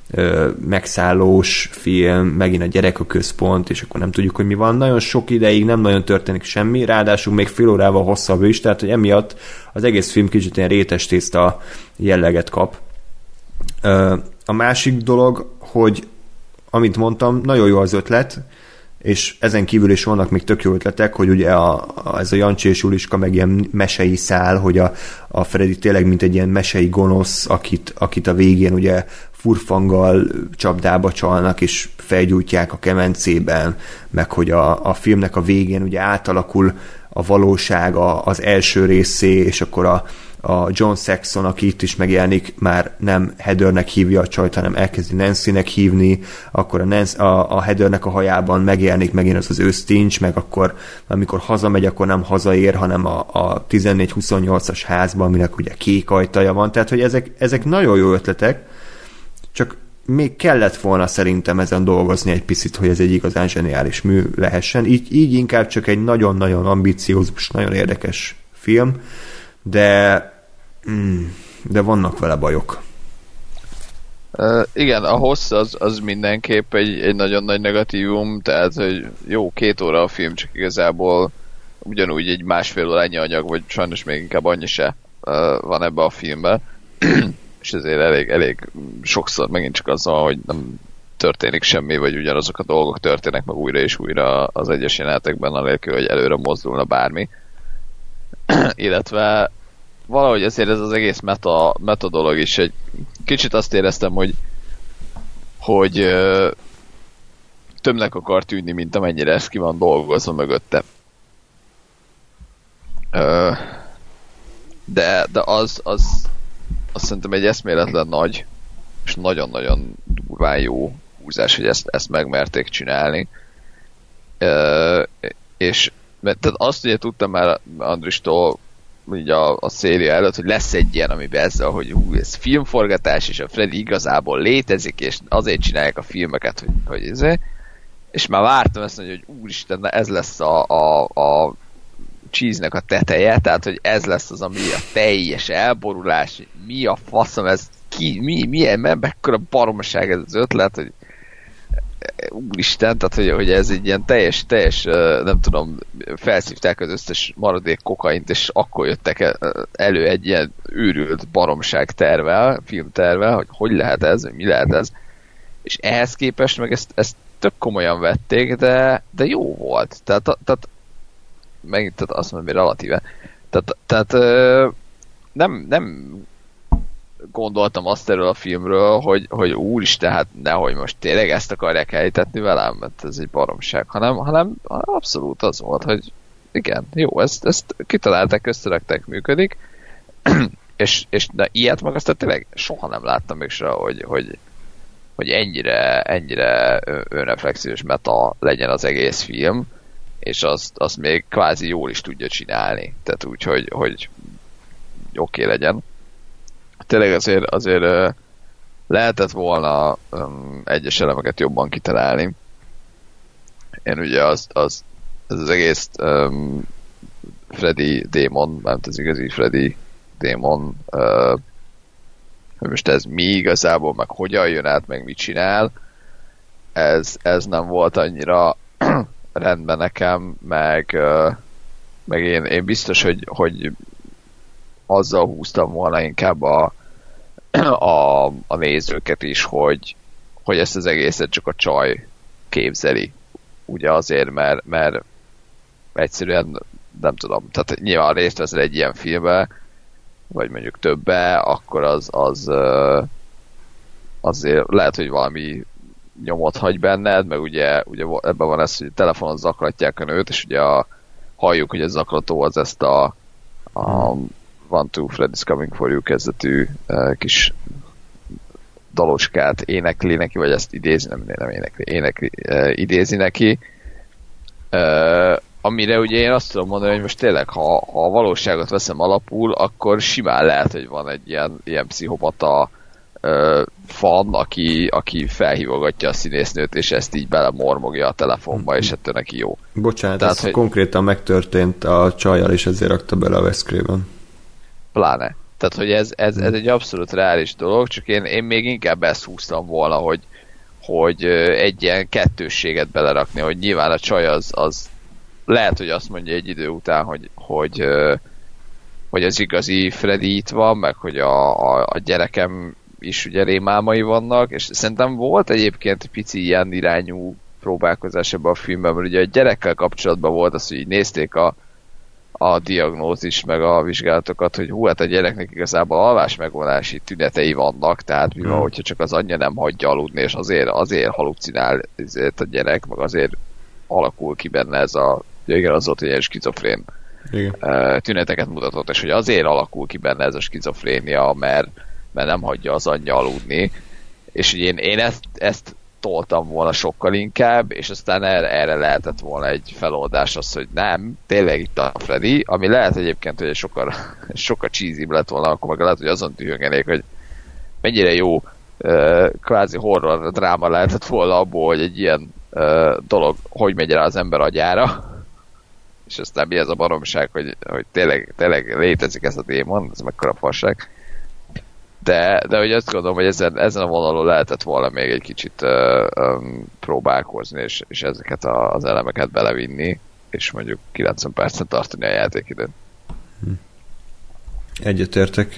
megszállós film, megint a gyerek a központ, és akkor nem tudjuk, hogy mi van. Nagyon sok ideig nem nagyon történik semmi, ráadásul még fél órával hosszabb is, tehát hogy emiatt az egész film kicsit ilyen rétes tészta jelleget kap. A másik dolog, hogy amit mondtam, nagyon jó az ötlet, és ezen kívül is vannak még tök jó ötletek, hogy ugye ez a Jancsi és Juliska meg ilyen mesei szál, hogy a Freddy tényleg mint egy ilyen mesei gonosz, akit a végén ugye furfanggal csapdába csalnak, és felgyújtják a kemencében, meg hogy a filmnek a végén ugye átalakul a valóság az első részé, és akkor a John Saxon, aki itt is megjelenik, már nem Heathernek hívja a csajt, hanem elkezdi Nancy-nek hívni, akkor a Heathernek a hajában megjelenik megint az ő Stinch, meg akkor amikor hazamegy, akkor nem hazaér, hanem a 14-28-as házban, aminek ugye kék ajtaja van, tehát hogy ezek nagyon jó ötletek, csak még kellett volna szerintem ezen dolgozni egy picit, hogy ez egy igazán zseniális mű lehessen. Így inkább csak egy nagyon-nagyon ambiciózus, nagyon érdekes film, de vannak vele bajok. Igen, a hossz az mindenképp egy nagyon nagy negatívum, tehát, hogy jó, 2 óra a film, csak igazából ugyanúgy egy másfél órányi anyag, vagy sajnos még inkább annyi se van ebbe a filmbe, és ezért elég sokszor megint csak azzal, hogy nem történik semmi, vagy ugyanazok a dolgok történnek meg újra és újra az egyes jelenetekben, anélkül, hogy előre mozdulna bármi. Illetve valahogy ezért ez az egész meta dolog is egy kicsit azt éreztem, hogy többnek akar tűnni, mint amennyire ez ki van dolgozva mögötte. De az szerintem egy eszméletlen nagy és nagyon-nagyon durván jó húzás, hogy ezt megmerték csinálni. És tehát azt ugye tudtam már Andristól így a széria előtt, hogy lesz egy ilyen, amiben ezzel, hogy ez filmforgatás, és a Freddy igazából létezik, és azért csinálják a filmeket, hogy ez. És már vártam ezt, hogy úristen, ez lesz a cheese-nek a teteje, tehát, hogy ez lesz az, ami a teljes elborulás, mi a faszom, ez milyen, mekkora baromság ez az ötlet, hogy úristen, tehát, hogy ez egy ilyen teljes, nem tudom, felszívták az összes maradék kokaint, és akkor jöttek elő egy ilyen őrült baromság filmtervel, hogy lehet ez, mi lehet ez. És ehhez képest meg ezt tök komolyan vették, de jó volt. Tehát megint azt mondom, hogy relatíve. Tehát nem gondoltam azt erről a filmről, hogy úristen, hát nehogy most tényleg ezt akarják elhitetni velem, mert ez egy baromság, hanem abszolút az volt, hogy igen, jó, ezt kitalálták, köztörektek, működik, és de ilyet meg aztán tényleg soha nem láttam még se, hogy ennyire önreflexiós meta legyen az egész film, és azt még kvázi jól is tudja csinálni. Tehát úgy, hogy oké legyen. Tényleg azért lehetett volna egyes elemeket jobban kitalálni. Én ugye ez az egész Freddy démon, mert az igazi Freddy démon, hogy most ez mi igazából, meg hogyan jön át, meg mit csinál, ez nem volt annyira rendben nekem, meg én biztos, hogy azzal húztam volna inkább a nézőket is, hogy ezt az egészet csak a csaj képzeli. Ugye azért, mert egyszerűen nem tudom, tehát nyilván részt veszel egy ilyen filmbe, vagy mondjuk többe, akkor az azért lehet, hogy valami nyomot hagy benned, meg ugye ebben van ez, hogy telefonon zaklatják a nőt, és ugye halljuk, hogy a zaklató az ezt a One, Two, Freddy's Coming For You kezdetű kis dalocskát énekli neki, vagy ezt idézi, nem énekli, idézi neki. Amire ugye én azt tudom mondani, hogy most tényleg, ha a valóságot veszem alapul, akkor simán lehet, hogy van egy ilyen pszichopata fan, aki felhívogatja a színésznőt, és ezt így belemormogja a telefonba, és ettől neki jó. Bocsánat, tehát, ez hogy konkrétan megtörtént a csajjal, és ezért rakta bele a Wes Craven. Pláne. Tehát, hogy ez egy abszolút reális dolog, csak én még inkább ezt húztam volna, hogy egy ilyen kettősséget belerakni, hogy nyilván a csaj az lehet, hogy azt mondja egy idő után, hogy az igazi Freddy itt van, meg hogy a gyerekem is ugye rémálmai vannak, és szerintem volt egyébként egy pici ilyen irányú próbálkozás ebben a filmben, mert ugye a gyerekkel kapcsolatban volt az, hogy így nézték a diagnózis meg a vizsgálatokat, hogy hát a gyereknek igazából alvásmegvonulási tünetei vannak, tehát mi van, hogyha csak az anyja nem hagyja aludni, és azért halucinál a gyerek, meg azért alakul ki benne ez az volt, hogy egy skizofrén tüneteket mutatott, és hogy azért alakul ki benne ez a skizofrénia, mert nem hagyja az anyja aludni, és ugye én ezt toltam volna sokkal inkább, és aztán erre lehetett volna egy feloldás az, hogy nem, tényleg itt a Freddy, ami lehet egyébként, hogy sokkal cheesy lett volna, akkor meg lehet, hogy azon tűhöngenék, hogy mennyire jó kvázi horror dráma lehetett volna abból, hogy egy ilyen dolog hogy megy rá az ember agyára, és aztán mi ez a baromság, hogy tényleg létezik ez a démon, ez mekkora fasság. De hogy azt gondolom, hogy ezen a vonalon lehetett volna még egy kicsit próbálkozni, és ezeket az elemeket belevinni, és mondjuk 90 percen tartani a játékidőt. Egyetértek.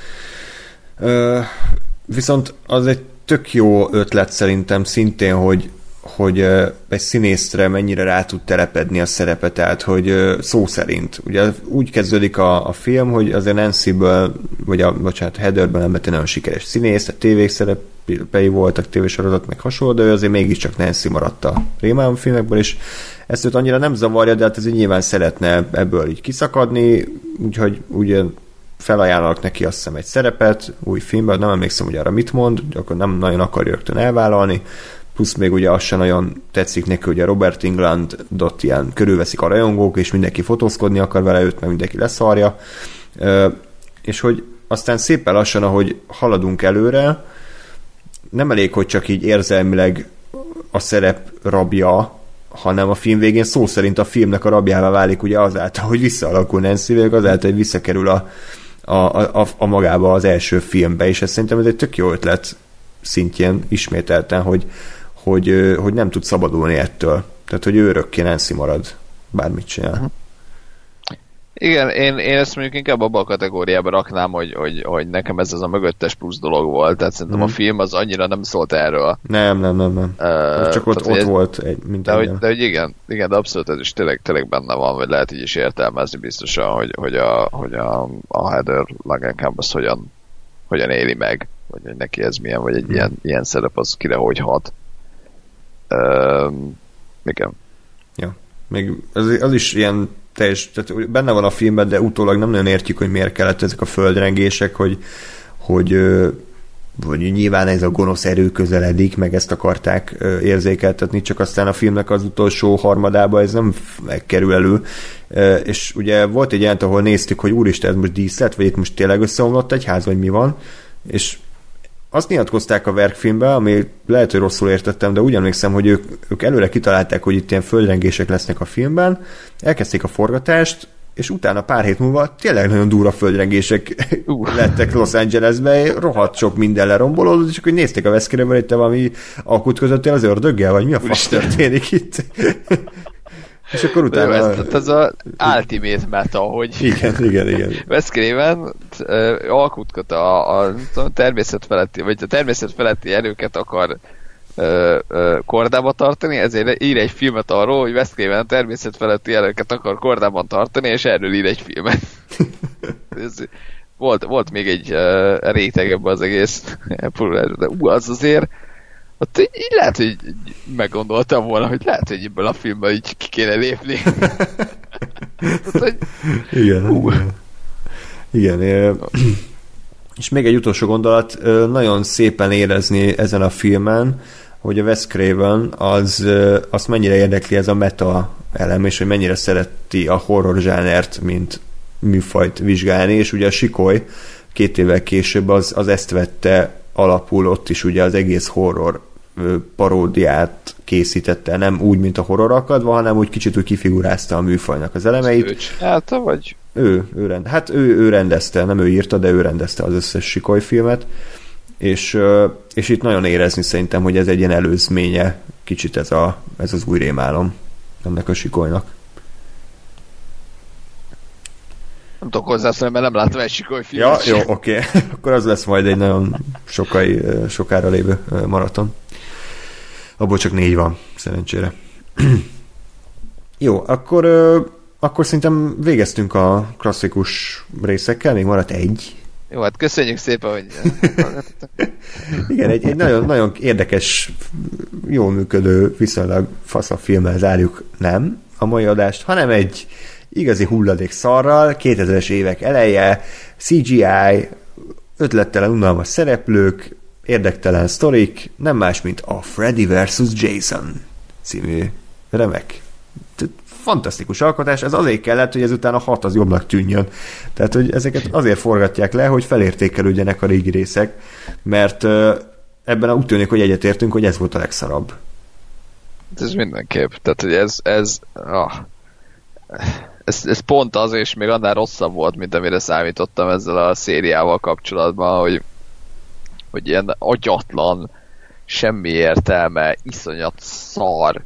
Viszont az egy tök jó ötlet szerintem szintén, hogy egy színészre mennyire rá tud telepedni a szerepe, tehát hogy szó szerint. Ugye úgy kezdődik a film, hogy azért Nancy-ből, Heatherben nem lett nagyon sikeres színész, a tévészerepei voltak, tévésorozat meg hasonló, de ő azért mégiscsak Nancy maradt a rémálom filmekből, és ezt őt annyira nem zavarja, de hát ez nyilván szeretne ebből így kiszakadni, úgyhogy ugye felajánlanak neki azt hiszem egy szerepet új filmben, nem emlékszem, hogy arra mit mond, akkor nem nagyon akarja rögtön elvállalni, plusz még ugye az sem nagyon tetszik neki, hogy a Robert Englundot ilyen körülveszik a rajongók, és mindenki fotózkodni akar vele, őt meg mindenki leszarja, és hogy aztán szépen lassan, ahogy haladunk előre, nem elég, hogy csak így érzelmileg a szerep rabja, hanem a film végén szó szerint a filmnek a rabjává válik ugye azáltal, hogy visszaalakul Nancy, azáltal, hogy visszakerül a magába az első filmbe, és ez szerintem ez egy tök jó ötlet szintjén ismételten, hogy nem tud szabadulni ettől. Tehát, hogy ő örökké Nancy marad, bármit csinál. Igen, én ezt mondjuk inkább abba a kategóriába raknám, hogy nekem ez az a mögöttes plusz dolog volt, tehát szerintem a film az annyira nem szólt erről. Nem. Csak ott volt egy minden. De hogy igen, de abszolút ez is tényleg benne van, vagy lehet így is értelmezni biztosan, hogy a Heather Langenkamp az hogyan éli meg, vagy hogy neki ez milyen, vagy egy ilyen szerep az kire hogy hat. Igen. Ja. Még az is ilyen tehát benne van a filmben, de utólag nem nagyon értjük, hogy miért kellett ezek a földrengések, hogy nyilván ez a gonosz erő közeledik, meg ezt akarták érzékeltetni, csak aztán a filmnek az utolsó harmadába ez nem megkerül elő. És ugye volt egy jelent, ahol néztük, hogy úristen, ez most díszlet, vagy itt most tényleg összeomlott egy ház, vagy mi van, és azt nyilatkozták a verkfilmben, ami lehet, hogy rosszul értettem, de úgy emlékszem, hogy ők előre kitalálták, hogy itt ilyen földrengések lesznek a filmben, elkezdték a forgatást, és utána pár hét múlva tényleg nagyon durva földrengések lettek Los Angelesben, rohadt sok minden lerombolódott, és akkor nézték a veszkérőben, hogy te valami alkut közöttél az ördöggel, vagy mi a fasz történik itt? És akkor utána... Ez az ultimate meta, hogy... Igen. Wes Craven alkutkat a természet feletti, vagy a természet feletti erőket akar kordába tartani, ezért ír egy filmet arról, hogy Wes Craven a természet feletti jelöket akar kordában tartani, és erről ír egy filmet. Volt még egy réteg ebben az egész de az azért ott így lehet, hogy meggondoltam volna, hogy lehet, hogy ebből a filmből így ki kéne lépni. Igen. És még egy utolsó gondolat, nagyon szépen érezni ezen a filmen, hogy a Wes Craven azt mennyire érdekli ez a meta elem, és hogy mennyire szereti a horror zsánert, mint műfajt vizsgálni, és ugye a Sikoly 2 évvel később az ezt vette alapul, ott is ugye az egész horror paródiát készítette, nem úgy, mint a Horror Akadva, hanem úgy kicsit úgy kifigurázta a műfajnak az elemeit. Vagy? Ő rendezte, nem ő írta, de ő rendezte az összes Sikoly filmet, és itt nagyon érezni szerintem, hogy ez egy ilyen előzménye kicsit ez az új rémálom ennek a Sikolynak. Nem tudok hozzászólni, mert nem láttam egy Sikoly filmet. Ja, jó, oké. Akkor az lesz majd egy nagyon sokára lévő maraton. Abból csak 4 van, szerencsére. Jó, akkor szerintem végeztünk a klasszikus részekkel, még maradt egy. Jó, hát köszönjük szépen, hogy... Igen, egy nagyon, nagyon érdekes, jól működő, viszonylag faszabb filmmel zárjuk nem a mai adást, hanem egy igazi hulladék szarral, 2000-es évek eleje, CGI, ötlettelen, unalmas szereplők, érdektelen sztorik, nem más, mint a Freddy vs. Jason című remek. Fantasztikus alkotás, ez azért kellett, hogy ezután a 6 az jobbnak tűnjön. Tehát, hogy ezeket azért forgatják le, hogy felértékelődjenek a régi részek, mert ebben úgy tűnik, hogy egyetértünk, hogy ez volt a legszarabb. Ez mindenképp. Tehát, hogy ez pont az, és még annál rosszabb volt, mint amire számítottam ezzel a szériával kapcsolatban, hogy ilyen agyatlan, semmi értelme, iszonyat szar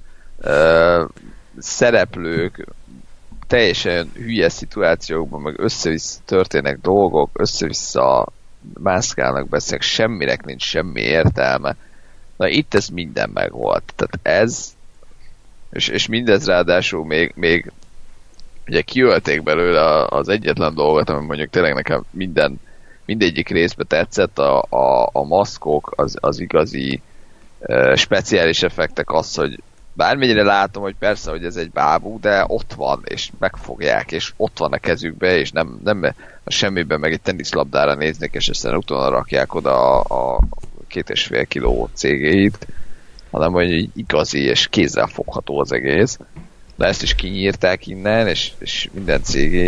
szereplők, teljesen hülye szituációkban, meg össze-vissza történnek dolgok, össze-vissza mászkálnak, beszélnek, semminek nincs semmi értelme. Na itt ez minden megvolt. Tehát ez, és mindez ráadásul még ugye kiölték belőle az egyetlen dolgot, ami mondjuk tényleg nekem mindegyik részbe tetszett, a maszkok, az igazi speciális effektek, az, hogy bármennyire látom, hogy persze, hogy ez egy bábú, de ott van, és megfogják, és ott van a kezükbe, és nem a semmiben meg egy teniszlabdára néznek, és aztán utána rakják oda a 2,5 kiló cégéit, hanem hogy igazi és kézzel fogható az egész. De ezt is kinyírták innen, és minden cégé,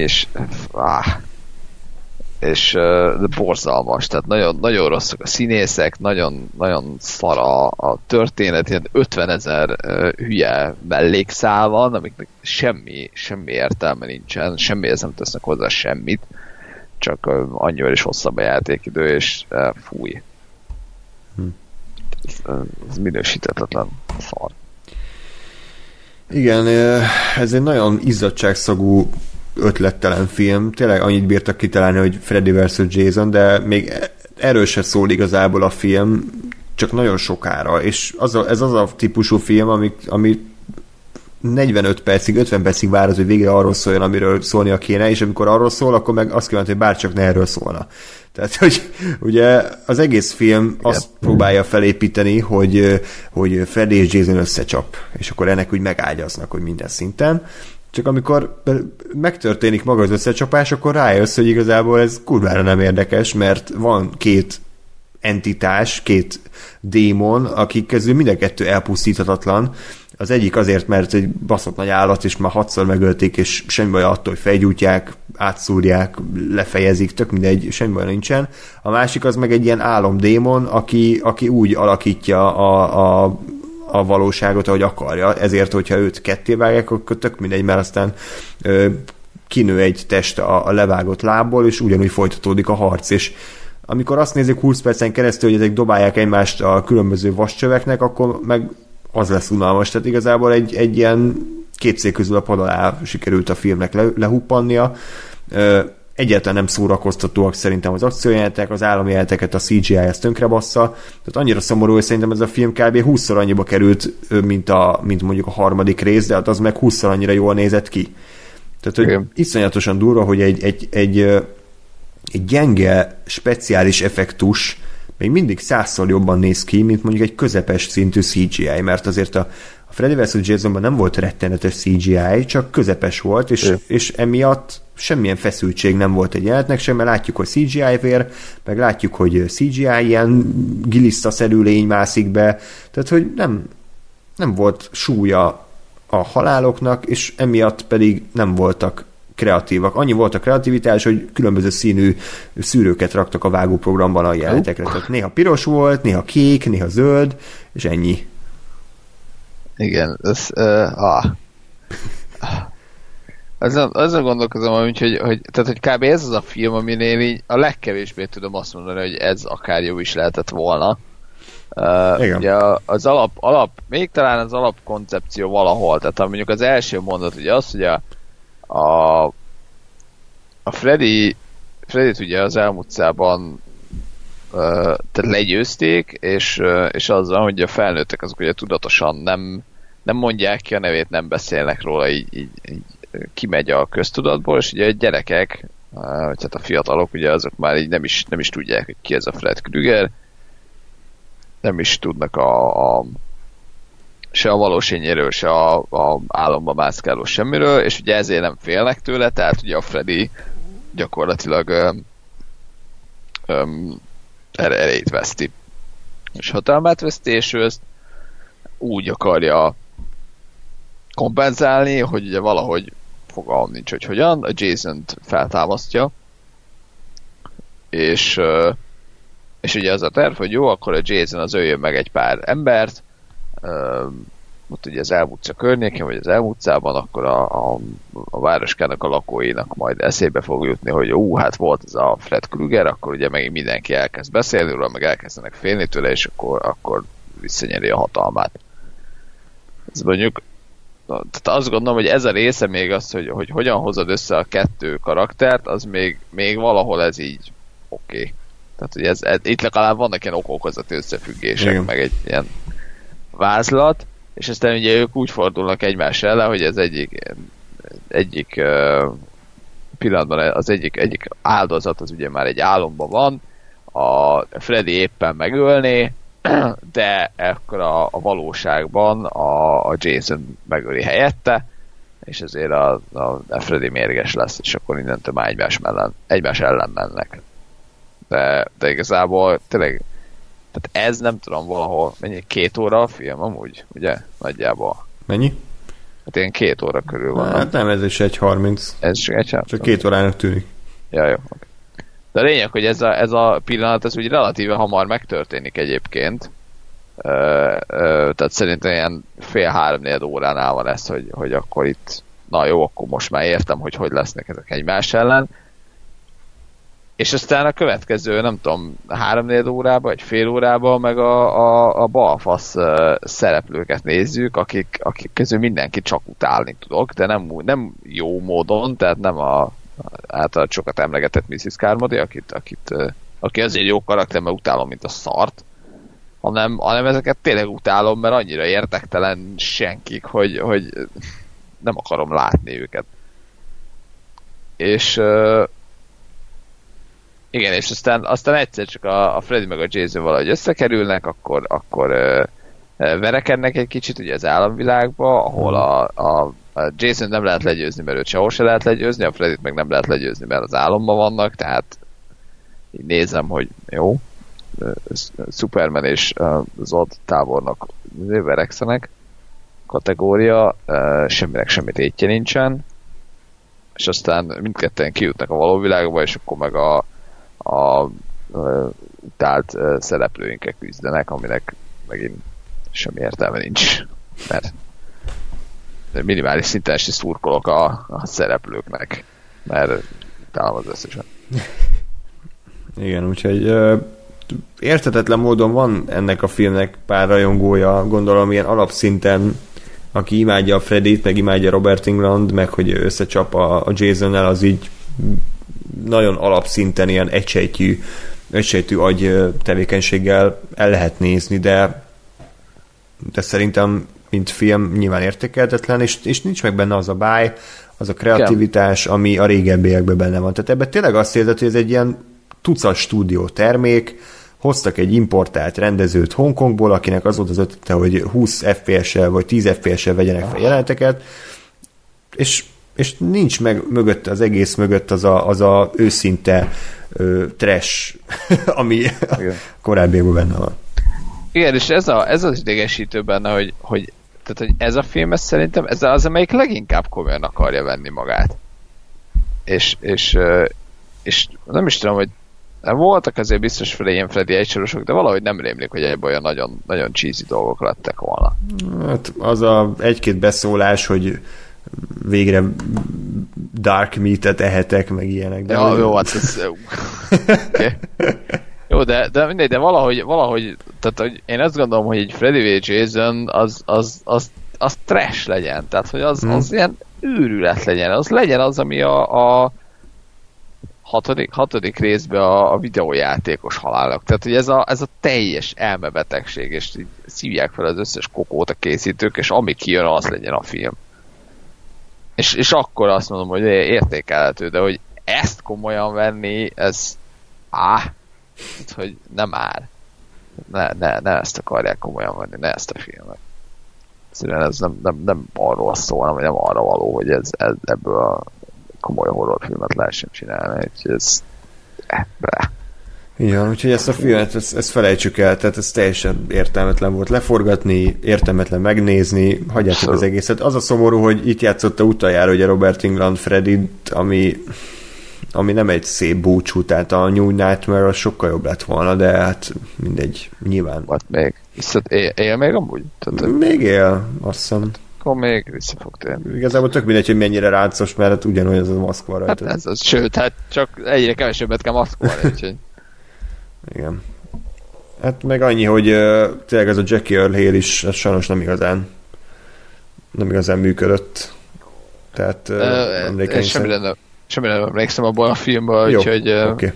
és de borzalmas, tehát nagyon, nagyon rosszak a színészek, nagyon, nagyon szar a történet, ilyen 50 000 hülye mellékszál van, amiknek semmi értelme nincsen, semmihez nem tesznek hozzá semmit, csak annyival is hosszabb a játékidő, és fúj. Ez minősíthetetlen szar. Igen, ez egy nagyon izzadságszagú, ötlettelen film. Tényleg annyit bírtak kitalálni, hogy Freddy vs. Jason, de még erről se szól igazából a film, csak nagyon sokára. És ez az a típusú film, ami 45 percig, 50 percig vár az, hogy végre arról szóljon, amiről szólnia kéne, és amikor arról szól, akkor meg azt kívánt, hogy bárcsak ne erről szólna. Tehát, hogy ugye az egész film azt próbálja felépíteni, hogy Freddy és Jason összecsap, és akkor ennek úgy megágyaznak, hogy minden szinten. Csak amikor megtörténik maga az összecsapás, akkor rájössz, hogy igazából ez kurvára nem érdekes, mert van 2 entitás, 2 démon, akik közül mind a 2 elpusztíthatatlan. Az egyik azért, mert egy baszott nagy állat, és már 6-szor megölték, és semmi baj attól, hogy felgyújtják, átszúrják, lefejezik, tök mindegy, semmi baj nincsen. A másik az meg egy ilyen álomdémon, aki úgy alakítja a valóságot, ahogy akarja. Ezért, hogyha őt kettévágják, akkor tök mindegy, mert aztán kinő egy test a levágott lábból, és ugyanúgy folytatódik a harc, és amikor azt nézik 20 percen keresztül, hogy ezek dobálják egymást a különböző vascsöveknek, akkor meg az lesz unalmas. Tehát igazából egy ilyen 2 szék közül a pad alá sikerült a filmnek lehuppannia. egyáltalán nem szórakoztatóak szerintem az akciójelenetek, az államjeleneteket a CGI ezt tönkre bassza, tehát annyira szomorú, hogy szerintem ez a film kb. 20-szor annyiba került, mint mondjuk a harmadik rész, de hát az meg 20-szor annyira jól nézett ki. Tehát, hogy iszonyatosan durva, hogy egy gyenge, speciális effektus még mindig 100-szor jobban néz ki, mint mondjuk egy közepes szintű CGI, mert azért a Freddy vs. Jasonban nem volt rettenetes CGI, csak közepes volt, és emiatt semmilyen feszültség nem volt egy jelenetnek sem, mert látjuk, hogy CGI vér, meg látjuk, hogy CGI ilyen gilisztaszerű lény mászik be, tehát, hogy nem volt súlya a haláloknak, és emiatt pedig nem voltak kreatívak. Annyi volt a kreativitás, hogy különböző színű szűrőket raktak a vágóprogramban a jelenetekre. Tehát néha piros volt, néha kék, néha zöld, és ennyi. Igen, azon gondolkozom, hogy kb. Ez az a film, aminél így a legkevésbé tudom azt mondani, hogy ez akár jó is lehetett volna. Ugye az alap, még talán az alapkoncepció valahol, tehát mondjuk az első mondat ugye az, hogy a Freddyt ugye az elmúltszában tehát legyőzték, és azzal, hogy a felnőttek azok ugye tudatosan nem mondják ki a nevét, nem beszélnek róla, így kimegy a köztudatból, és ugye a gyerekek, vagy hát a fiatalok ugye azok már így nem is tudják, hogy ki ez a Fred Krüger, nem is tudnak se a valósényéről, se a álomba mászkáló semmiről, és ugye ezért nem félnek tőle, tehát ugye a Freddy gyakorlatilag erejét veszti. És hatalmát veszti, és ő ezt úgy akarja kompenzálni, hogy ugye valahogy fogalmam nincs, hogy hogyan, a Jason-t feltámasztja, és ugye az a terv, hogy jó, akkor a Jason az öljön meg egy pár embert, ott ugye az Elm-utca környékén, vagy az Elm-utcában, akkor a városkának a lakóinak majd eszébe fog jutni, hogy hát volt ez a Fred Krüger, akkor ugye megint mindenki elkezd beszélni róla, meg elkezdenek félni tőle, és akkor visszanyeri a hatalmát. Ez mondjuk, tehát azt gondolom, hogy ez a része még az, hogy hogyan hozod össze a kettő karaktert, az még valahol ez így oké. Tehát, hogy itt legalább vannak ilyen okokozati összefüggések, igen, meg egy ilyen vázlat, és aztán ugye ők úgy fordulnak egymás ellen, hogy ez egyik pillanatban az egyik áldozat az ugye már egy álomban van, a Freddy éppen megölné, de akkor a valóságban a Jason megöli helyette, és ezért a Freddy mérges lesz, és akkor innentől már egymás ellen mennek. De igazából tényleg, tehát ez nem tudom valahol, mennyi, 2 óra a film amúgy, ugye? Nagyjából. Mennyi? Hát ilyen 2 óra körül van. Hát nem, ez is 1:30. Ez csak 1:30. Csak 2 órának tűnik. Ja, jó. Okay. De a lényeg, hogy ez a pillanat, ez úgy relatíve hamar megtörténik egyébként. Tehát szerintem ilyen 2:30-4 óránál van ez, hogy akkor itt, na jó, akkor most már értem, hogy lesznek ezek egymás ellen. És aztán a következő, nem tudom, 3-4 órában, vagy fél órában meg a balfasz szereplőket nézzük, akik közül mindenki csak utálni tudok, de nem jó módon, tehát nem általában sokat emlegetett Mrs. Carmody, aki azért jó karakter, mert utálom, mint a szart, hanem ezeket tényleg utálom, mert annyira érdektelen senkik, hogy nem akarom látni őket. És igen, és aztán egyszer csak a Freddy meg a Jason valahogy összekerülnek, akkor verekednek egy kicsit ugye az államvilágba, ahol a Jason nem lehet legyőzni, mert őt sehol se lehet legyőzni, a Freddyt meg nem lehet legyőzni, mert az álomban vannak, tehát így nézem, hogy jó, Superman és Zod tábornok verekszenek, kategória, semminek semmi tétje nincsen, és aztán mindketten kijutnak a való világba, és akkor meg a utált szereplőinkkel küzdenek, aminek megint semmi értelme nincs, mert minimális szinten is szurkolok a szereplőknek, mert utálom az összesen. Igen, úgyhogy érthetetlen módon van ennek a filmnek pár rajongója, gondolom ilyen alapszinten, aki imádja a Freddyt, meg imádja Robert Englund, meg hogy összecsap a Jasonnel, az így nagyon alapszinten ilyen egysejtű agy tevékenységgel el lehet nézni, de szerintem mint film nyilván értékelhetetlen, és nincs meg benne az a báj, az a kreativitás, ami a régebbiekben benne van. Tehát ebben tényleg azt érzed, hogy ez egy ilyen tucat stúdió termék, hoztak egy importált rendezőt Hongkongból, akinek az volt az ötlete, hogy 20 FPS-sel vagy 10 FPS-sel vegyenek fel jeleneteket, és nincs meg mögött, az egész mögött az a őszinte trash, ami korábbiakban benne van. Igen, és ez az idegesítő benne, hogy ez a film, ez szerintem ez az, amelyik leginkább komolyan akarja venni magát. És nem is tudom, hogy voltak azért biztos fel ilyen Freddy egysorosok, de valahogy nem rémlik, hogy ebből olyan nagyon, nagyon cheesy dolgok lettek volna. Hát az a egy-két beszólás, hogy végre dark meat-et ehetek, meg ilyenek. De jó, hát ez... Okay. Jó, de mindegy, de valahogy tehát, hogy én azt gondolom, hogy egy Freddy vagy Jason az trash legyen, tehát, hogy az ilyen őrület legyen, az legyen az, ami a hatodik részben a videójátékos halálok. Tehát, hogy ez a teljes elmebetegség, és így szívják fel az összes kokót a készítők, és ami kijön, az legyen a film. És akkor azt mondom, hogy értékelhető, de hogy ezt komolyan venni, ez hogy nem áll. Ne ezt akarják komolyan venni, ne ezt a filmet. Szerintem ez nem arról szól, hanem nem arra való, hogy ebből a komoly horrorfilmet lehessen csinálni, úgyhogy ez... Igen, úgyhogy ezt a filmet, ezt felejtsük el, tehát ez teljesen értelmetlen volt leforgatni, értelmetlen megnézni, hagyjátok az egészet. Az a szomorú, hogy itt játszotta utoljára ugye Robert Englund Freddyt, ami nem egy szép búcsú, tehát a New Nightmare az sokkal jobb lett volna, de hát mindegy, nyilván. Vagy még? Él még amúgy? Még él, azt hiszem. Akkor még vissza fog térni. Igazából tök mindegy, hogy mennyire ráncos, mert hát ugyanúgy az a maszk van rajta. Hát ez az, sőt, hát csak egyre kevesebbet kell maszkolni, úgyhogy... Igen. Hát meg annyi, hogy tényleg ez a Jackie Earle Haley is sajnos nem igazán működött. Tehát semmire nem emlékszem abban a filmben, úgyhogy... Okay.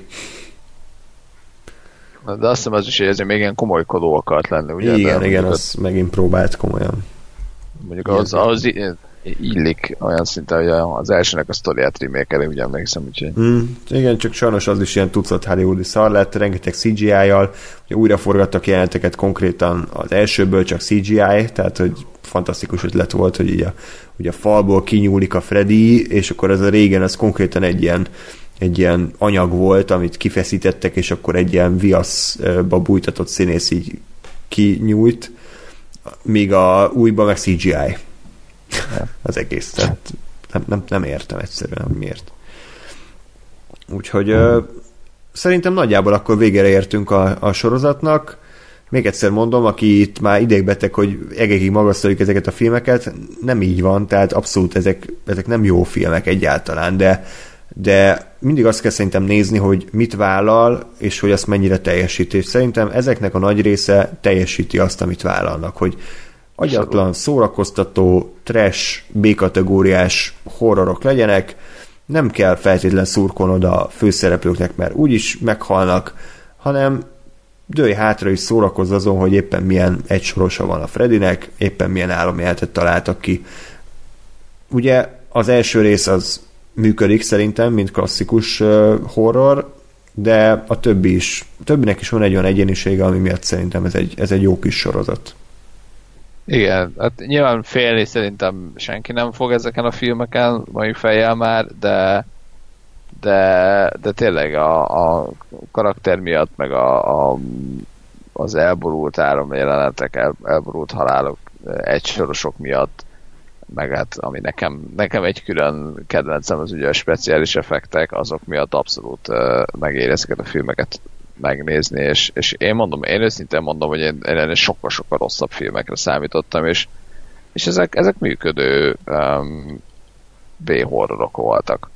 De azt hiszem az is, hogy ezért még ilyen komolykodó akart lenni, ugye? Igen, az megint próbált komolyan. Mondjuk az illik olyan szinten, hogy az elsőnek a sztoriát remake-eli, ugye emlékszem, úgyhogy... Igen, csak sajnos az is ilyen tucat hollywoodi szar lett, rengeteg CGI-jal, ugye újra forgattak jeleneteket konkrétan az elsőből, csak CGI, tehát hogy fantasztikus ötlet volt, hogy így a falból kinyúlik a Freddy, és akkor az a régen az konkrétan egy ilyen anyag volt, amit kifeszítettek, és akkor egy ilyen viaszba bújtatott színész így kinyújt, míg a újban meg CGI. Az egész. Tehát nem értem egyszerűen, miért. Úgyhogy szerintem nagyjából akkor végére értünk a sorozatnak. Még egyszer mondom, aki itt már idegbeteg, hogy egekig magasztaljuk ezeket a filmeket, nem így van, tehát abszolút ezek nem jó filmek egyáltalán, de mindig azt kell szerintem nézni, hogy mit vállal, és hogy azt mennyire teljesít. És szerintem ezeknek a nagy része teljesíti azt, amit vállalnak, hogy agyatlan, szórakoztató, trash, B-kategóriás horrorok legyenek, nem kell feltétlen szurkolnod a főszereplőknek, mert úgyis meghalnak, hanem dőlj hátra és szórakozz azon, hogy éppen milyen egysorosa van a Freddynek, éppen milyen álomjelentet találtak ki. Ugye az első rész az működik szerintem, mint klasszikus horror, de a többinek is van egy olyan egyénisége, ami miatt szerintem ez egy jó kis sorozat. Igen, hát nyilván félni szerintem senki nem fog ezeken a filmeken, mai fejjel már, de tényleg a karakter miatt, meg az elborult jelenetek, elborult halálok, egysorosok miatt, meg hát ami nekem egy külön kedvencem az ugye a speciális effektek, azok miatt abszolút megér ezeket a filmeket megnézni, és én őszintén mondom, hogy én sokkal-sokkal rosszabb filmekre számítottam, és ezek működő B-horrorok voltak.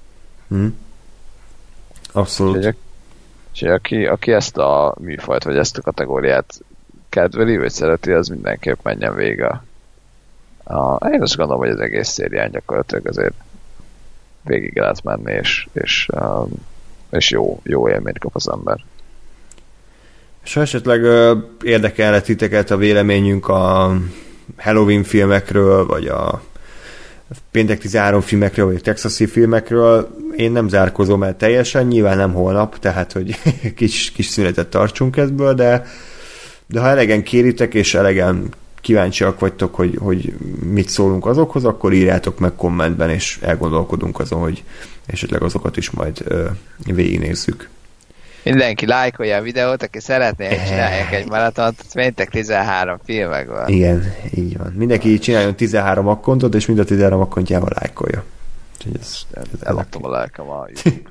Abszolút. És aki ezt a műfajt, vagy ezt a kategóriát kedveli, vagy szereti, az mindenképp menjen végig. Én azt gondolom, hogy az egész szérián gyakorlatilag azért végig lehet menni, és és jó élményt kap az ember. És ha esetleg érdekelne titeket a véleményünk a Halloween filmekről, vagy a Péntek 13 filmekről, vagy a Texasi filmekről, én nem zárkozom el teljesen, nyilván nem holnap, tehát hogy kis szünetet tartsunk ebből, de ha elegen kéritek, és elegen kíváncsiak vagytok, hogy mit szólunk azokhoz, akkor írjátok meg kommentben, és elgondolkodunk azon, hogy esetleg azokat is majd végignézzük. Mindenki lájkolja a videót, aki szeretné, hogy csináljak egy maratont, Péntek 13 filmekből. Igen, így van. Mindenki csináljon 13 akkontot, és mind a 13 akkontjával lájkolja. Eladtam a lelkem a YouTube.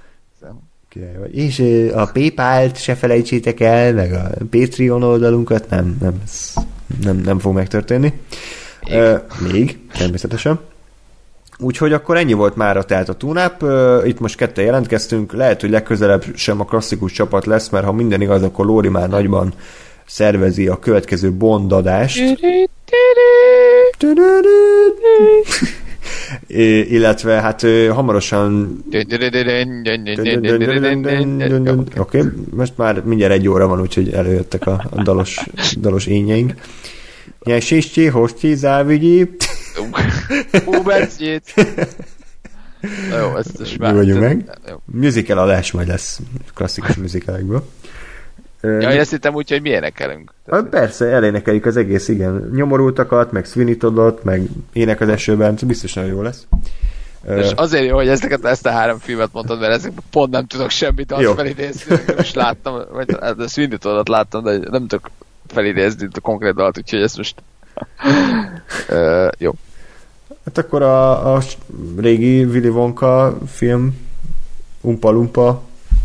És a PayPal-t se felejtsétek el, meg a Patreon oldalunkat, nem fog megtörténni. Még, természetesen. Úgyhogy akkor ennyi volt mára tehát a TUNAP. Itt most ketten jelentkeztünk, lehet, hogy legközelebb sem a klasszikus csapat lesz, mert ha minden igaz, akkor Lóri már nagyban szervezi a következő Bond adást. Illetve hát hamarosan oké, most már mindjárt 1 óra van, úgyhogy előjöttek a dalos énjeink. Nyesítsé, hostí, závügyi. Ubercjét. Na jó, ezt is már. Mi meg. Musical adás majd lesz klasszikus musicalekből. Ja, én azt hittem úgy, hogy mi énekelünk. Persze, elénekeljük az egész, igen. Nyomorultakat, meg Sweeney Toddot, meg Ének az esőben, biztos nagyon jó lesz. És azért jó, hogy ezt a 3 filmet mondtad, mert ezekben pont nem tudok semmit azt felidézni. Most láttam, vagy a Sweeney Toddot láttam, de nem tudok felidézni a konkrét dalt, úgyhogy ezt most jó. Hát akkor a régi Willy Wonka film Umpa Lumpa.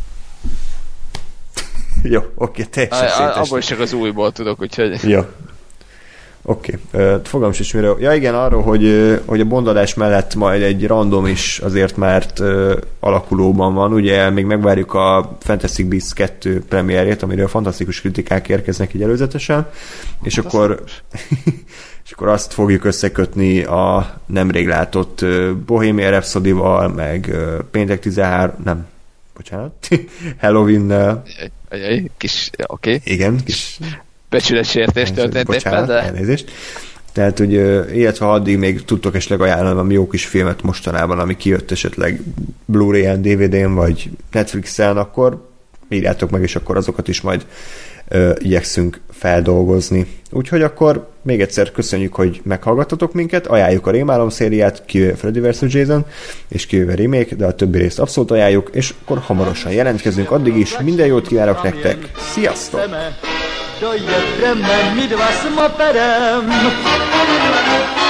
Jó, oké, teljesen szétesett. Abból is csak az újból tudok, úgyhogy... Jó. Oké. Fogalmam sincs miről. Ja igen, arról, hogy a bondadás mellett majd egy random is azért mert alakulóban van. Ugye még megvárjuk a Fantastic Beasts 2 premierjét, amiről fantasztikus kritikák érkeznek így előzetesen, és akkor azt fogjuk összekötni a nemrég látott Bohemian Rhapsody-val, meg Péntek 13, nem, bocsánat, Halloween-nel. Kis, oké. Igen, kis becsületsértés történt éppen, de... Elnézést. Tehát, hogy illetve ha addig még tudtok esetleg ajánlani valami jó kis filmet mostanában, ami kijött esetleg Blu-ray-en, DVD-n, vagy Netflixen, akkor írjátok meg, és akkor azokat is majd igyekszünk feldolgozni. Úgyhogy akkor még egyszer köszönjük, hogy meghallgattatok minket, ajánljuk a Rémálom szériát, kivéve Freddy vs. Jason, és kivéve remake, de a többi részt abszolút ajánljuk, és akkor hamarosan jelentkezünk, addig is minden jót kívánok nektek, sziasztok! Dojedeme my 2 s moperem.